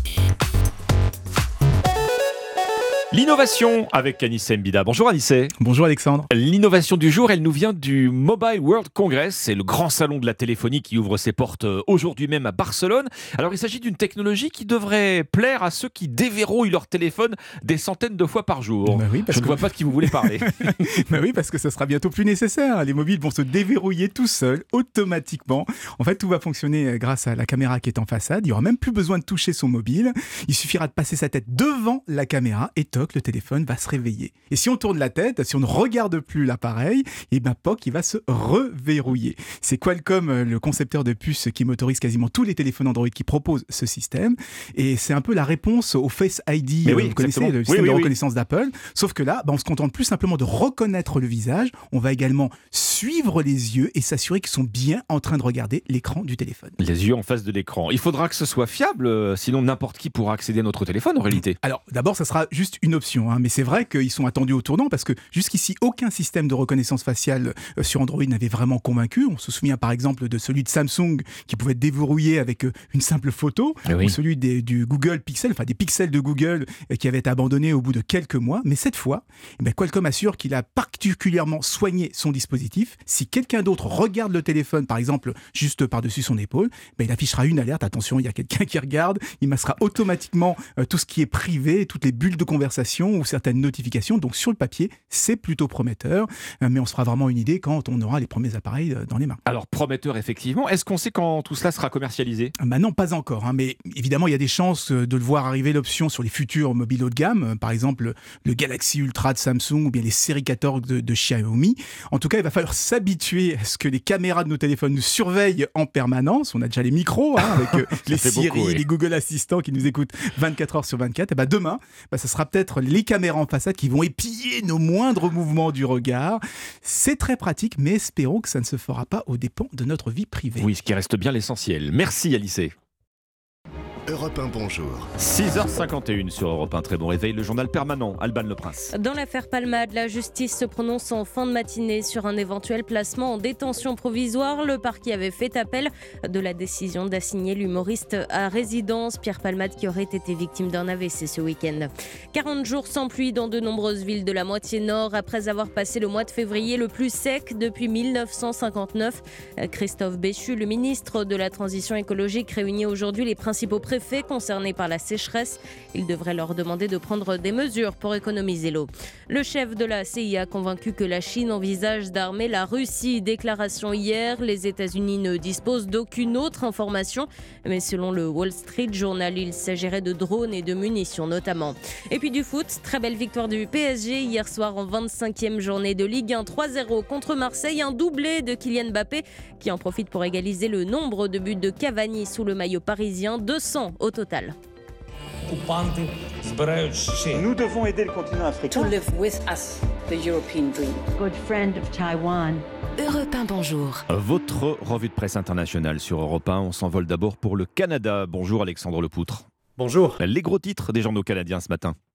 L'innovation avec Anissé Mbida. Bonjour Anissé. Bonjour Alexandre. L'innovation du jour, elle nous vient du Mobile World Congress. C'est le grand salon de la téléphonie qui ouvre ses portes aujourd'hui même à Barcelone. Alors il s'agit d'une technologie qui devrait plaire à ceux qui déverrouillent leur téléphone des centaines de fois par jour. Je ne vois pas de qui vous voulez parler. Oui, parce que ce sera bientôt plus nécessaire. Les mobiles vont se déverrouiller tout seuls, automatiquement. En fait, tout va fonctionner grâce à la caméra qui est en façade. Il n'y aura même plus besoin de toucher son mobile. Il suffira de passer sa tête devant la caméra et le téléphone va se réveiller. Et si on tourne la tête, si on ne regarde plus l'appareil, et POC, il va se reverrouiller. C'est Qualcomm, le concepteur de puces qui motorise quasiment tous les téléphones Android qui proposent ce système. Et c'est un peu la réponse au Face ID, vous connaissez le système de reconnaissance d'Apple. Sauf que là, on se contente plus simplement de reconnaître le visage. On va également suivre les yeux et s'assurer qu'ils sont bien en train de regarder l'écran du téléphone. Les yeux en face de l'écran. Il faudra que ce soit fiable, sinon n'importe qui pourra accéder à notre téléphone en réalité. Alors d'abord, ça sera juste une option, mais c'est vrai qu'ils sont attendus au tournant parce que jusqu'ici, aucun système de reconnaissance faciale sur Android n'avait vraiment convaincu. On se souvient par exemple de celui de Samsung qui pouvait être déverrouillé avec une simple photo, ou celui du Google Pixel, enfin des pixels de Google qui avaient été abandonnés au bout de quelques mois. Mais cette fois, Qualcomm assure qu'il a particulièrement soigné son dispositif. Si quelqu'un d'autre regarde le téléphone, par exemple, juste par-dessus son épaule, il affichera une alerte. Attention, il y a quelqu'un qui regarde. Il massera automatiquement tout ce qui est privé, toutes les bulles de conversation ou certaines notifications. Donc sur le papier, c'est plutôt prometteur. Mais on se fera vraiment une idée quand on aura les premiers appareils dans les mains. Alors prometteur, effectivement. Est-ce qu'on sait quand tout cela sera commercialisé ? Non, pas encore. Mais évidemment, il y a des chances de le voir arriver, l'option sur les futurs mobiles haut de gamme. Par exemple, le Galaxy Ultra de Samsung ou bien les séries 14 de Xiaomi. En tout cas, il va falloir s'habituer à ce que les caméras de nos téléphones nous surveillent en permanence. On a déjà les micros avec les Siri, les Google Assistants qui nous écoutent 24 heures sur 24. Et demain, ça sera peut-être les caméras en façade qui vont épier nos moindres mouvements du regard. C'est très pratique, mais espérons que ça ne se fera pas aux dépens de notre vie privée. Oui, ce qui reste bien l'essentiel. Merci Alicé. Europe 1, bonjour. 6h51 sur Europe 1, très bon réveil, le journal permanent, Alban Le Prince. Dans l'affaire Palmade, la justice se prononce en fin de matinée sur un éventuel placement en détention provisoire. Le parquet avait fait appel de la décision d'assigner l'humoriste à résidence. Pierre Palmade qui aurait été victime d'un AVC ce week-end. 40 jours sans pluie dans de nombreuses villes de la moitié nord après avoir passé le mois de février le plus sec depuis 1959. Christophe Béchu, le ministre de la Transition écologique, réunit aujourd'hui les principaux préfets concernés par la sécheresse. Il devrait leur demander de prendre des mesures pour économiser l'eau. Le chef de la CIA a convaincu que la Chine envisage d'armer la Russie. Déclaration hier, les États-Unis ne disposent d'aucune autre information, mais selon le Wall Street Journal, il s'agirait de drones et de munitions notamment. Et puis du foot, très belle victoire du PSG hier soir en 25e journée de Ligue 1, 3-0 contre Marseille, un doublé de Kylian Mbappé qui en profite pour égaliser le nombre de buts de Cavani sous le maillot parisien, 200 au total. Nous devons aider le continent africain. To live with us, the European dream. Good friend of Taiwan. Europe 1, bonjour. Votre revue de presse internationale sur Europe 1. On s'envole d'abord pour le Canada. Bonjour Alexandre Lepoutre. Bonjour. Les gros titres des journaux canadiens ce matin.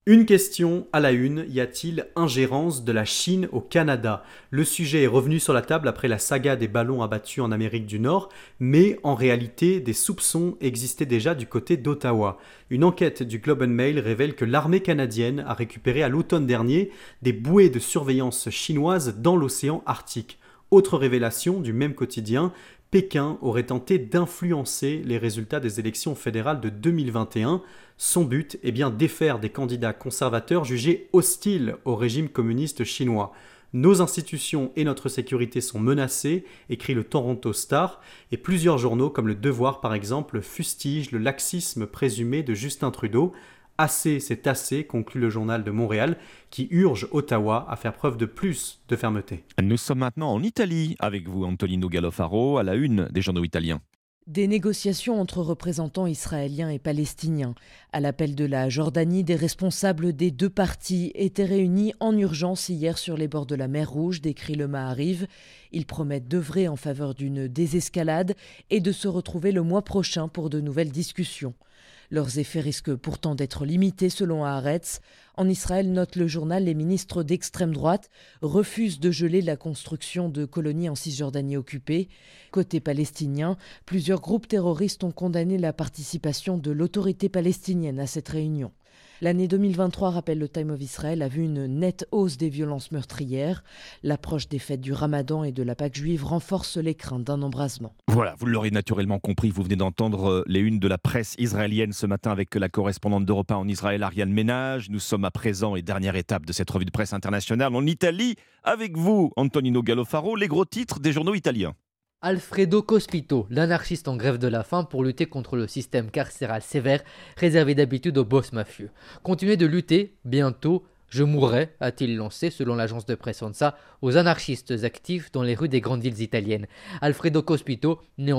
Une question à la une, y a-t-il ingérence de la Chine au Canada ? Le sujet est revenu sur la table après la saga des ballons abattus en Amérique du Nord, mais en réalité, des soupçons existaient déjà du côté d'Ottawa. Une enquête du Globe and Mail révèle que l'armée canadienne a récupéré à l'automne dernier des bouées de surveillance chinoises dans l'océan Arctique. Autre révélation du même quotidien, Pékin aurait tenté d'influencer les résultats des élections fédérales de 2021. Son but est bien défaire des candidats conservateurs jugés hostiles au régime communiste chinois. Nos institutions et notre sécurité sont menacées, écrit le Toronto Star, et plusieurs journaux comme Le Devoir par exemple fustigent le laxisme présumé de Justin Trudeau. Assez, c'est assez, conclut le journal de Montréal, qui urge Ottawa à faire preuve de plus de fermeté. Nous sommes maintenant en Italie avec vous, Antonino Gallofaro, à la une des journaux italiens. Des négociations entre représentants israéliens et palestiniens. À l'appel de la Jordanie, des responsables des deux parties étaient réunis en urgence hier sur les bords de la mer Rouge, décrit le Maariv. Ils promettent d'œuvrer en faveur d'une désescalade et de se retrouver le mois prochain pour de nouvelles discussions. Leurs effets risquent pourtant d'être limités selon Haaretz. En Israël, note le journal, les ministres d'extrême droite refusent de geler la construction de colonies en Cisjordanie occupée. Côté palestinien, plusieurs groupes terroristes ont condamné la participation de l'autorité palestinienne à cette réunion. L'année 2023, rappelle le Time of Israel, a vu une nette hausse des violences meurtrières. L'approche des fêtes du Ramadan et de la Pâque juive renforce les craintes d'un embrasement. Voilà, vous l'aurez naturellement compris, vous venez d'entendre les unes de la presse israélienne ce matin avec la correspondante d'Europe 1 en Israël, Ariane Ménage. Nous sommes à présent, et dernière étape de cette revue de presse internationale, en Italie, avec vous, Antonino Gallofaro, les gros titres des journaux italiens. Alfredo Cospito, l'anarchiste en grève de la faim pour lutter contre le système carcéral sévère réservé d'habitude aux boss mafieux. Continuez de lutter, bientôt je mourrai, a-t-il lancé, selon l'agence de presse ANSA, aux anarchistes actifs dans les rues des grandes villes italiennes. Alfredo Cospito, né en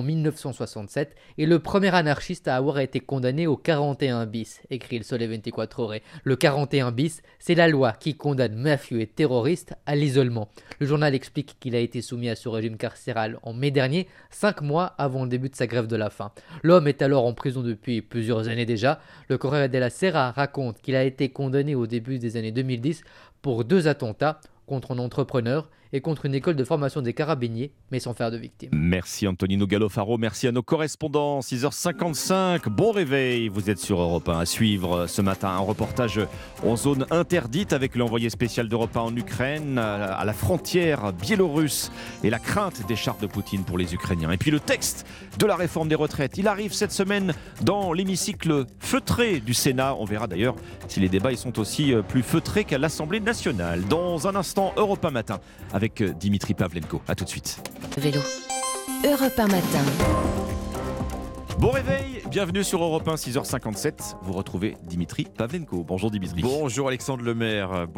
1967, est le premier anarchiste à avoir été condamné au 41 bis, écrit le Sole 24 Ore. Le 41 bis, c'est la loi qui condamne mafieux et terroristes à l'isolement. Le journal explique qu'il a été soumis à ce régime carcéral en mai dernier, 5 mois avant le début de sa grève de la faim. L'homme est alors en prison depuis plusieurs années déjà. Le Corriere della Sera raconte qu'il a été condamné au début des années 2010 pour 2 attentats contre un entrepreneur et contre une école de formation des carabiniers, mais sans faire de victimes. Merci Antonino Gallofaro, merci à nos correspondants. 6h55, bon réveil, vous êtes sur Europe 1. À suivre ce matin un reportage en zone interdite avec l'envoyé spécial d'Europe 1 en Ukraine, à la frontière biélorusse, et la crainte des chars de Poutine pour les Ukrainiens. Et puis le texte de la réforme des retraites, il arrive cette semaine dans l'hémicycle feutré du Sénat. On verra d'ailleurs si les débats y sont aussi plus feutrés qu'à l'Assemblée nationale. Dans un instant, Europe 1 matin avec Dimitri Pavlenko. A tout de suite. Vélo. Europe 1 matin. Bon réveil, bienvenue sur Europe 1, 6h57. Vous retrouvez Dimitri Pavlenko. Bonjour Dimitri. Bonjour Alexandre Lemaire.